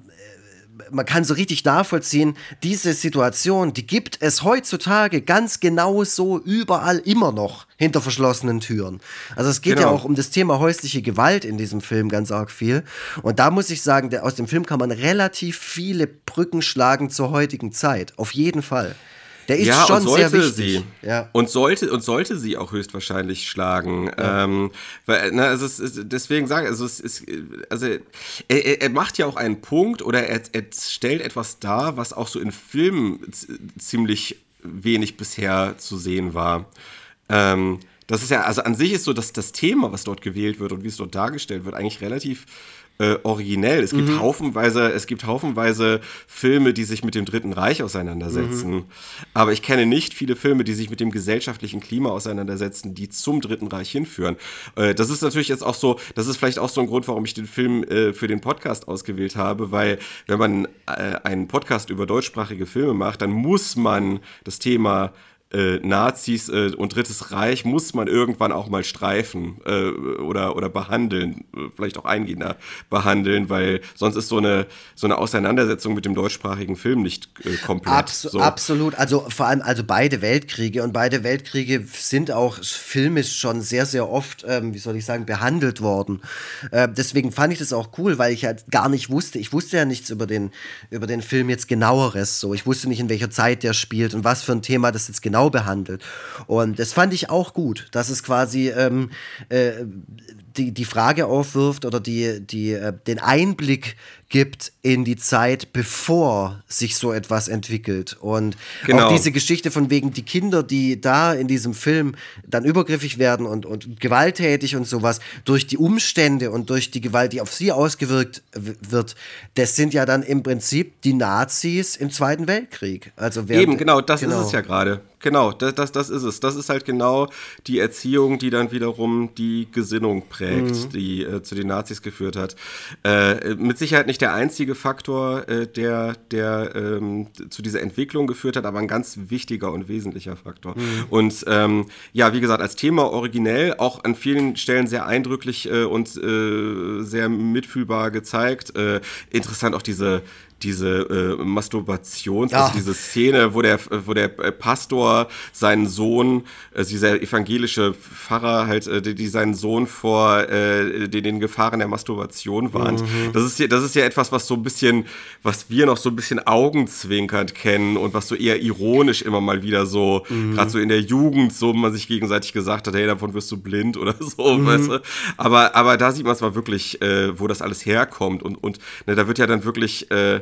man kann so richtig nachvollziehen, diese Situation, die gibt es heutzutage ganz genau so überall immer noch hinter verschlossenen Türen. Also es geht Genau. ja auch um das Thema häusliche Gewalt in diesem Film ganz arg viel. Und da muss ich sagen, der, aus dem Film kann man relativ viele Brücken schlagen zur heutigen Zeit. Auf jeden Fall. Der ist ja, schon und sollte sehr wichtig. sie Ja. und sollte und sollte sie auch höchstwahrscheinlich schlagen, Ja. ähm, weil ne, also es ist, deswegen sage also es ist also er, er er macht ja auch einen Punkt oder er, er stellt etwas dar, was auch so in Filmen z- ziemlich wenig bisher zu sehen war. Ähm, das ist ja also an sich ist so, dass das Thema, was dort gewählt wird und wie es dort dargestellt wird, eigentlich relativ Äh, originell. Es gibt Mhm. haufenweise, es gibt haufenweise Filme, die sich mit dem Dritten Reich auseinandersetzen. Mhm. Aber ich kenne nicht viele Filme, die sich mit dem gesellschaftlichen Klima auseinandersetzen, die zum Dritten Reich hinführen. Äh, das ist natürlich jetzt auch so, das ist vielleicht auch so ein Grund, warum ich den Film äh, für den Podcast ausgewählt habe, weil wenn man äh, einen Podcast über deutschsprachige Filme macht, dann muss man das Thema Äh, Nazis äh, und Drittes Reich muss man irgendwann auch mal streifen äh, oder, oder behandeln, äh, vielleicht auch eingehender behandeln, weil sonst ist so eine, so eine Auseinandersetzung mit dem deutschsprachigen Film nicht äh, komplett. Abs- so. Absolut, also vor allem also beide Weltkriege und beide Weltkriege sind auch filmisch schon sehr, sehr oft, ähm, wie soll ich sagen, behandelt worden. Äh, deswegen fand ich das auch cool, weil ich halt gar nicht wusste, ich wusste ja nichts über den, über den Film jetzt genaueres, so. Ich wusste nicht, in welcher Zeit der spielt und was für ein Thema das jetzt genau behandelt. Und das fand ich auch gut, dass es quasi ähm, äh, die, die Frage aufwirft oder die, die, äh, den Einblick gibt in die Zeit, bevor sich so etwas entwickelt. Und Genau. auch diese Geschichte von wegen die Kinder, die da in diesem Film dann übergriffig werden und, und gewalttätig und sowas, durch die Umstände und durch die Gewalt, die auf sie ausgewirkt w- wird, das sind ja dann im Prinzip die Nazis im Zweiten Weltkrieg. Also während- Eben, genau, das ist es ja gerade. Genau, das, das, das ist es. Das ist halt genau die Erziehung, die dann wiederum die Gesinnung prägt, Mhm. die äh, zu den Nazis geführt hat. Äh, mit Sicherheit nicht der einzige Faktor, äh, der, der ähm, zu dieser Entwicklung geführt hat, aber ein ganz wichtiger und wesentlicher Faktor. Mhm. Und ähm, ja, wie gesagt, als Thema originell, auch an vielen Stellen sehr eindrücklich äh, und äh, sehr mitfühlbar gezeigt. Äh, interessant auch diese diese äh, Masturbations, Ja. also diese Szene, wo der, wo der äh, Pastor seinen Sohn, äh, dieser evangelische Pfarrer halt, äh, die, die seinen Sohn vor äh, den, den Gefahren der Masturbation warnt. Mhm. Das ist ja, das ist ja etwas, was so ein bisschen, was wir noch so ein bisschen augenzwinkernd kennen und was so eher ironisch immer mal wieder so, Mhm. gerade so in der Jugend, so man sich gegenseitig gesagt hat, hey, davon wirst du blind oder so, Mhm. weißt du? Aber, aber da sieht man es mal wirklich, äh, wo das alles herkommt und, und ne, da wird ja dann wirklich äh,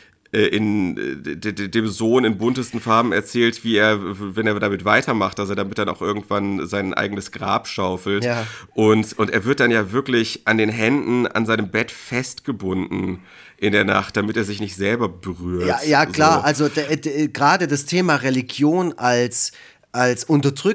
in äh, de, de, dem Sohn in buntesten Farben erzählt, wie er, wenn er damit weitermacht, dass er damit dann auch irgendwann sein eigenes Grab schaufelt. Ja. Und, und er wird dann ja wirklich an den Händen an seinem Bett festgebunden in der Nacht, damit er sich nicht selber berührt. Ja, ja klar, So. also d- d- gerade das Thema Religion als, als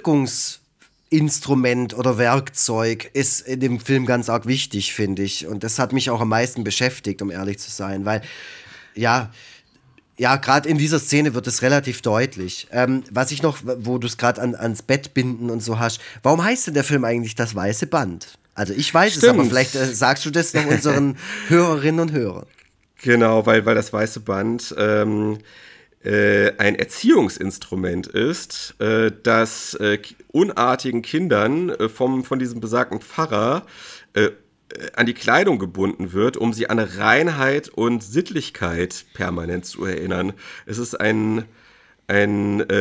Unterdrückungsinstrument oder Werkzeug ist in dem Film ganz arg wichtig, finde ich. Und das hat mich auch am meisten beschäftigt, um ehrlich zu sein, weil, ja, ja, gerade in dieser Szene wird es relativ deutlich. Ähm, was ich noch, wo du es gerade an, ans Bett binden und so hast, warum heißt denn der Film eigentlich Das Weiße Band? Also ich weiß es, Stimmt. aber vielleicht äh, sagst du das noch unseren Hörerinnen und Hörern. Genau, weil, weil das Weiße Band ähm, äh, ein Erziehungsinstrument ist, äh, das äh, ki- unartigen Kindern äh, vom, von diesem besagten Pfarrer äh, an die Kleidung gebunden wird, um sie an Reinheit und Sittlichkeit permanent zu erinnern. Es ist ein, ein äh,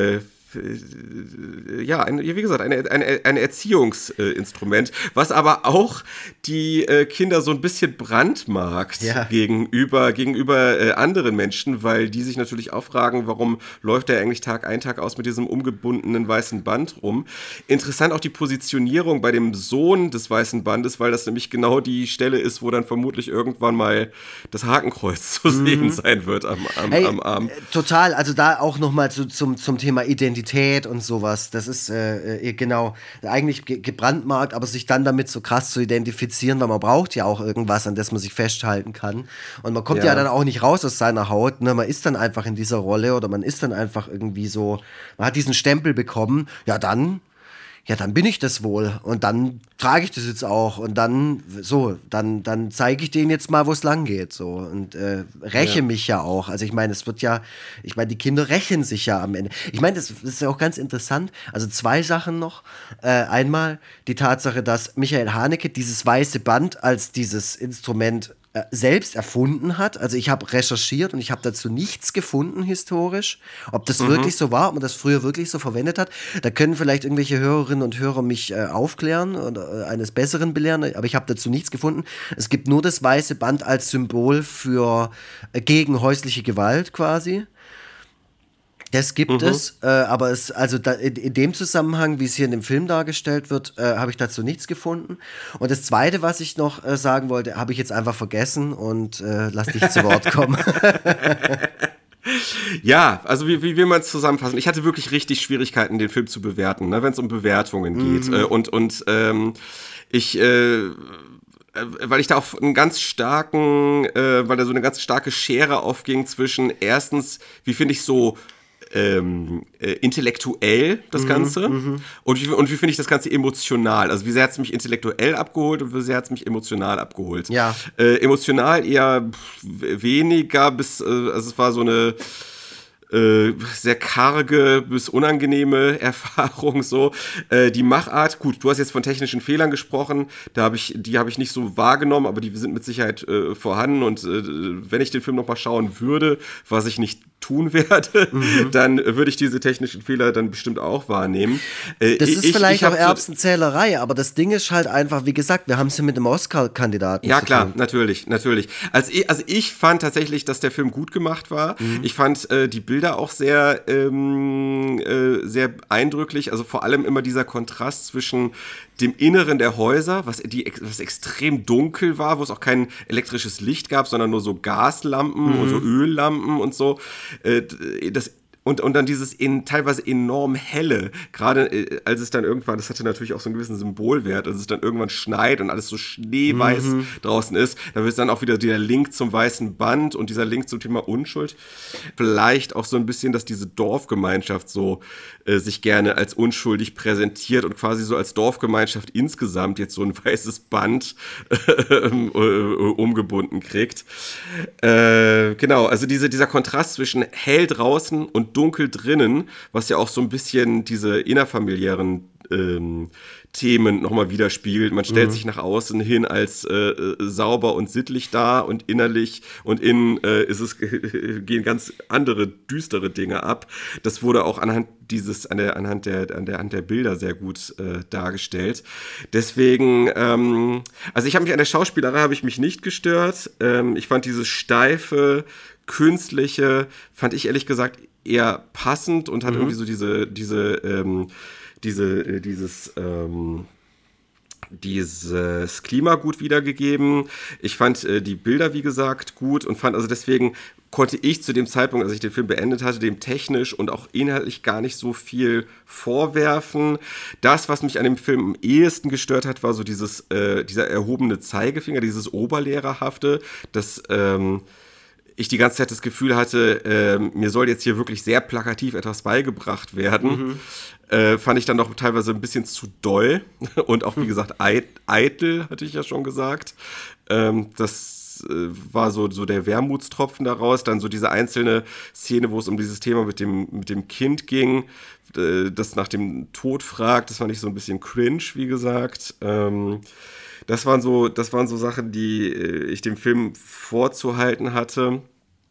ja, ein, wie gesagt, ein, ein, ein Erziehungsinstrument, was aber auch die äh, Kinder so ein bisschen brandmarkt ja. gegenüber, gegenüber äh, anderen Menschen, weil die sich natürlich auch fragen, warum läuft er eigentlich Tag ein, Tag aus mit diesem umgebundenen weißen Band rum. Interessant auch die Positionierung bei dem Sohn des weißen Bandes, weil das nämlich genau die Stelle ist, wo dann vermutlich irgendwann mal das Hakenkreuz zu mhm. sehen sein wird am, am, hey, am Arm. Total, also da auch nochmal zu, zum, zum Thema Identität und sowas, das ist äh, genau eigentlich ge- gebrandmarkt, aber sich dann damit so krass zu identifizieren, weil man braucht ja auch irgendwas, an das man sich festhalten kann und man kommt ja, ja dann auch nicht raus aus seiner Haut, ne? Man ist dann einfach in dieser Rolle oder man ist dann einfach irgendwie so, man hat diesen Stempel bekommen, ja dann ja, dann bin ich das wohl und dann trage ich das jetzt auch und dann so, dann, dann zeige ich denen jetzt mal, wo es lang geht so und äh, räche ja. mich ja auch. Also ich meine, es wird ja, ich meine, die Kinder rächen sich ja am Ende. Ich meine, das, das ist ja auch ganz interessant. Also zwei Sachen noch. Äh, einmal die Tatsache, dass Michael Haneke dieses weiße Band als dieses Instrument äh, selbst erfunden hat. Also ich habe recherchiert und ich habe dazu nichts gefunden historisch. Ob das mhm. wirklich so war, ob man das früher wirklich so verwendet hat, da können vielleicht irgendwelche Hörerinnen und Hörer mich äh, aufklären oder äh, eines Besseren belehren, aber ich habe dazu nichts gefunden. Es gibt nur das weiße Band als Symbol für äh, gegen häusliche Gewalt quasi. Das gibt mhm. es, äh, aber es, also da, in, in dem Zusammenhang, wie es hier in dem Film dargestellt wird, äh, habe ich dazu nichts gefunden. Und das Zweite, was ich noch äh, sagen wollte, habe ich jetzt einfach vergessen und äh, lass dich zu Wort kommen. Ja, also wie, wie will man es zusammenfassen? Ich hatte wirklich richtig Schwierigkeiten, den Film zu bewerten, ne, wenn es um Bewertungen geht. Mhm. Äh, und und ähm, ich... Äh, weil ich da auf einen ganz starken, äh, weil da so eine ganz starke Schere aufging zwischen erstens, wie finde ich so ähm, äh, intellektuell das mhm, Ganze mhm. und wie, und wie finde ich das Ganze emotional. Also wie sehr hat es mich intellektuell abgeholt und wie sehr hat es mich emotional abgeholt. Ja. Äh, emotional eher pff, weniger, bis, äh, also es war so eine Äh, sehr karge bis unangenehme Erfahrung so. Äh, die Machart, gut, du hast jetzt von technischen Fehlern gesprochen, da habe ich, die habe ich nicht so wahrgenommen, aber die sind mit Sicherheit äh, vorhanden und äh, wenn ich den Film nochmal schauen würde, was ich nicht tun werde, mhm. dann würde ich diese technischen Fehler dann bestimmt auch wahrnehmen. Äh, das ist ich, vielleicht ich auch Erbsenzählerei, aber das Ding ist halt einfach, wie gesagt, wir haben es ja mit dem Oscar-Kandidaten Ja zu klar, tun. natürlich, natürlich. Also ich, also ich fand tatsächlich, dass der Film gut gemacht war. Mhm. Ich fand äh, die Bilder auch sehr, ähm, äh, sehr eindrücklich, also vor allem immer dieser Kontrast zwischen dem Inneren der Häuser, was, die, was extrem dunkel war, wo es auch kein elektrisches Licht gab, sondern nur so Gaslampen mhm. und so Öllampen und so. Äh, das Und, und dann dieses in, teilweise enorm helle, gerade äh, als es dann irgendwann, das hatte natürlich auch so einen gewissen Symbolwert, als es dann irgendwann schneit und alles so schneeweiß mhm. draußen ist, da wird dann auch wieder der Link zum weißen Band und dieser Link zum Thema Unschuld. Vielleicht auch so ein bisschen, dass diese Dorfgemeinschaft so äh, sich gerne als unschuldig präsentiert und quasi so als Dorfgemeinschaft insgesamt jetzt so ein weißes Band äh, umgebunden kriegt. Äh, genau, also diese, dieser Kontrast zwischen hell draußen und dunkel drinnen, was ja auch so ein bisschen diese innerfamiliären ähm, Themen nochmal widerspiegelt. Man stellt mhm. sich nach außen hin als äh, sauber und sittlich dar und innerlich und innen äh, ist es, gehen ganz andere, düstere Dinge ab. Das wurde auch anhand dieses, an der, anhand der, an der, an der Bilder sehr gut äh, dargestellt. Deswegen, ähm, also ich habe mich an der Schauspielerei habe ich mich nicht gestört. Ähm, ich fand dieses steife, künstliche, fand ich ehrlich gesagt eher passend und hat mhm. irgendwie so diese, diese, ähm, diese, äh, dieses, ähm, dieses Klima gut wiedergegeben. Ich fand äh, die Bilder, wie gesagt, gut und fand also deswegen konnte ich zu dem Zeitpunkt, als ich den Film beendet hatte, dem technisch und auch inhaltlich gar nicht so viel vorwerfen. Das, was mich an dem Film am ehesten gestört hat, war so dieses, äh, dieser erhobene Zeigefinger, dieses Oberlehrerhafte, das, ähm, ich die ganze Zeit das Gefühl hatte, äh, mir soll jetzt hier wirklich sehr plakativ etwas beigebracht werden, mhm. äh, fand ich dann doch teilweise ein bisschen zu doll und auch, wie gesagt, eitel, hatte ich ja schon gesagt. Ähm, das äh, war so, so der Wermutstropfen daraus. Dann so diese einzelne Szene, wo es um dieses Thema mit dem, mit dem Kind ging, äh, das nach dem Tod fragt, das fand ich so ein bisschen cringe, wie gesagt. Ähm, Das waren so, das waren so Sachen, die ich dem Film vorzuhalten hatte.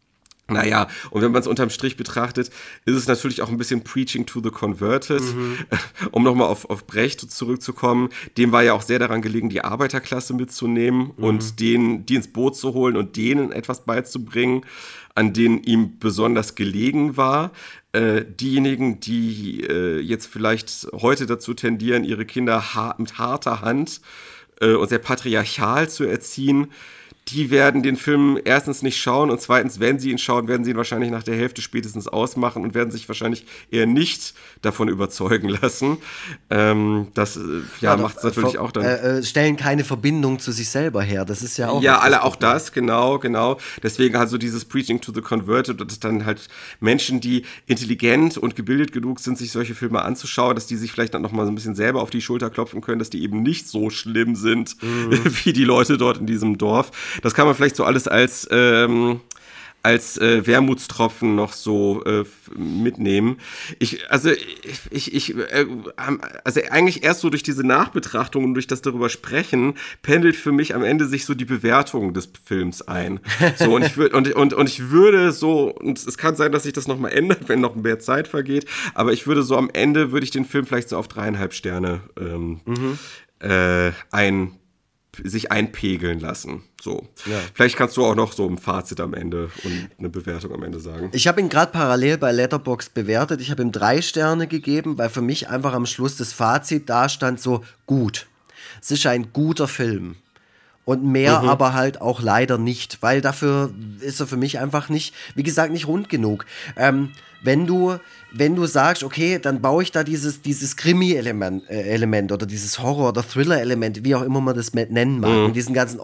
Naja, und wenn man es unterm Strich betrachtet, ist es natürlich auch ein bisschen Preaching to the Converted. Mhm. Um nochmal auf, auf Brecht zurückzukommen, dem war ja auch sehr daran gelegen, die Arbeiterklasse mitzunehmen mhm. und denen, die ins Boot zu holen und denen etwas beizubringen, an denen ihm besonders gelegen war. Äh, diejenigen, die äh, jetzt vielleicht heute dazu tendieren, ihre Kinder ha- mit harter Hand äh, und sehr patriarchal zu erziehen, die werden den Film erstens nicht schauen und zweitens, wenn sie ihn schauen, werden sie ihn wahrscheinlich nach der Hälfte spätestens ausmachen und werden sich wahrscheinlich eher nicht davon überzeugen lassen. Ähm, das äh, ja, macht es natürlich ver- auch dann... Äh, stellen keine Verbindung zu sich selber her, das ist ja auch... Ja, alle auch das, genau, genau. Deswegen also dieses Preaching to the Converted, das dann halt Menschen, die intelligent und gebildet genug sind, sich solche Filme anzuschauen, dass die sich vielleicht dann nochmal so ein bisschen selber auf die Schulter klopfen können, dass die eben nicht so schlimm sind, mhm. wie die Leute dort in diesem Dorf. Das kann man vielleicht so alles als, ähm, als äh, Wermutstropfen noch so äh, mitnehmen. Ich, also ich, ich, äh, also eigentlich erst so durch diese Nachbetrachtung und durch das darüber sprechen, pendelt für mich am Ende sich so die Bewertung des Films ein. So, und ich würde, und, und, und ich würde so, und es kann sein, dass sich das nochmal ändert, wenn noch mehr Zeit vergeht, aber ich würde so am Ende, würde ich den Film vielleicht so auf dreieinhalb Sterne ähm, mhm. äh, ein sich einpegeln lassen. So. Ja. Vielleicht kannst du auch noch so ein Fazit am Ende und eine Bewertung am Ende sagen. Ich habe ihn gerade parallel bei Letterboxd bewertet. Ich habe ihm drei Sterne gegeben, weil für mich einfach am Schluss das Fazit da stand so, gut. Es ist ein guter Film. Und mehr mhm. aber halt auch leider nicht, weil dafür ist er für mich einfach nicht, wie gesagt, nicht rund genug. Ähm, wenn du, wenn du sagst, okay, dann baue ich da dieses, dieses Krimi-Element äh, Element oder dieses Horror- oder Thriller-Element, wie auch immer man das nennen mag, mhm. mit diesen ganzen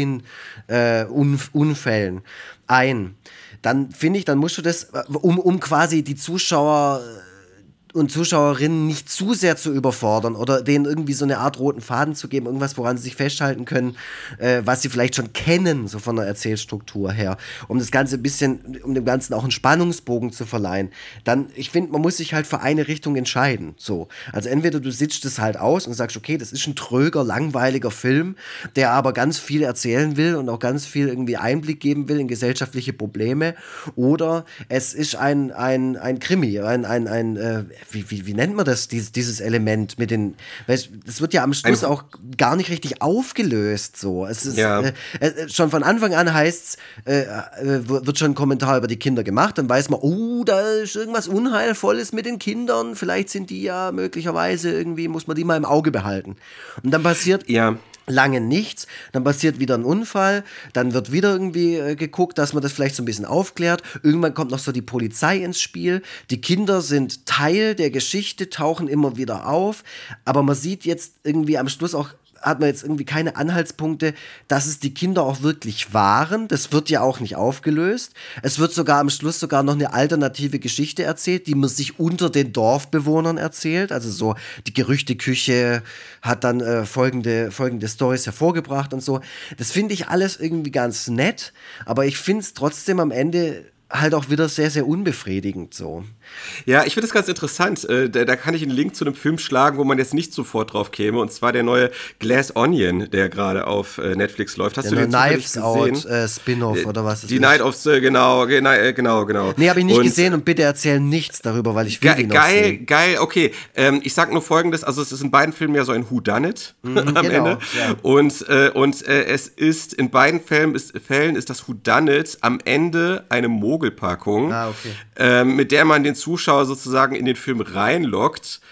Offscreen-Unfällen äh, ein, dann finde ich, dann musst du das, um, um quasi die Zuschauer und Zuschauerinnen nicht zu sehr zu überfordern oder denen irgendwie so eine Art roten Faden zu geben, irgendwas, woran sie sich festhalten können, äh, was sie vielleicht schon kennen, so von der Erzählstruktur her, um das Ganze ein bisschen, um dem Ganzen auch einen Spannungsbogen zu verleihen, dann, ich finde, man muss sich halt für eine Richtung entscheiden, so. Also entweder du sitzt es halt aus und sagst, okay, das ist ein tröger, langweiliger Film, der aber ganz viel erzählen will und auch ganz viel irgendwie Einblick geben will in gesellschaftliche Probleme, oder es ist ein, ein, ein Krimi, ein, ein, ein äh, Wie, wie, wie nennt man das, dieses, dieses Element mit den, weißt, das wird ja am Schluss Ein, auch gar nicht richtig aufgelöst, so. Es ist, ja. äh, äh, schon von Anfang an heißt's, äh, äh, wird schon ein Kommentar über die Kinder gemacht, dann weiß man, oh, da ist irgendwas Unheilvolles mit den Kindern, vielleicht sind die ja möglicherweise irgendwie, muss man die mal im Auge behalten. Und dann passiert... Ja. lange nichts, dann passiert wieder ein Unfall, dann wird wieder irgendwie äh, geguckt, dass man das vielleicht so ein bisschen aufklärt. Irgendwann kommt noch so die Polizei ins Spiel. Die Kinder sind Teil der Geschichte, tauchen immer wieder auf, aber man sieht jetzt irgendwie am Schluss auch, hat man jetzt irgendwie keine Anhaltspunkte, dass es die Kinder auch wirklich waren. Das wird ja auch nicht aufgelöst. Es wird sogar am Schluss sogar noch eine alternative Geschichte erzählt, die man sich unter den Dorfbewohnern erzählt. Also so, die Gerüchteküche hat dann äh, folgende, folgende Storys hervorgebracht und so. Das finde ich alles irgendwie ganz nett, aber ich finde es trotzdem am Ende halt auch wieder sehr, sehr unbefriedigend so. Ja, ich finde das ganz interessant. Äh, da, da kann ich einen Link zu einem Film schlagen, wo man jetzt nicht sofort drauf käme. Und zwar der neue Glass Onion, der gerade auf äh, Netflix läuft. Hast der du den Knives gesehen? Out äh, Spin-off oder was? Die ist? Night of the, genau, genau, genau. genau. Nee, habe ich nicht und, gesehen und bitte erzähl nichts darüber, weil ich will ge- ihn noch geil, sehen. Geil, okay. Ähm, ich sag nur Folgendes, also es ist in beiden Filmen ja so ein Whodunit mhm, am genau, Ende. Ja. Und, äh, und äh, es ist, in beiden Fällen ist, Fällen ist das Whodunit am Ende eine Mogelpackung, ah, okay. äh, mit der man den Zuschauer sozusagen in den Film reinlockt,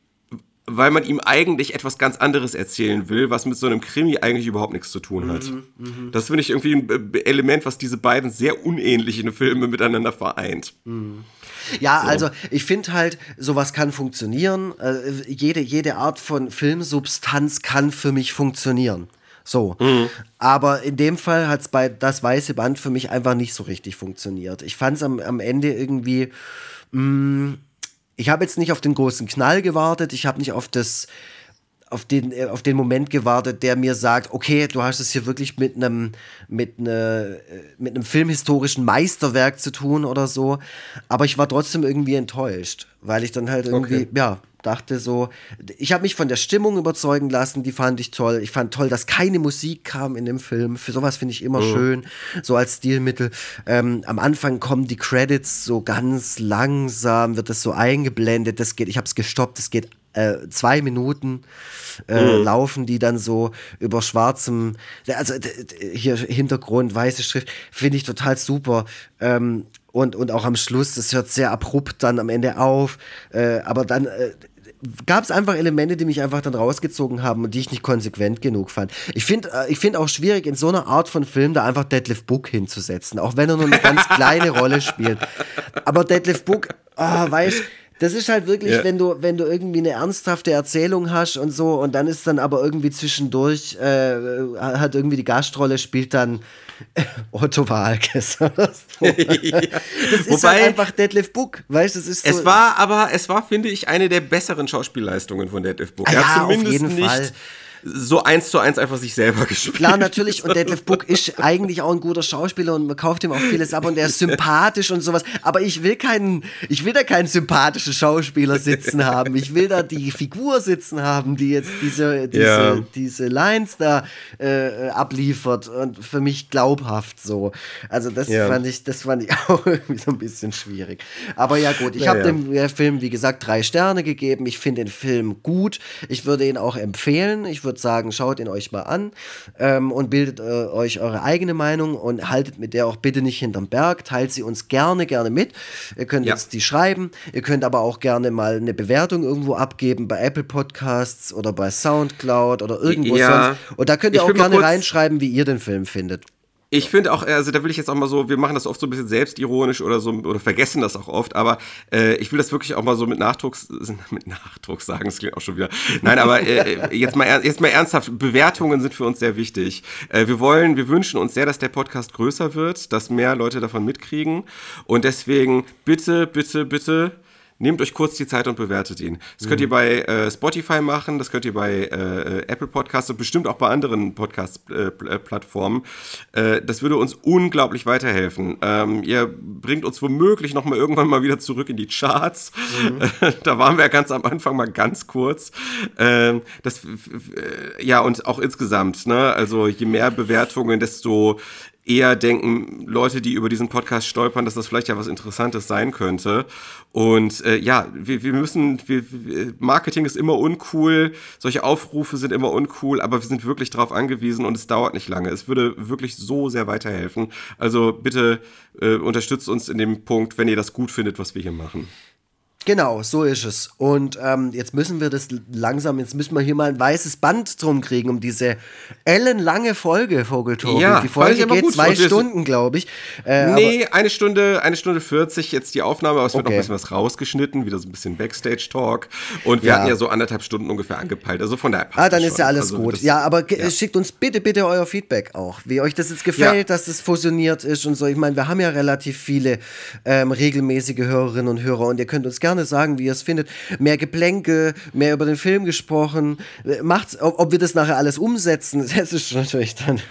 weil man ihm eigentlich etwas ganz anderes erzählen will, was mit so einem Krimi eigentlich überhaupt nichts zu tun hat. Mhm, mh. Das finde ich irgendwie ein Element, was diese beiden sehr unähnlichen Filme miteinander vereint. Mhm. Ja, so. Also ich finde halt, sowas kann funktionieren. Äh, jede, jede Art von Filmsubstanz kann für mich funktionieren. So. Mhm. Aber in dem Fall hat es bei Das Weiße Band für mich einfach nicht so richtig funktioniert. Ich fand es am, am Ende irgendwie mh, ich habe jetzt nicht auf den großen Knall gewartet, ich habe nicht auf das, auf den, auf den Moment gewartet, der mir sagt, okay, du hast es hier wirklich mit einem, mit ne, mit einem filmhistorischen Meisterwerk zu tun oder so. Aber ich war trotzdem irgendwie enttäuscht, weil ich dann halt irgendwie, okay. ja, dachte so, ich habe mich von der Stimmung überzeugen lassen, die fand ich toll. Ich fand toll, dass keine Musik kam in dem Film. Für sowas finde ich immer mhm. schön, so als Stilmittel. Ähm, am Anfang kommen die Credits so ganz langsam, wird das so eingeblendet. Das geht, ich habe es gestoppt, es geht äh, zwei Minuten. Äh, mhm. laufen die dann so über schwarzem, also d- d- hier Hintergrund, weiße Schrift, finde ich total super. Ähm, und, und auch am Schluss, das hört sehr abrupt dann am Ende auf, äh, aber dann äh, gab es einfach Elemente, die mich einfach dann rausgezogen haben und die ich nicht konsequent genug fand. Ich finde äh, ich find auch schwierig, in so einer Art von Film da einfach Detlef Book hinzusetzen, auch wenn er nur eine ganz kleine Rolle spielt. Aber Detlef Book, oh, weißt das ist halt wirklich, ja. wenn du wenn du irgendwie eine ernsthafte Erzählung hast und so und dann ist dann aber irgendwie zwischendurch äh, hat irgendwie die Gastrolle spielt dann Otto Walkes oder so. Das ist Wobei, halt einfach Detlef Book, weißt du, es ist so. Es war aber, es war, finde ich, eine der besseren Schauspielleistungen von Detlef Book. Ah, er ja, hat zumindest auf jeden nicht Fall. so eins zu eins einfach sich selber gespielt. Klar, natürlich, und Detlef Book ist eigentlich auch ein guter Schauspieler und man kauft ihm auch vieles ab und er ist sympathisch und sowas, aber ich will keinen, ich will da keinen sympathischen Schauspieler sitzen haben, ich will da die Figur sitzen haben, die jetzt diese, diese, ja. diese Lines da äh, abliefert und für mich glaubhaft so. Also das ja. fand ich, das fand ich auch irgendwie so ein bisschen schwierig. Aber ja gut, ich ja, habe ja. dem Film, wie gesagt, drei Sterne gegeben, ich finde den Film gut, ich würde ihn auch empfehlen, ich würde sagen, schaut ihn euch mal an ähm, und bildet äh, euch eure eigene Meinung und haltet mit der auch bitte nicht hinterm Berg. Teilt sie uns gerne, gerne mit. Ihr könnt ja. uns die schreiben. Ihr könnt aber auch gerne mal eine Bewertung irgendwo abgeben bei Apple Podcasts oder bei Soundcloud oder irgendwo ja. sonst. Und da könnt ihr ich auch gerne reinschreiben, wie ihr den Film findet. Ich finde auch, also da will ich jetzt auch mal so, wir machen das oft so ein bisschen selbstironisch oder so, oder vergessen das auch oft, aber äh, ich will das wirklich auch mal so mit Nachdruck, mit Nachdruck sagen, das klingt auch schon wieder, nein, aber äh, jetzt, mal, jetzt mal ernsthaft, Bewertungen sind für uns sehr wichtig. Äh, wir wollen, wir wünschen uns sehr, dass der Podcast größer wird, dass mehr Leute davon mitkriegen und deswegen bitte, bitte, bitte, nehmt euch kurz die Zeit und bewertet ihn. Das mhm. könnt ihr bei äh, Spotify machen, das könnt ihr bei äh, Apple Podcasts und bestimmt auch bei anderen Podcast-Plattformen. Äh, äh, das würde uns unglaublich weiterhelfen. Ähm, ihr bringt uns womöglich noch mal irgendwann mal wieder zurück in die Charts. Mhm. Äh, da waren wir ja ganz am Anfang mal ganz kurz. Äh, das, äh, ja, und auch insgesamt, ne? Also je mehr Bewertungen, desto eher denken Leute, die über diesen Podcast stolpern, dass das vielleicht ja was Interessantes sein könnte. Und äh, ja, wir, wir müssen, wir, Marketing ist immer uncool, solche Aufrufe sind immer uncool, aber wir sind wirklich darauf angewiesen und es dauert nicht lange. Es würde wirklich so sehr weiterhelfen. Also bitte äh, unterstützt uns in dem Punkt, wenn ihr das gut findet, was wir hier machen. Genau, so ist es. Und ähm, jetzt müssen wir das langsam, jetzt müssen wir hier mal ein weißes Band drum kriegen, um diese ellenlange Folge, Vogeltobi. Ja, die Folge geht gut. zwei Stunden, glaube ich. Äh, nee, eine Stunde, eine Stunde vierzig jetzt die Aufnahme, aber es wird okay. noch ein bisschen was rausgeschnitten, wieder so ein bisschen Backstage-Talk. Und wir ja. hatten ja so anderthalb Stunden ungefähr angepeilt, also von daher passt Ah, dann ist schon. ja alles also gut. Das, ja, aber ge- ja. schickt uns bitte, bitte euer Feedback auch, wie euch das jetzt gefällt, ja. dass das fusioniert ist und so. Ich meine, wir haben ja relativ viele ähm, regelmäßige Hörerinnen und Hörer und ihr könnt uns gerne sagen, wie ihr es findet. Mehr Geplänke, mehr über den Film gesprochen. Macht's, ob, ob wir das nachher alles umsetzen, das ist natürlich dann.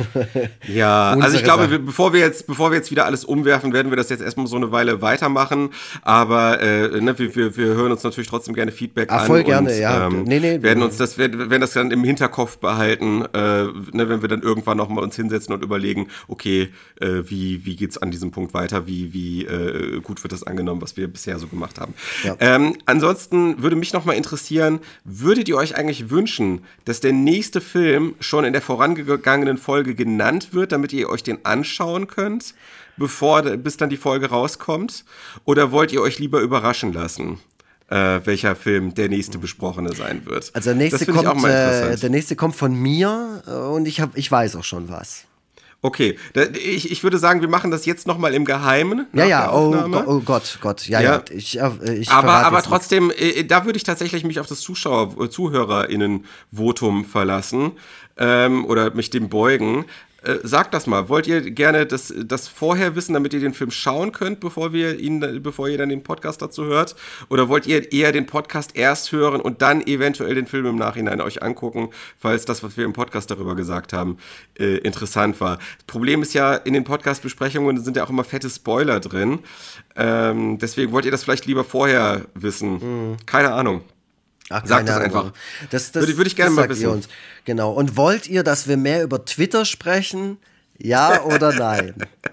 Ja, also ich glaube, wir, bevor wir jetzt, bevor wir jetzt wieder alles umwerfen, werden wir das jetzt erstmal so eine Weile weitermachen. Aber äh, ne, wir, wir, wir hören uns natürlich trotzdem gerne Feedback ah, an. Voll gerne, und, ja. Ähm, nee, nee, werden uns das, werden, werden das dann im Hinterkopf behalten, äh, ne, wenn wir dann irgendwann nochmal uns hinsetzen und überlegen, okay, äh, wie, wie geht's an diesem Punkt weiter? Wie, wie äh, gut wird das angenommen, was wir bisher so gemacht haben? Ja. Ähm, Ansonsten würde mich noch mal interessieren, würdet ihr euch eigentlich wünschen, dass der nächste Film schon in der vorangegangenen Folge genannt wird, damit ihr euch den anschauen könnt, bevor, bis dann die Folge rauskommt? Oder wollt ihr euch lieber überraschen lassen, äh, welcher Film der nächste besprochene sein wird? Also der nächste, kommt, äh, der nächste kommt von mir und ich, hab, ich weiß auch schon was. Okay, da, ich, ich würde sagen, wir machen das jetzt nochmal im Geheimen. Ja, ja, oh, oh Gott, Gott, ja, ja. ja ich, ich aber aber trotzdem, äh, da würde ich tatsächlich mich auf das Zuschauer, ZuhörerInnen-Votum verlassen ähm, oder mich dem beugen. Äh, sagt das mal, wollt ihr gerne das, das vorher wissen, damit ihr den Film schauen könnt, bevor wir ihn, bevor ihr dann den Podcast dazu hört? Oder wollt ihr eher den Podcast erst hören und dann eventuell den Film im Nachhinein euch angucken, falls das, was wir im Podcast darüber gesagt haben, äh, interessant war? Das Problem ist ja, in den Podcast-Besprechungen sind ja auch immer fette Spoiler drin. Ähm, deswegen wollt ihr das vielleicht lieber vorher wissen. Mhm. Keine Ahnung. Ach, Sag das Ahnung. einfach. Das, das, Würde, würde ich gerne das mal sagt wissen. ihr uns. Genau. Und wollt ihr, dass wir mehr über Twitter sprechen? Ja oder nein?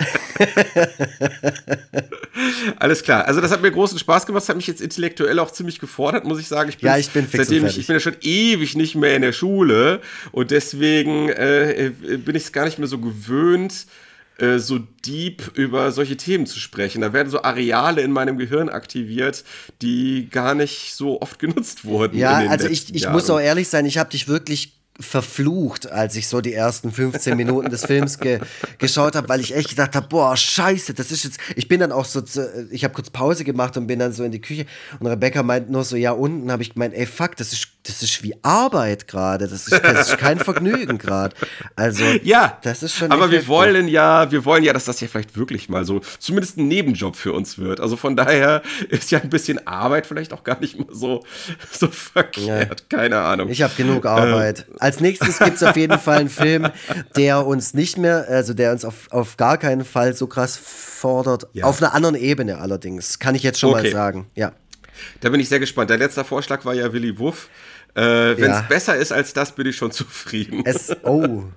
Alles klar. Also das hat mir großen Spaß gemacht. Das hat mich jetzt intellektuell auch ziemlich gefordert, muss ich sagen. Ich bin, Ja, ich bin fix und seitdem ich, fertig. ich bin ja schon ewig nicht mehr in der Schule und deswegen äh, bin ich es gar nicht mehr so gewöhnt, äh, so deep über solche Themen zu sprechen. Da werden so Areale in meinem Gehirn aktiviert, die gar nicht so oft genutzt wurden. Ja, in den also letzten ich, ich Jahren. muss auch ehrlich sein, ich habe dich wirklich verflucht, als ich so die ersten fünfzehn Minuten des Films ge geschaut habe, weil ich echt gedacht habe, boah, scheiße, das ist jetzt, ich bin dann auch so, zu, ich habe kurz Pause gemacht und bin dann so in die Küche und Rebecca meint nur so, ja, unten habe ich gemeint, ey, fuck, das ist, das ist wie Arbeit gerade, das ist, das ist kein Vergnügen gerade. Also, Ja, das ist schon aber echt wir heftig. wollen ja, wir wollen ja, dass das ja vielleicht wirklich mal so, zumindest ein Nebenjob für uns wird. Also von daher ist ja ein bisschen Arbeit vielleicht auch gar nicht mal so, so verkehrt. Keine Ahnung. Ich habe genug Arbeit. Ähm. Als nächstes gibt es auf jeden Fall einen Film, der uns nicht mehr, also der uns auf, auf gar keinen Fall so krass fordert. Ja. Auf einer anderen Ebene allerdings, kann ich jetzt schon Okay. mal sagen. Ja. Da bin ich sehr gespannt. Dein letzter Vorschlag war ja Willy Wuff. Äh, Wenn es Ja. besser ist als das, bin ich schon zufrieden. Es, oh.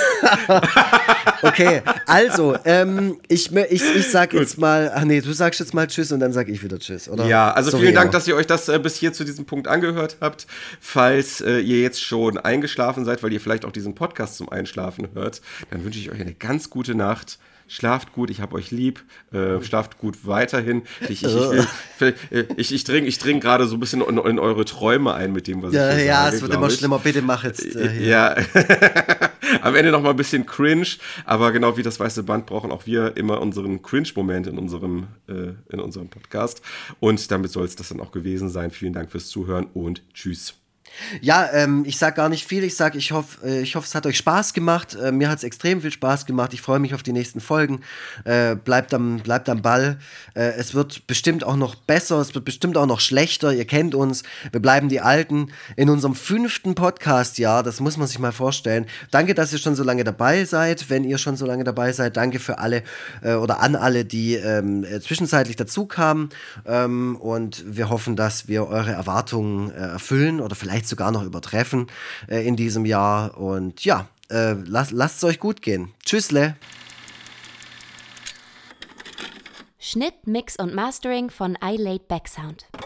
Okay, also, ähm, ich, mö- ich, ich sag jetzt mal, ach nee, du sagst jetzt mal Tschüss und dann sag ich wieder Tschüss, oder? Ja, also So vielen wie Dank, immer. dass ihr euch das äh, bis hier zu diesem Punkt angehört habt. Falls äh, ihr jetzt schon eingeschlafen seid, weil ihr vielleicht auch diesen Podcast zum Einschlafen hört, dann wünsche ich euch eine ganz gute Nacht. Schlaft gut, ich hab euch lieb. Äh, schlaft gut weiterhin. Ich, ich, ich, will- ich, ich dringe ich dring gerade so ein bisschen in, in eure Träume ein mit dem, was Ja, ich hier ja, sage, es wird glaub immer ich. schlimmer. Bitte mach jetzt. Äh, hier. Ja, am Ende noch mal ein bisschen cringe, aber genau wie das weiße Band brauchen auch wir immer unseren Cringe-Moment in unserem, äh, in unserem Podcast. Und damit soll es das dann auch gewesen sein. Vielen Dank fürs Zuhören und tschüss. Ja, ähm, ich sag gar nicht viel. Ich sag, ich hoffe, äh, ich hoffe, es hat euch Spaß gemacht. Äh, mir hat es extrem viel Spaß gemacht. Ich freue mich auf die nächsten Folgen. Äh, bleibt am, bleibt am Ball. Äh, es wird bestimmt auch noch besser. Es wird bestimmt auch noch schlechter. Ihr kennt uns. Wir bleiben die Alten. In unserem fünften Podcast-Jahr, das muss man sich mal vorstellen. Danke, dass ihr schon so lange dabei seid. Wenn ihr schon so lange dabei seid, danke für alle äh, oder an alle, die ähm, äh, zwischenzeitlich dazu kamen. Ähm, und wir hoffen, dass wir eure Erwartungen äh, erfüllen oder vielleicht sogar noch übertreffen äh, in diesem Jahr. Und ja, äh, lasst es euch gut gehen. Tschüssle. Schnitt, Mix und Mastering von iLaid Backsound.